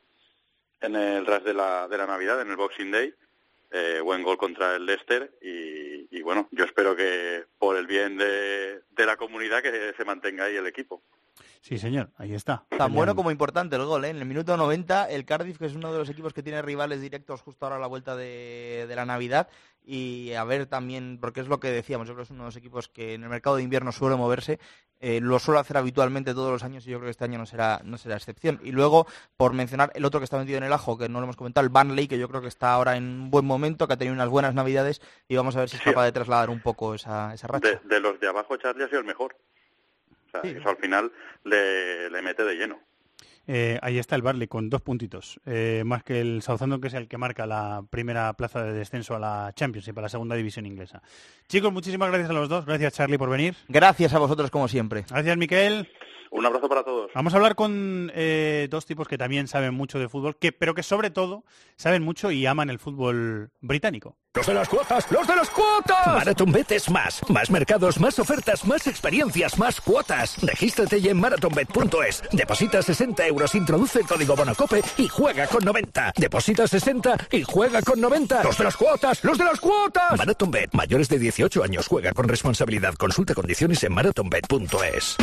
S15: RAS de la Navidad, en el Boxing Day. Buen gol contra el Leicester y bueno, yo espero que por el bien de la comunidad que se mantenga ahí el equipo.
S3: Sí, señor, ahí está.
S14: Tan bueno como importante el gol, ¿eh? En el minuto 90, el Cardiff, que es uno de los equipos que tiene rivales directos justo ahora a la vuelta de la Navidad, y a ver también, porque es lo que decíamos, yo creo que es uno de los equipos que en el mercado de invierno suele moverse, lo suele hacer habitualmente todos los años y yo creo que este año no será excepción. Y luego, por mencionar el otro que está metido en el ajo, que no lo hemos comentado, el Burnley, que yo creo que está ahora en un buen momento, que ha tenido unas buenas Navidades y vamos a ver si es capaz de trasladar un poco esa racha.
S15: De los de abajo, Charlie ha sido el mejor. O sea, eso al final le mete de lleno.
S3: Ahí está el Burnley con 2 puntitos, más que el Southampton, que es el que marca la primera plaza de descenso a la Championship, a la segunda división inglesa. Chicos, muchísimas gracias a los dos. Gracias, Charlie, por venir.
S14: Gracias a vosotros, como siempre.
S3: Gracias, Miquel.
S15: Un abrazo para todos.
S3: Vamos a hablar con 2 tipos que también saben mucho de fútbol, pero que sobre todo saben mucho y aman el fútbol británico.
S11: ¡Los de las cuotas! ¡Los de las cuotas! MarathonBet es más. Más mercados, más ofertas, más experiencias, más cuotas. Regístrate ya en marathonbet.es. Deposita 60 euros, introduce el código Bonocope y juega con 90. Deposita 60 y juega con 90. ¡Los de las cuotas! ¡Los de las cuotas! MarathonBet. Mayores de 18 años. Juega con responsabilidad. Consulta condiciones en marathonbet.es.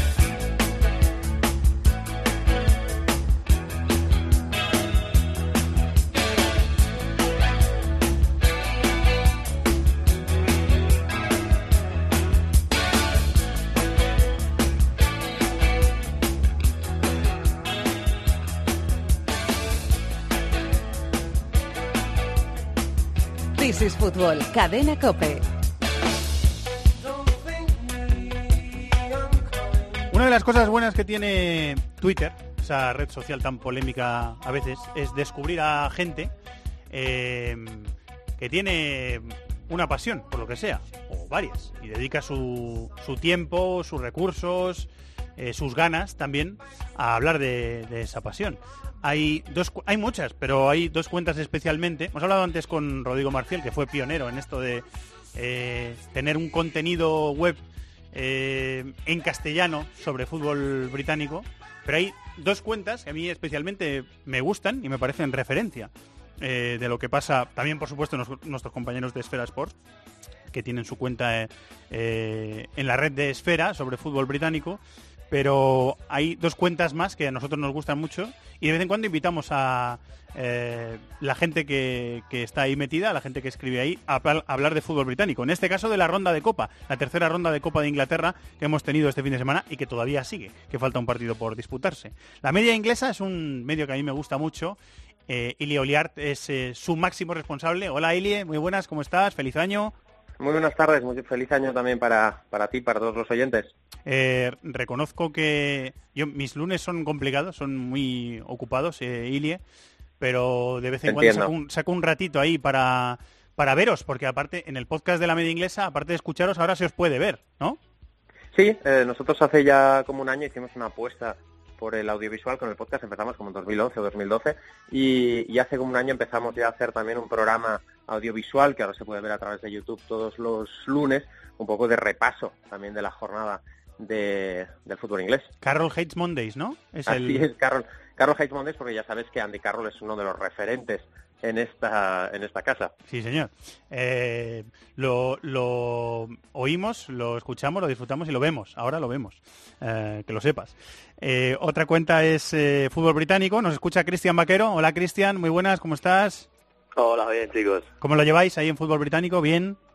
S1: This is Fútbol, Cadena COPE.
S3: Una de las cosas buenas que tiene Twitter, esa red social tan polémica a veces, es descubrir a gente que tiene una pasión, por lo que sea, o varias, y dedica su tiempo, sus recursos, sus ganas también a hablar de esa pasión. Hay muchas, pero hay 2 cuentas especialmente. Hemos hablado antes con Rodrigo Marcial, que fue pionero en esto de tener un contenido web en castellano sobre fútbol británico, pero hay 2 cuentas que a mí especialmente me gustan y me parecen referencia de lo que pasa, también por supuesto nuestros compañeros de Esfera Sports, que tienen su cuenta en la red de Esfera sobre fútbol británico. Pero hay 2 cuentas más que a nosotros nos gustan mucho y de vez en cuando invitamos a la gente que está ahí metida, a la gente que escribe ahí, a hablar de fútbol británico. En este caso de la ronda de Copa, la tercera ronda de Copa de Inglaterra que hemos tenido este fin de semana y que todavía sigue, que falta un partido por disputarse. La media inglesa es un medio que a mí me gusta mucho. Ilie Oliart es su máximo responsable. Hola, Ilie, muy buenas, ¿cómo estás? Feliz año.
S16: Muy buenas tardes, muy feliz año también para ti, para todos los oyentes.
S3: Reconozco que mis lunes son complicados, son muy ocupados, Ilie, pero de vez en cuando saco un ratito ahí para veros, porque aparte en el podcast de la media inglesa, aparte de escucharos, ahora se os puede ver, ¿no?
S16: Sí, nosotros hace ya como un año hicimos una apuesta por el audiovisual con el podcast, empezamos como en 2011 o 2012 y hace como un año empezamos ya a hacer también un programa audiovisual que ahora se puede ver a través de YouTube todos los lunes, un poco de repaso también de la jornada del fútbol inglés.
S3: Carroll Hates Mondays, ¿no?
S16: Así es, Carroll Hates Mondays, porque ya sabes que Andy Carroll es uno de los referentes en esta casa.
S3: Sí, señor. Lo oímos, lo escuchamos, lo disfrutamos y lo vemos. Ahora lo vemos, que lo sepas. Otra cuenta es Fútbol Británico. Nos escucha Cristian Vaquero. Hola, Cristian. Muy buenas. ¿Cómo estás?
S17: Hola, bien, chicos.
S3: ¿Cómo lo lleváis ahí en Fútbol Británico? ¿Bien?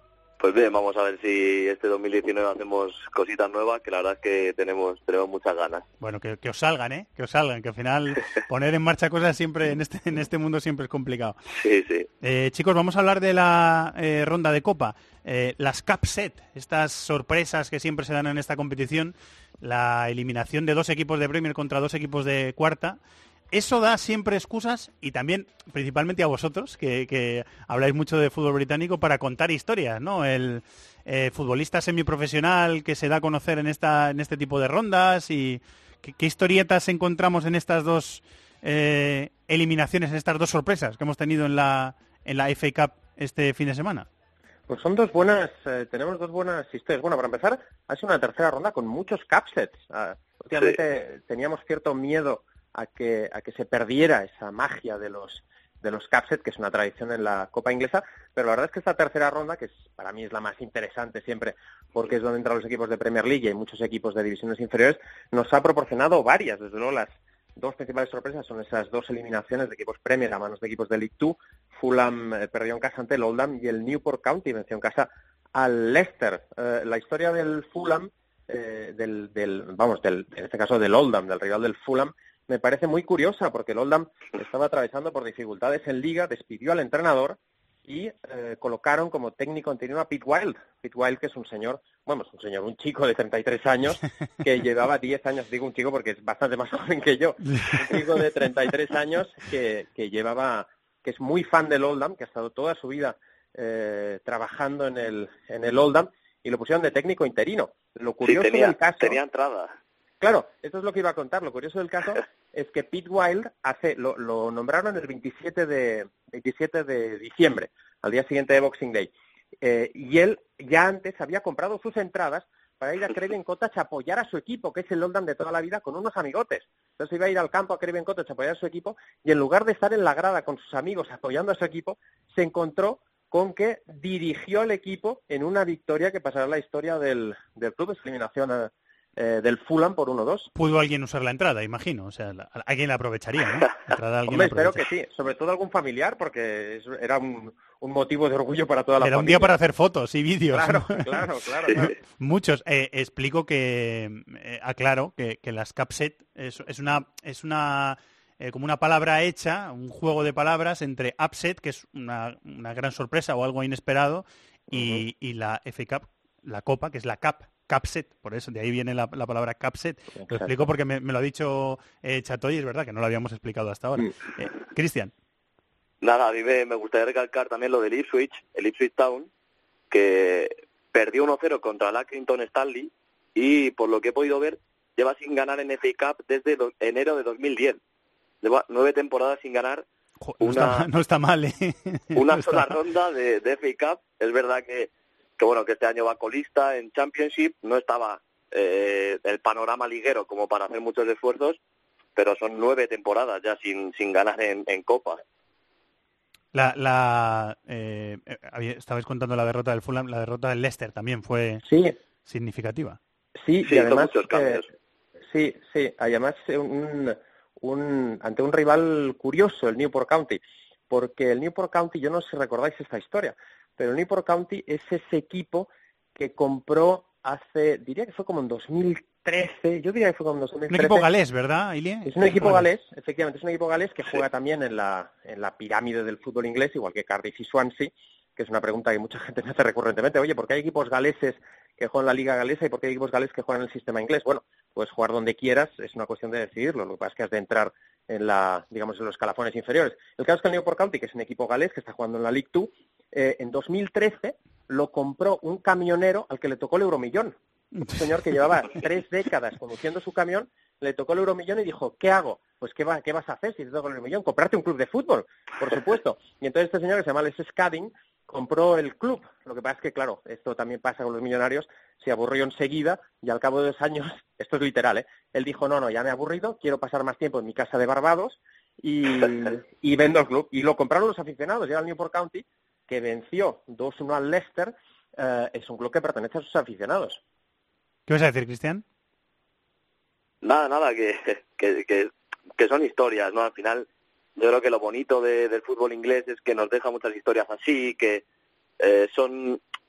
S17: Pues bien, vamos a ver si este 2019 hacemos cositas nuevas, que la verdad es que tenemos muchas ganas.
S3: Bueno, que os salgan, que os salgan, que al final poner en marcha cosas siempre en este mundo siempre es complicado.
S17: Sí, sí.
S3: Chicos, vamos a hablar de la ronda de Copa. Las Cup Set, estas sorpresas que siempre se dan en esta competición, la eliminación de 2 equipos de Premier contra 2 equipos de cuarta. Eso da siempre excusas, y también principalmente a vosotros, que habláis mucho de fútbol británico, para contar historias, ¿no? El futbolista semiprofesional que se da a conocer en este tipo de rondas, y ¿qué historietas encontramos en estas 2 eliminaciones, en estas 2 sorpresas que hemos tenido en la FA Cup este fin de semana?
S16: Pues son tenemos 2 buenas historias. Bueno, para empezar, ha sido una tercera ronda con muchos capsets. Últimamente teníamos cierto miedo a que se perdiera esa magia de los capsets, que es una tradición en la Copa inglesa, pero la verdad es que esta tercera ronda, que para mí es la más interesante siempre, porque es donde entran los equipos de Premier League y hay muchos equipos de divisiones inferiores, nos ha proporcionado varias. Desde luego, las 2 principales sorpresas son esas 2 eliminaciones de equipos Premier a manos de equipos de League 2. Fulham perdió en casa ante el Oldham y el Newport County venció en casa al Leicester. La historia del Fulham, en este caso del Oldham, del rival del Fulham, me parece muy curiosa, porque el Oldham estaba atravesando por dificultades en Liga, despidió al entrenador y colocaron como técnico interino a Pete Wild. Pete Wild, que es un chico de 33 años, que llevaba 10 años, digo un chico porque es bastante más joven que yo, un chico de 33 años que es muy fan del Oldham, que ha estado toda su vida trabajando en el Oldham, y lo pusieron de técnico interino. Lo curioso del caso...
S17: tenía entrada.
S16: Claro, esto es lo que iba a contar. Lo curioso del caso es que Pete Wild lo nombraron el 27 de diciembre, al día siguiente de Boxing Day. Y él ya antes había comprado sus entradas para ir a Craven Cottage a apoyar a su equipo, que es el Oldham de toda la vida, con unos amigotes. Entonces iba a ir al campo a Craven Cottage a apoyar a su equipo, y en lugar de estar en la grada con sus amigos apoyando a su equipo, se encontró con que dirigió al equipo en una victoria que pasará a la historia del club, es eliminación del Fulham por 1-2.
S3: ¿Pudo alguien usar la entrada, imagino? O sea, alguien la aprovecharía, ¿no?
S16: Hombre, espero que sí, sobre todo algún familiar, porque era un motivo de orgullo para toda la familia.
S3: Era un día para hacer fotos y vídeos.
S16: Claro,
S3: ¿no?
S16: claro.
S3: Muchos. Explico aclaro que las capset es una como una palabra hecha, un juego de palabras entre upset, que es una gran sorpresa o algo inesperado, y la FA Cup, la Copa, que es la Capset, por eso, de ahí viene la palabra Capset. Lo explico porque me lo ha dicho Chatoy, es verdad que no lo habíamos explicado hasta ahora. Cristian.
S17: Nada, a mí me gustaría recalcar también lo del el Ipswich Town, que perdió 1-0 contra el Accrington Stanley, y por lo que he podido ver, lleva sin ganar en FA Cup desde enero de 2010. Lleva 9 temporadas sin ganar.
S3: No está mal,
S17: Una sola ronda de FA Cup. Es verdad que este año va colista en Championship. No estaba el panorama liguero como para hacer muchos esfuerzos, pero son 9 temporadas ya sin ganar en Copa.
S3: Estabais contando la derrota del Fulham, la derrota del Leicester también fue significativa.
S16: Sí, y además muchos cambios. Sí, además ante un rival curioso, el Newport County, porque el Newport County, yo no sé si recordáis esta historia, pero el Newport County es ese equipo que compró diría que fue como en 2013, yo diría que fue como en 2013.
S3: Un equipo galés, ¿verdad, Ilie?
S16: Es un equipo galés, efectivamente, es un equipo galés que juega también en la pirámide del fútbol inglés, igual que Cardiff y Swansea, que es una pregunta que mucha gente me hace recurrentemente. Oye, ¿por qué hay equipos galeses que juegan en la liga galesa y por qué hay equipos galeses que juegan en el sistema inglés? Bueno, puedes jugar donde quieras, es una cuestión de decidirlo. Lo que pasa es que has de entrar en los escalafones inferiores. El caso es que el Newport County, que es un equipo galés que está jugando en la League 2, en 2013 lo compró un camionero al que le tocó el Euromillón. Un señor que llevaba 3 décadas conduciendo su camión, le tocó el Euromillón y dijo, ¿qué hago? Pues ¿qué vas a hacer si te toca el Euromillón? Comprarte un club de fútbol, por supuesto. Y entonces este señor, que se llama Les Scadding, compró el club. Lo que pasa es que, claro, esto también pasa con los millonarios, se aburrió enseguida y al cabo de 2 años, esto es literal, él dijo, no, ya me he aburrido, quiero pasar más tiempo en mi casa de Barbados y vendo el club. Y lo compraron los aficionados, llega el Newport County, que venció 2-1 al Leicester, es un club que pertenece a sus aficionados.
S3: ¿Qué vas a decir, Cristian?
S17: Nada, que son historias, ¿no? Al final, yo creo que lo bonito del fútbol inglés es que nos deja muchas historias así, que son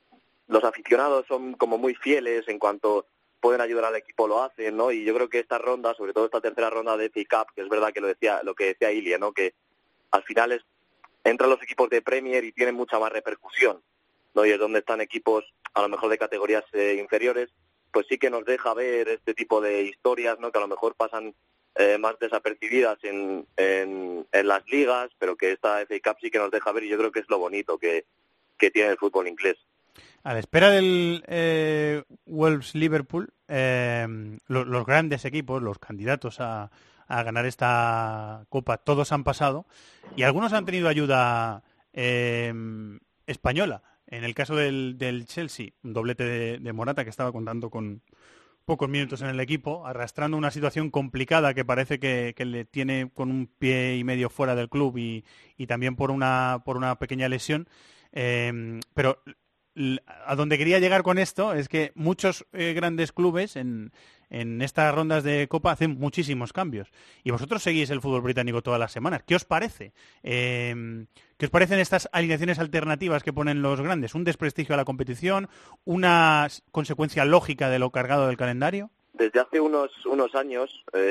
S17: los aficionados son como muy fieles en cuanto pueden ayudar al equipo, lo hacen, ¿no? Y yo creo que esta ronda, sobre todo esta tercera ronda de FA Cup, que es verdad que lo que decía Ilie, ¿no? Que al final entran los equipos de Premier y tienen mucha más repercusión, ¿no? Y es donde están equipos a lo mejor de categorías inferiores, pues sí que nos deja ver este tipo de historias, ¿no? Que a lo mejor pasan más desapercibidas en las ligas, pero que esta FA Cup sí que nos deja ver, y yo creo que es lo bonito que tiene el fútbol inglés.
S3: A la espera del Wolves-Liverpool, los grandes equipos, los candidatos a ganar esta Copa, todos han pasado y algunos han tenido ayuda española. En el caso del Chelsea, un doblete de Morata, que estaba contando con pocos minutos en el equipo, arrastrando una situación complicada que parece que le tiene con un pie y medio fuera del club y también por una pequeña lesión. Pero a donde quería llegar con esto es que muchos grandes clubes en estas rondas de Copa hacen muchísimos cambios. Y vosotros seguís el fútbol británico todas las semanas. ¿Qué os parece? ¿Qué os parecen estas alineaciones alternativas que ponen los grandes? ¿Un desprestigio a la competición? ¿Una consecuencia lógica de lo cargado del calendario?
S17: Desde hace unos años,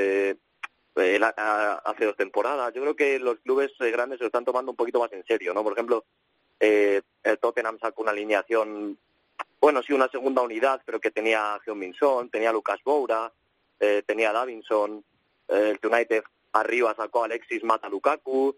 S17: hace 2 temporadas, yo creo que los clubes grandes se lo están tomando un poquito más en serio, ¿no? Por ejemplo, el Tottenham sacó una alineación, bueno, sí, una segunda unidad, pero que tenía a Heung-min Son, tenía a Lucas Moura, tenía a Davinson, el United arriba sacó a Alexis Mata Lukaku,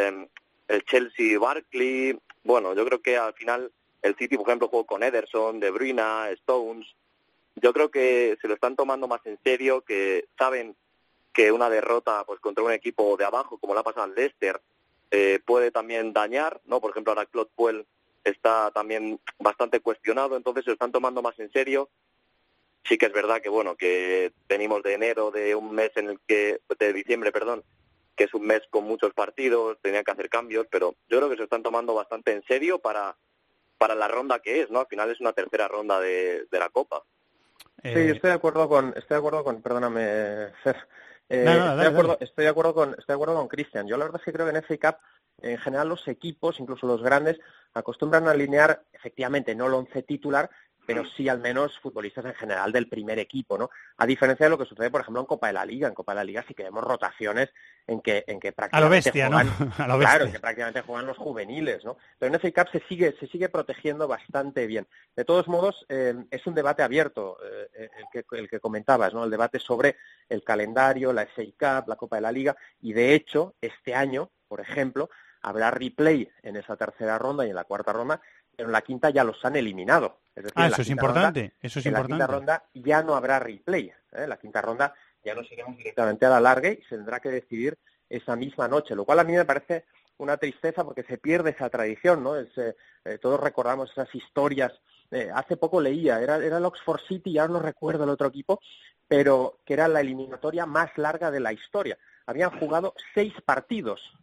S17: el Chelsea Barkley. Bueno, yo creo que al final el City, por ejemplo, jugó con Ederson, De Bruyne, Stones. Yo creo que se lo están tomando más en serio, que saben que una derrota pues contra un equipo de abajo, como le ha pasado al Leicester, puede también dañar, ¿no? Por ejemplo, ahora Claude Puel está también bastante cuestionado, entonces se lo están tomando más en serio. Sí que es verdad que, bueno, que venimos de enero, de diciembre, que es un mes con muchos partidos, tenían que hacer cambios, pero yo creo que se están tomando bastante en serio para la ronda que es, ¿no? Al final es una tercera ronda de la Copa.
S16: Sí, estoy de acuerdo con, perdóname, Fer. Estoy de acuerdo con Cristian. Yo la verdad es que creo que en FA Cup, en general, los equipos, incluso los grandes, acostumbran a alinear, efectivamente, no el 11 titular, pero sí al menos futbolistas en general del primer equipo, ¿no? A diferencia de lo que sucede, por ejemplo, en Copa de la Liga. En Copa de la Liga sí que vemos rotaciones en que prácticamente
S3: a lo bestia,
S16: juegan,
S3: ¿no? A lo bestia.
S16: Claro, en que prácticamente juegan los juveniles, ¿no? Pero en FA Cup se sigue protegiendo bastante bien. De todos modos, es un debate abierto, el que comentabas, ¿no? El debate sobre el calendario, la FA Cup, la Copa de la Liga, y de hecho, este año, por ejemplo, habrá replay en esa tercera ronda y en la cuarta ronda, pero en la quinta ya los han eliminado. Es decir,
S3: eso es importante.
S16: En la quinta ronda ya no habrá replay. En la quinta ronda ya nos iremos directamente a la larga y se tendrá que decidir esa misma noche, lo cual a mí me parece una tristeza porque se pierde esa tradición, ¿no? Todos recordamos esas historias. Hace poco leía, era el Oxford City, ya no recuerdo el otro equipo, pero que era la eliminatoria más larga de la historia. Habían jugado 6 partidos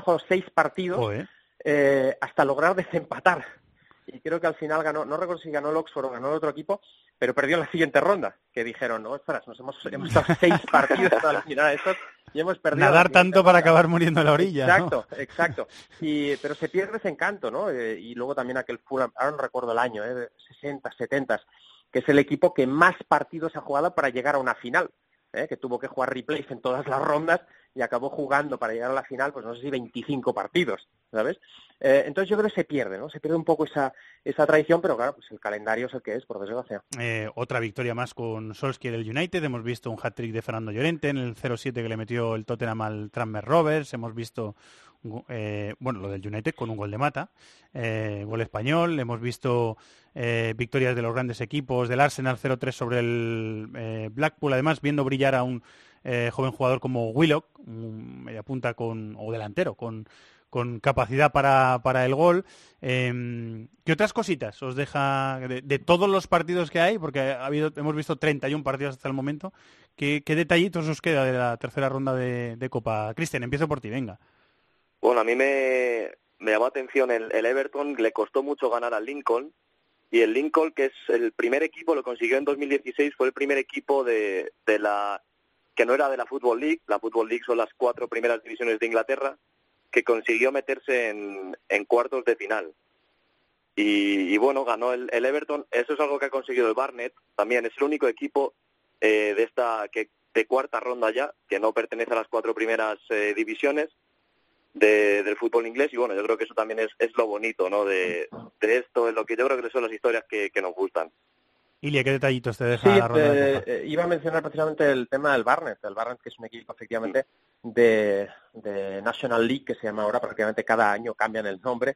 S16: hasta lograr desempatar. Y creo que al final ganó, no recuerdo si ganó el Oxford o ganó el otro equipo, pero perdió en la siguiente ronda, que dijeron, no, esperas, hemos estado 6 partidos para eliminar a estos y hemos perdido.
S3: Nadar tanto para acabar muriendo en la orilla.
S16: Exacto. Pero se pierde ese encanto, ¿no? Y luego también aquel Fulham, ahora no recuerdo el año, de 60, 70, que es el equipo que más partidos ha jugado para llegar a una final, que tuvo que jugar replays en todas las rondas y acabó jugando para llegar a la final, pues no sé si 25 partidos, ¿sabes? Entonces yo creo que se pierde, ¿no? Se pierde un poco esa tradición, pero claro, pues el calendario es el que es, por desgracia.
S3: Otra victoria más con Solskjaer el United. Hemos visto un hat-trick de Fernando Llorente en el 0-7 que le metió el Tottenham al Tranmere Rovers. Hemos visto, lo del United con un gol de Mata, gol español. Hemos visto victorias de los grandes equipos, del Arsenal 0-3 sobre el Blackpool. Además, viendo brillar a un joven jugador como Willock, un mediapunta o delantero con capacidad para el gol. ¿Qué otras cositas os deja de todos los partidos que hay? Porque hemos visto 31 partidos hasta el momento. ¿Qué detallitos os queda de la tercera ronda de Copa? Cristian, empiezo por ti, venga.
S17: Bueno, a mí me llamó la atención el Everton. Le costó mucho ganar al Lincoln. Y el Lincoln, que es el primer equipo, lo consiguió en 2016, fue el primer equipo que no era de la Football League. La Football League son las 4 primeras divisiones de Inglaterra, que consiguió meterse en cuartos de final. y bueno, ganó el Everton. Eso es algo que ha conseguido el Barnet. También es el único equipo de cuarta ronda ya, que no pertenece a las 4 primeras divisiones del fútbol inglés, y bueno, yo creo que eso también es lo bonito, ¿no? de esto, es lo que yo creo que son las historias que nos gustan.
S3: Ilia, ¿qué detallitos te deja la ronda de Copa?
S16: Iba a mencionar precisamente el tema del Barnet, que es un equipo efectivamente de National League, que se llama ahora, prácticamente cada año cambian el nombre,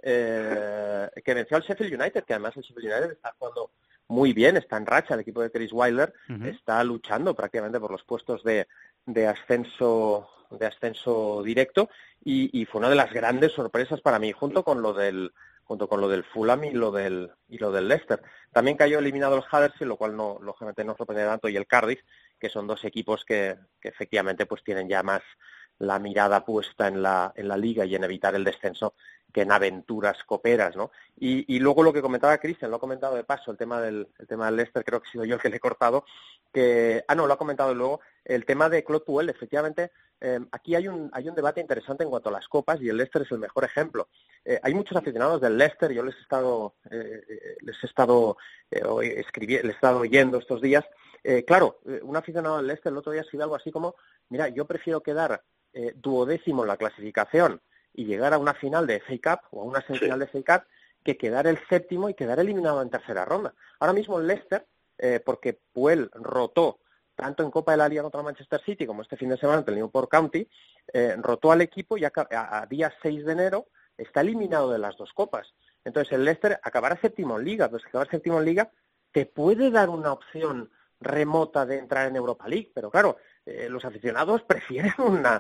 S16: que venció al Sheffield United, que además el Sheffield United está jugando muy bien, está en racha, el equipo de Chris Wilder está luchando prácticamente por los puestos de ascenso directo, y fue una de las grandes sorpresas para mí, junto con lo del Fulham y lo del Leicester. También cayó eliminado el Huddersfield, lo cual lógicamente no sorprende tanto, y el Cardiff, que son dos equipos que efectivamente pues tienen ya más la mirada puesta en la liga y en evitar el descenso que en aventuras coperas, ¿no? Y luego lo que comentaba Cristian, lo ha comentado de paso, el tema del Leicester, creo que he sido yo el que le he cortado, lo ha comentado luego, el tema de Claude Puel. Efectivamente, aquí hay un debate interesante en cuanto a las copas, y el Leicester es el mejor ejemplo. Hay muchos aficionados del Leicester, yo les he estado oyendo estos días. Claro, un aficionado del Leicester el otro día ha sido algo así como, mira, yo prefiero quedar duodécimo en la clasificación y llegar a una final de FA Cup o a una semifinal de FA Cup que quedar el séptimo y quedar eliminado en tercera ronda. Ahora mismo el Leicester, porque Puel rotó tanto en Copa de la Liga contra Manchester City como este fin de semana ante el Newport County, rotó al equipo y a día 6 de enero está eliminado de las dos copas. Entonces el Leicester acabará séptimo en Liga, pero si acabar séptimo en Liga te puede dar una opción remota de entrar en Europa League, pero claro, los aficionados prefieren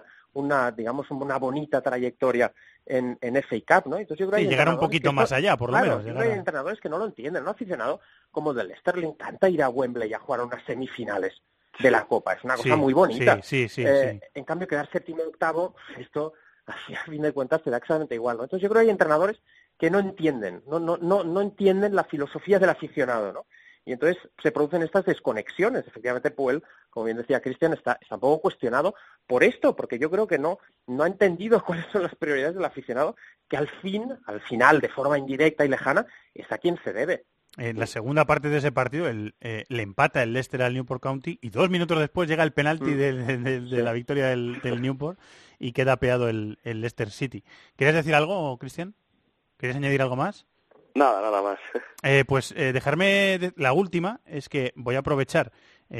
S16: una bonita trayectoria en FA Cup, ¿no? Entonces yo creo que
S3: llegar un poquito más allá, por lo menos.
S16: Yo creo que hay entrenadores que no lo entienden, ¿no? Aficionado como del Leicester le encanta ir a Wembley a jugar a unas semifinales de la Copa, es una cosa muy bonita.
S3: Sí.
S16: En cambio, quedar séptimo o octavo, esto a fin de cuentas te da exactamente igual, ¿no? Entonces yo creo que hay entrenadores que no entienden, no entienden la filosofía del aficionado, ¿no? Y entonces se producen estas desconexiones. Efectivamente, Puel, como bien decía Cristian, está un poco cuestionado por esto, porque yo creo que no ha entendido cuáles son las prioridades del aficionado, que al final, de forma indirecta y lejana, es a quien se debe.
S3: En la segunda parte de ese partido le empata el Leicester al Newport County y 2 minutos después llega el penalti de la victoria del Newport y queda apeado el Leicester City. ¿Querías decir algo, Cristian? ¿Querías añadir algo más?
S17: Nada más.
S3: Pues dejarme la última, es que voy a aprovechar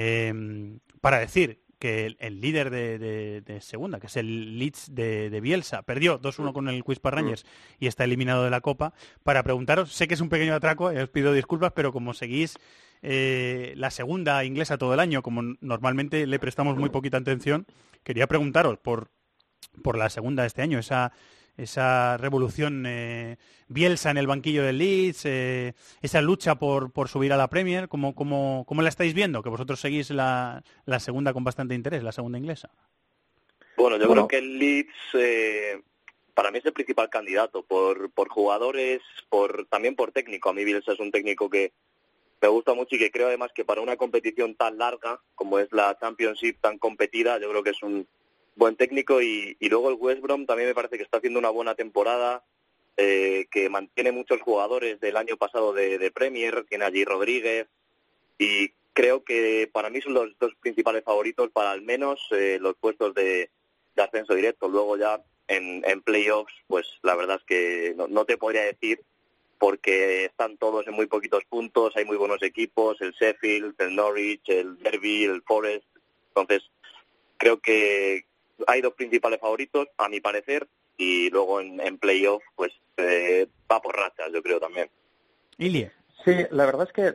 S3: para decir que el líder de segunda, que es el Leeds de Bielsa, perdió 2-1 con el Queen's Park Rangers y está eliminado de la Copa. Para preguntaros, sé que es un pequeño atraco, os pido disculpas, pero como seguís la segunda inglesa todo el año, como normalmente le prestamos muy poquita atención, quería preguntaros por la segunda de este año, esa revolución Bielsa en el banquillo del Leeds, esa lucha por subir a la Premier, ¿cómo la estáis viendo? Que vosotros seguís la segunda con bastante interés, la segunda inglesa.
S17: Bueno, yo creo que el Leeds para mí es el principal candidato por jugadores, también por técnico. A mí Bielsa es un técnico que me gusta mucho y que creo además que para una competición tan larga como es la Championship, tan competida, yo creo que es un buen técnico. Y luego el West Brom también me parece que está haciendo una buena temporada, que mantiene muchos jugadores del año pasado de Premier, tiene allí Rodríguez, y creo que para mí son los dos principales favoritos para al menos los puestos de ascenso directo. Luego ya en playoffs, pues la verdad es que no te podría decir, porque están todos en muy poquitos puntos, hay muy buenos equipos, el Sheffield, el Norwich, el Derby, el Forest. Entonces creo que hay dos principales favoritos, a mi parecer, y luego en playoff pues va por rachas, yo creo también.
S3: Ilie.
S16: Sí, la verdad es que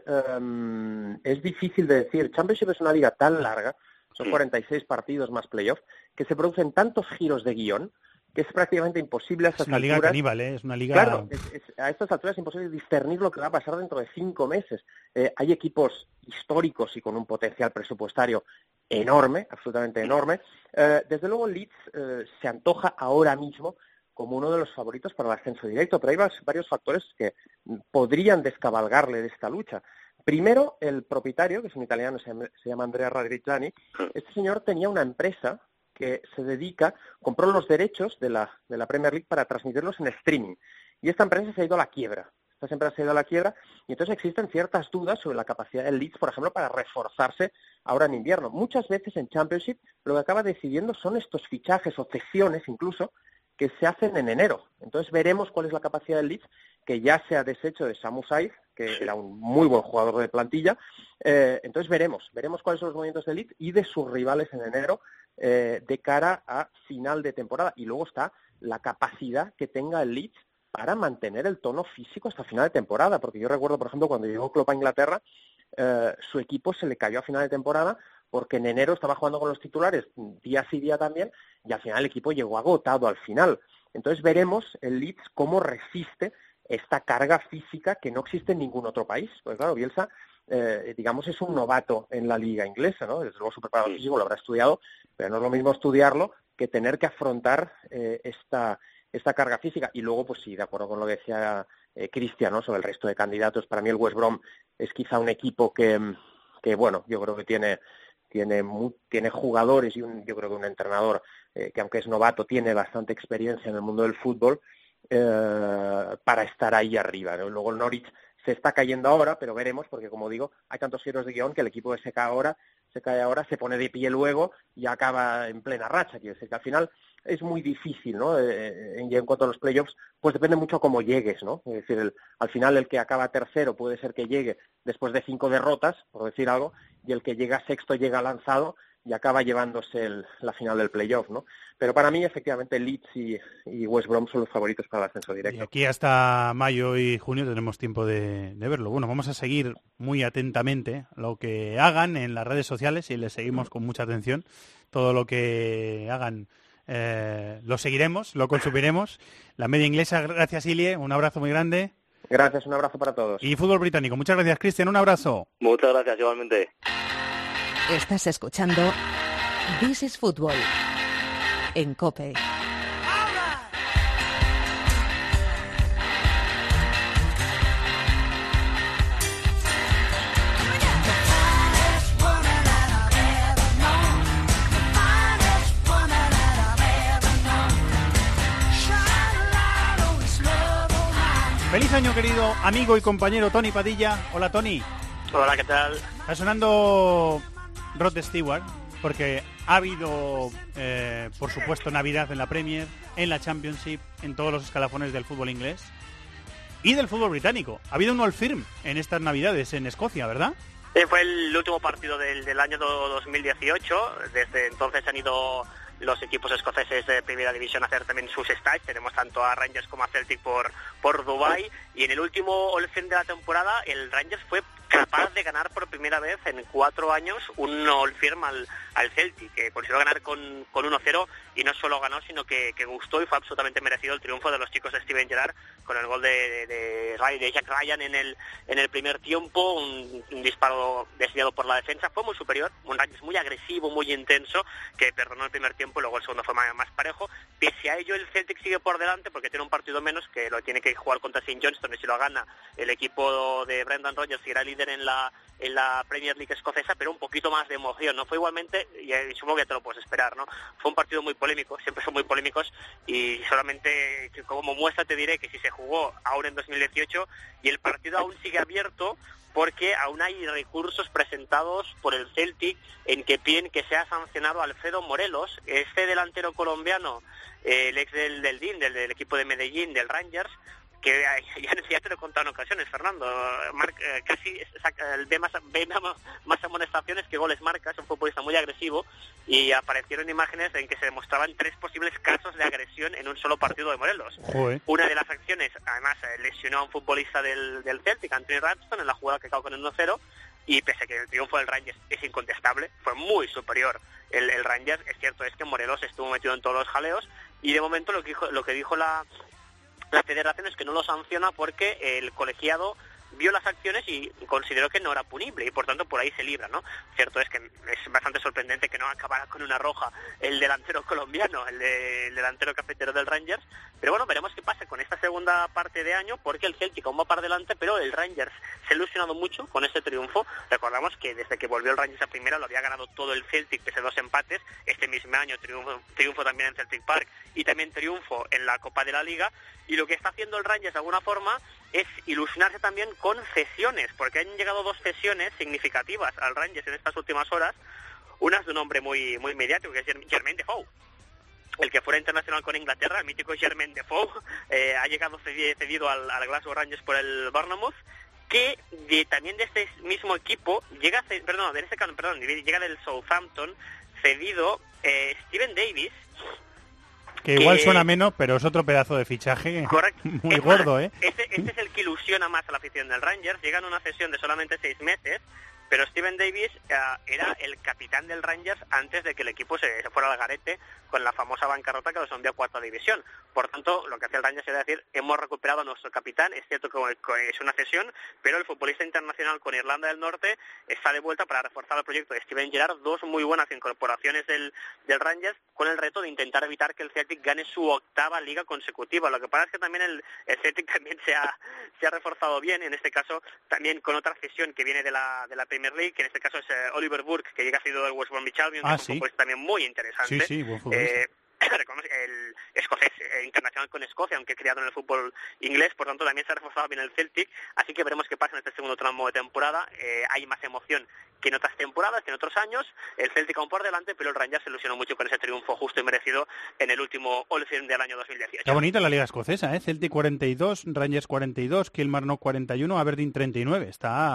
S16: es difícil de decir. Championship es una liga tan larga, son 46 partidos más playoff, que se producen tantos giros de guión que es prácticamente imposible a estas alturas.
S3: Es una liga caníbal, es una liga...
S16: Claro, a estas alturas es imposible discernir lo que va a pasar dentro de 5 meses. Hay equipos históricos y con un potencial presupuestario enorme, absolutamente enorme. Desde luego Leeds se antoja ahora mismo como uno de los favoritos para el ascenso directo, pero hay varios factores que podrían descabalgarle de esta lucha. Primero, el propietario, que es un italiano, se llama Andrea Radrizzani. Este señor tenía una empresa que se compró los derechos de la Premier League para transmitirlos en streaming. Y esta empresa se ha ido a la quiebra. Esta siempre ha sido a la quiebra, y entonces existen ciertas dudas sobre la capacidad del Leeds, por ejemplo, para reforzarse ahora en invierno. Muchas veces en Championship lo que acaba decidiendo son estos fichajes o cesiones incluso que se hacen en enero. Entonces veremos cuál es la capacidad del Leeds, que ya se ha deshecho de Samu Saiz, que era un muy buen jugador de plantilla. Entonces veremos cuáles son los movimientos del Leeds y de sus rivales en enero de cara a final de temporada. Y luego está la capacidad que tenga el Leeds para mantener el tono físico hasta final de temporada, porque yo recuerdo, por ejemplo, cuando llegó Klopp a Inglaterra, su equipo se le cayó a final de temporada porque en enero estaba jugando con los titulares día sí día también, y al final el equipo llegó agotado al final. Entonces veremos el Leeds cómo resiste esta carga física que no existe en ningún otro país. Pues claro, Bielsa, digamos, es un novato en la liga inglesa, ¿no? Desde luego su preparador físico lo habrá estudiado, pero no es lo mismo estudiarlo que tener que afrontar esta carga física. Y luego, pues sí, de acuerdo con lo que decía Cristian, ¿no? Sobre el resto de candidatos, para mí el West Brom es quizá un equipo que bueno, yo creo que tiene jugadores y yo creo que un entrenador que, aunque es novato, tiene bastante experiencia en el mundo del fútbol para estar ahí arriba, ¿no? Luego el Norwich se está cayendo ahora, pero veremos, porque como digo, hay tantos giros de guión que el equipo que se cae ahora, se pone de pie luego y acaba en plena racha. Quiero decir que al final es muy difícil, ¿no? En cuanto a los playoffs, pues depende mucho cómo llegues, ¿no? Es decir, al final el que acaba tercero puede ser que llegue después de 5 derrotas, por decir algo, y el que llega sexto llega lanzado y acaba llevándose la final del playoff, ¿no? Pero para mí, efectivamente, Leeds y West Brom son los favoritos para el ascenso directo.
S3: Y aquí hasta mayo y junio tenemos tiempo de verlo. Bueno, vamos a seguir muy atentamente lo que hagan en las redes sociales y les seguimos con mucha atención. Todo lo que hagan lo seguiremos, lo consumiremos. La media inglesa, gracias Ilie, un abrazo muy grande.
S16: Gracias, un abrazo para todos.
S3: Y fútbol británico, muchas gracias Cristian, un abrazo.
S17: Muchas gracias, igualmente.
S1: Estás escuchando This is Football en COPE.
S3: Feliz año, querido amigo y compañero Tony Padilla. Hola, Tony.
S10: Hola, ¿qué tal?
S3: Está sonando Rod Stewart, porque ha habido, por supuesto, Navidad en la Premier, en la Championship, en todos los escalafones del fútbol inglés y del fútbol británico. Ha habido un Old Firm en estas Navidades en Escocia, ¿verdad?
S10: Fue el último partido del año 2018. Desde entonces han ido los equipos escoceses de Primera División a hacer también sus stage. Tenemos tanto a Rangers como a Celtic por Dubái. Y en el último All Firm de la temporada, el Rangers fue capaz de ganar por primera vez en 4 años un All Firm al Celtic, que consiguió ganar con 1-0, y no solo ganó, sino que gustó y fue absolutamente merecido el triunfo de los chicos de Steven Gerrard con el gol de Jack Ryan en el primer tiempo, un disparo desviado por la defensa. Fue muy superior, un Rangers muy agresivo, muy intenso, que perdonó el primer tiempo y luego el segundo fue más parejo. Pese a ello, el Celtic sigue por delante porque tiene un partido menos, que lo tiene que jugar contra St. Johnstone, y si lo gana, el equipo de Brendan Rodgers será líder en la Premier League escocesa, pero un poquito más de emoción, ¿no? Fue igualmente, y supongo que te lo puedes esperar, ¿no? Fue un partido muy polémico, siempre son muy polémicos, y solamente como muestra te diré que si se jugó aún en 2018 y el partido aún sigue abierto, porque aún hay recursos presentados por el Celtic en que piden que sea sancionado Alfredo Morelos, este delantero colombiano, el ex del del equipo de Medellín, del Rangers, que ya te lo he contado en ocasiones, Fernando, casi ve más amonestaciones que goles marca. Es un futbolista muy agresivo, y aparecieron imágenes en que se demostraban 3 posibles casos de agresión en un solo partido de Morelos.
S3: Joder.
S10: Una de las acciones, además, lesionó a un futbolista del Celtic, Anthony Ralston, en la jugada que acabó con el 1-0, y pese a que el triunfo del Rangers es incontestable, fue muy superior el Rangers. Es cierto es que Morelos estuvo metido en todos los jaleos, y de momento lo que dijo la federación es que no lo sanciona porque el colegiado vio las acciones y consideró que no era punible, y por tanto por ahí se libra, ¿no? Cierto es que es bastante sorprendente que no acabara con una roja el delantero colombiano, el delantero cafetero del Rangers, pero bueno, veremos qué pasa con esta segunda parte de año, porque el Celtic aún va para adelante, pero el Rangers se ha ilusionado mucho con este triunfo. Recordamos que desde que volvió el Rangers a primera lo había ganado todo el Celtic, pese a 2 empates. Este mismo año triunfo también en Celtic Park, y también triunfo en la Copa de la Liga, y lo que está haciendo el Rangers de alguna forma
S18: es ilusionarse también con cesiones, porque han llegado 2 cesiones significativas al Rangers en estas últimas horas. Una es de un hombre muy mediático, que es Jermaine Defoe, el que fuera internacional con Inglaterra, el mítico Jermaine Defoe, ha llegado cedido al Glasgow Rangers por el Bournemouth, que también de este mismo equipo llega del Southampton cedido Steven Davis,
S3: que igual suena menos, pero es otro pedazo de fichaje.
S18: Correcto.
S3: Muy gordo, ¿eh?
S18: Este es el que ilusiona más a la afición del Rangers. Llega en una cesión de solamente 6 meses, pero Steven Davis era el capitán del Rangers antes de que el equipo se fuera al garete con la famosa bancarrota que los envió a 4ª división. Por tanto, lo que hace el Rangers es decir, hemos recuperado a nuestro capitán. Es cierto que es una cesión, pero el futbolista internacional con Irlanda del Norte está de vuelta para reforzar el proyecto de Steven Gerrard. 2 muy buenas incorporaciones del Rangers, con el reto de intentar evitar que el Celtic gane su 8ª liga consecutiva. Lo que pasa es que también el Celtic también se ha reforzado bien, en este caso también con otra cesión que viene de la Premier League, que en este caso es Oliver Burke, que llega sido del West Bromwich Albion, que es un futbolista también muy interesante.
S3: Sí, buen futbolista.
S18: El escocés internacional con Escocia, aunque criado en el fútbol inglés, por tanto también se ha reforzado bien el Celtic, así que veremos qué pasa en este segundo tramo de temporada. Hay más emoción que en otras temporadas, que en otros años. El Celtic aún por delante, pero el Rangers se ilusionó mucho con ese triunfo justo y merecido en el último All-Firm del año 2018.
S3: Está bonita la liga escocesa, ¿eh? Celtic 42, Rangers 42, Kilmarnock 41, Aberdeen 39.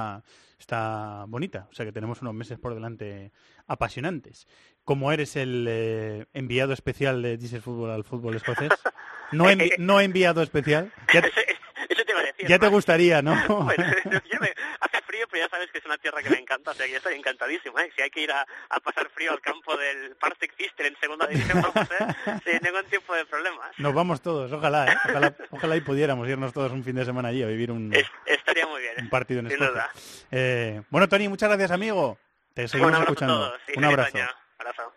S3: Está bonita, o sea que tenemos unos meses por delante apasionantes. Como eres el enviado especial de This is Football al fútbol escocés, no enviado especial.
S18: Eso te iba a decir.
S3: Ya te gustaría, ¿no?
S18: Bueno, hace frío, pero ya sabes que es una tierra que me encanta, o sea que yo estoy encantadísimo, ¿eh? Si hay que ir a pasar frío al campo del Partick Thistle en 2ª división, vamos, sin ningún tipo de problemas.
S3: Nos vamos todos, ojalá, ¿eh? Ojalá y pudiéramos irnos todos un fin de semana allí a vivir
S18: estaría muy bien,
S3: un partido en
S18: sin
S3: Escocia.
S18: duda.
S3: Bueno, Tony, muchas gracias, amigo. Te seguimos escuchando.
S18: A todos. Sí,
S3: un abrazo.
S18: Abrazo.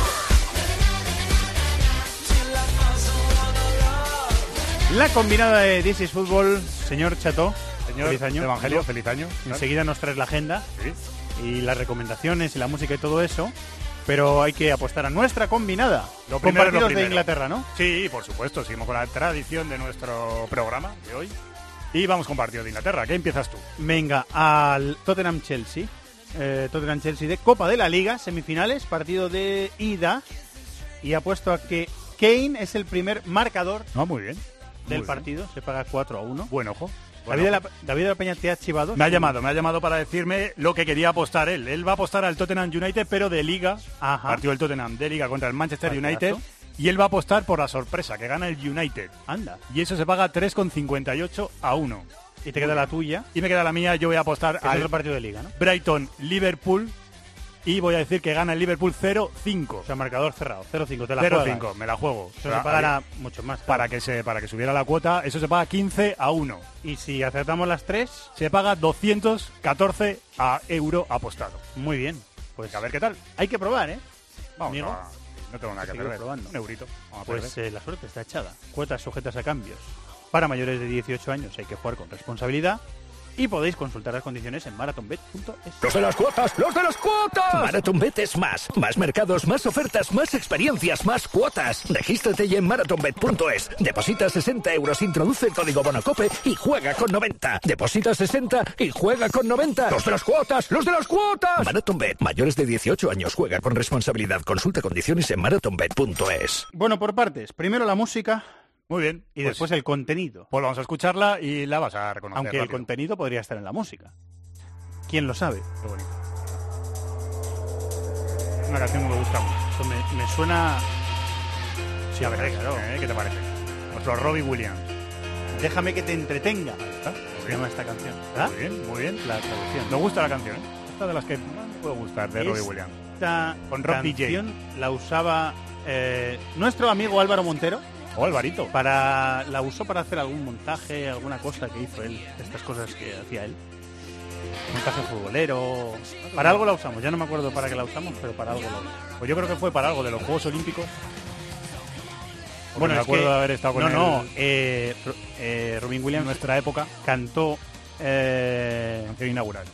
S3: La combinada de This is Football, señor Chato.
S19: Señor
S3: feliz año.
S19: Evangelio, feliz año.
S3: Enseguida nos traes la agenda,
S19: ¿sí?
S3: Y las recomendaciones y la música y todo eso. Pero hay que apostar a nuestra combinada. Con partidos de Inglaterra, ¿no?
S19: Sí, por supuesto. Seguimos con la tradición de nuestro programa de hoy. Y vamos con partidos de Inglaterra. ¿Qué empiezas tú?
S3: Venga, al Tottenham-Chelsea. Tottenham-Chelsea de Copa de la Liga, semifinales, partido de ida. Y apuesto a que Kane es el primer marcador
S19: muy bien.
S3: del partido. Se paga 4-1.
S19: Buen ojo.
S3: David de la Peña te ha chivado.
S19: Me ha llamado para decirme lo que quería apostar él. Él va a apostar al Tottenham United, pero de Liga.
S3: Ajá.
S19: Partido del Tottenham de Liga contra el Manchester United. Y él va a apostar por la sorpresa, que gana el United.
S3: Anda.
S19: Y eso se paga 3,58-1.
S3: Y te queda la tuya.
S19: Y me queda la mía. Yo voy a apostar
S3: al otro partido de Liga, ¿no?
S19: Brighton-Liverpool. Y voy a decir que gana el Liverpool 0-5.
S3: O sea, marcador cerrado. 0-5, te la juegas.
S19: 0-5, me la juego.
S3: Eso se pagará mucho más.
S19: Para que subiera la cuota, eso se paga 15-1.
S3: Y si acertamos las 3,
S19: se paga 214 € apostado.
S3: Muy bien. Pues
S19: a ver qué tal.
S3: Hay que probar, ¿eh?
S19: Vamos, no tengo nada que perder.
S3: Probando.
S19: Un eurito.
S3: Pues la suerte está echada. Cuotas sujetas a cambios. Para mayores de 18 años hay que jugar con responsabilidad. Y podéis consultar las condiciones en marathonbet.es.
S11: ¡Los de las cuotas! ¡Los de las cuotas! MarathonBet es más. Más mercados, más ofertas, más experiencias, más cuotas. Regístrate ya en marathonbet.es. Deposita 60 €, introduce el código BONOCOPE y juega con 90. Deposita 60 y juega con 90. ¡Los de las cuotas! ¡Los de las cuotas! MarathonBet. Mayores de 18 años. Juega con responsabilidad. Consulta condiciones en marathonbet.es.
S3: Bueno, por partes. Primero la música.
S19: Muy bien.
S3: Y después el contenido.
S19: Pues vamos a escucharla y la vas a reconocer.
S3: Aunque
S19: rápido.
S3: el contenido podría estar en la música. ¿Quién lo sabe?
S19: Qué bonito. Una canción que me gusta mucho.
S3: Esto me suena...
S19: Sí, a ver, claro. ¿Qué te parece? Nuestro Robbie Williams.
S3: Déjame que te entretenga.
S19: ¿Está?
S3: Se llama esta canción.
S19: ¿Ah? Muy bien.
S3: La traducción.
S19: Me gusta la canción, ¿eh? Esta de las que más me puede gustar, de Robbie Williams.
S3: Esta
S19: con Rob
S3: canción la usaba nuestro amigo Álvaro Montero.
S19: O Alvarito.
S3: La usó para hacer algún montaje, alguna cosa que hizo él, estas cosas que hacía él. Montaje futbolero. Para algo la usamos, ya no me acuerdo para qué la usamos, pero para algo la usamos.
S19: Pues yo creo que fue para algo de los Juegos Olímpicos.
S3: Bueno,
S19: me acuerdo de haber estado con
S3: Robin Williams en nuestra época cantó
S19: canción inaugural.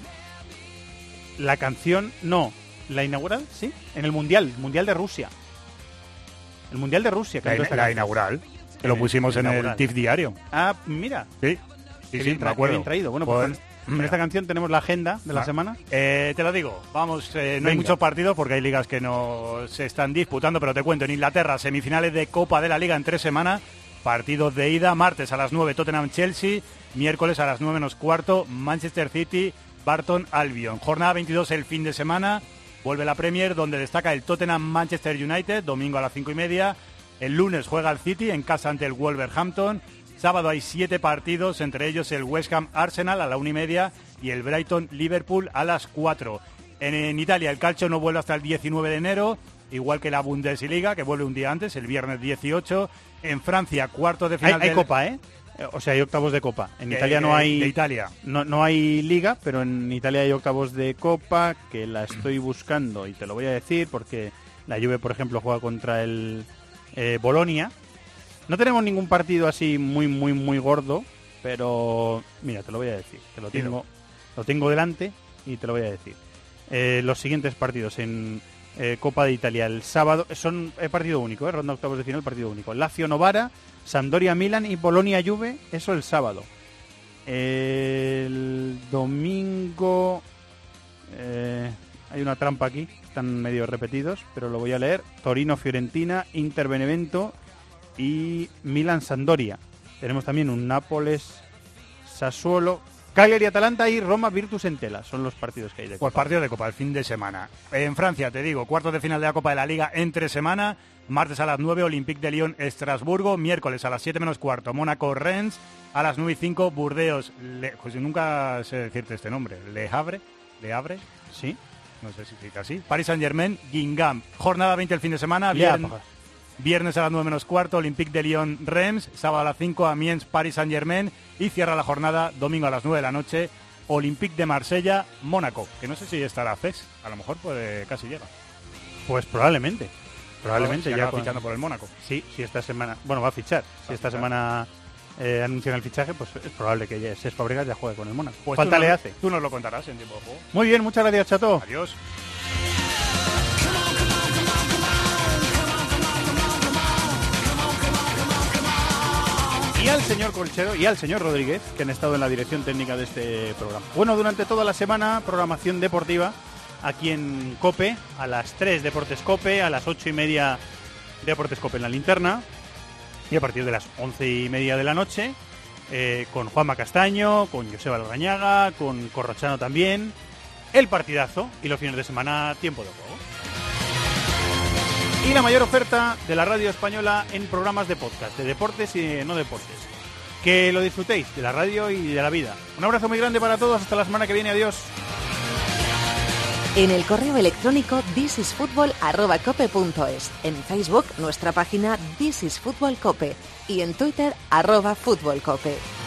S3: La canción, no, la inaugural, sí, en el Mundial de Rusia. El Mundial de Rusia.
S19: La inaugural. Que lo pusimos en el TIFF diario.
S3: Ah, mira.
S19: Sí.
S3: Qué
S19: Sí,
S3: bien
S19: me acuerdo.
S3: qué bien traído. Bueno, pues en esta canción tenemos la agenda de la semana.
S19: Te lo digo, vamos, no hay
S3: Venga.
S19: muchos partidos porque hay ligas que no se están disputando, pero te cuento, en Inglaterra, semifinales de Copa de la Liga en 3 semanas, partidos de ida, martes a las 9 Tottenham-Chelsea, miércoles a las 9 menos cuarto Manchester City-Barton Albion. Jornada 22 el fin de semana, vuelve la Premier donde destaca el Tottenham-Manchester United, domingo a las 5:30, el lunes juega el City en casa ante el Wolverhampton. Sábado hay 7 partidos, entre ellos el West Ham Arsenal a la 1:30 y el Brighton Liverpool a las 4. En Italia el calcio no vuelve hasta el 19 de enero, igual que la Bundesliga, que vuelve un día antes, el viernes 18. En Francia, cuartos de final.
S3: Hay Copa, ¿eh? O sea, hay octavos de Copa. En Italia no hay...
S19: De Italia.
S3: No hay Liga, pero en Italia hay octavos de Copa, que la estoy buscando y te lo voy a decir porque la Juve, por ejemplo, juega contra el Bolonia. No tenemos ningún partido así muy gordo, pero mira, te lo voy a decir. Lo tengo delante y te lo voy a decir. Los siguientes partidos en Copa de Italia el sábado son partido único, ronda octavos de final, partido único. Lazio Novara, Sampdoria Milan y Bolonia Juve, eso el sábado. El domingo hay una trampa aquí, están medio repetidos, pero lo voy a leer. Torino Fiorentina, Inter Benevento y Milan Sampdoria. Tenemos también un Nápoles Sassuolo, Cagliari Atalanta y Roma Virtus Entella. Son los partidos que hay de Copa.
S19: Pues partido de Copa el fin de semana. En Francia, te digo, cuartos de final de la Copa de la Liga entre semana. Martes a las 9, Olympique de Lyon Estrasburgo. Miércoles a las 7 menos cuarto, Mónaco Rennes. A las 9:05, Burdeos. Pues nunca sé decirte este nombre. Le Havre.
S3: Sí.
S19: No sé si dice así. Paris Saint-Germain, Guingamp. Jornada 20 el fin de semana. Viernes a las 9 menos cuarto, Olympique de Lyon Reims. Sábado a las 5, Amiens Paris Saint-Germain. Y cierra la jornada domingo a las 9 de la noche, Olympique de Marsella, Mónaco. Que no sé si estará CES. A lo mejor casi llega.
S3: Pues probablemente. Probablemente
S19: ya
S3: ya
S19: fichando por el Mónaco.
S3: Sí, si esta semana... Bueno, va a fichar. Si esta semana anuncian el fichaje, pues es probable que Cesc Fabregas ya juegue con el Mónaco.
S19: Pues
S3: falta le hace.
S19: Tú nos lo contarás en tiempo de juego.
S3: Muy bien, muchas gracias, Chato.
S19: Adiós.
S3: Y al señor Colchero y al señor Rodríguez, que han estado en la dirección técnica de este programa. Bueno, durante toda la semana, programación deportiva aquí en COPE, a las 3 Deportes COPE, a las 8:30 Deportes COPE en la linterna, y a partir de las 11:30 de la noche, con Juanma Castaño, con Joseba Larrañaga, con Corrochano también, el partidazo, y los fines de semana, tiempo de juego. Y la mayor oferta de la radio española en programas de podcast, de deportes y de no deportes. Que lo disfrutéis de la radio y de la vida. Un abrazo muy grande para todos, hasta la semana que viene, adiós.
S1: En el correo electrónico thisisfutbol@cope.es, en Facebook nuestra página This is Fútbol Cope y en Twitter @futbolcope.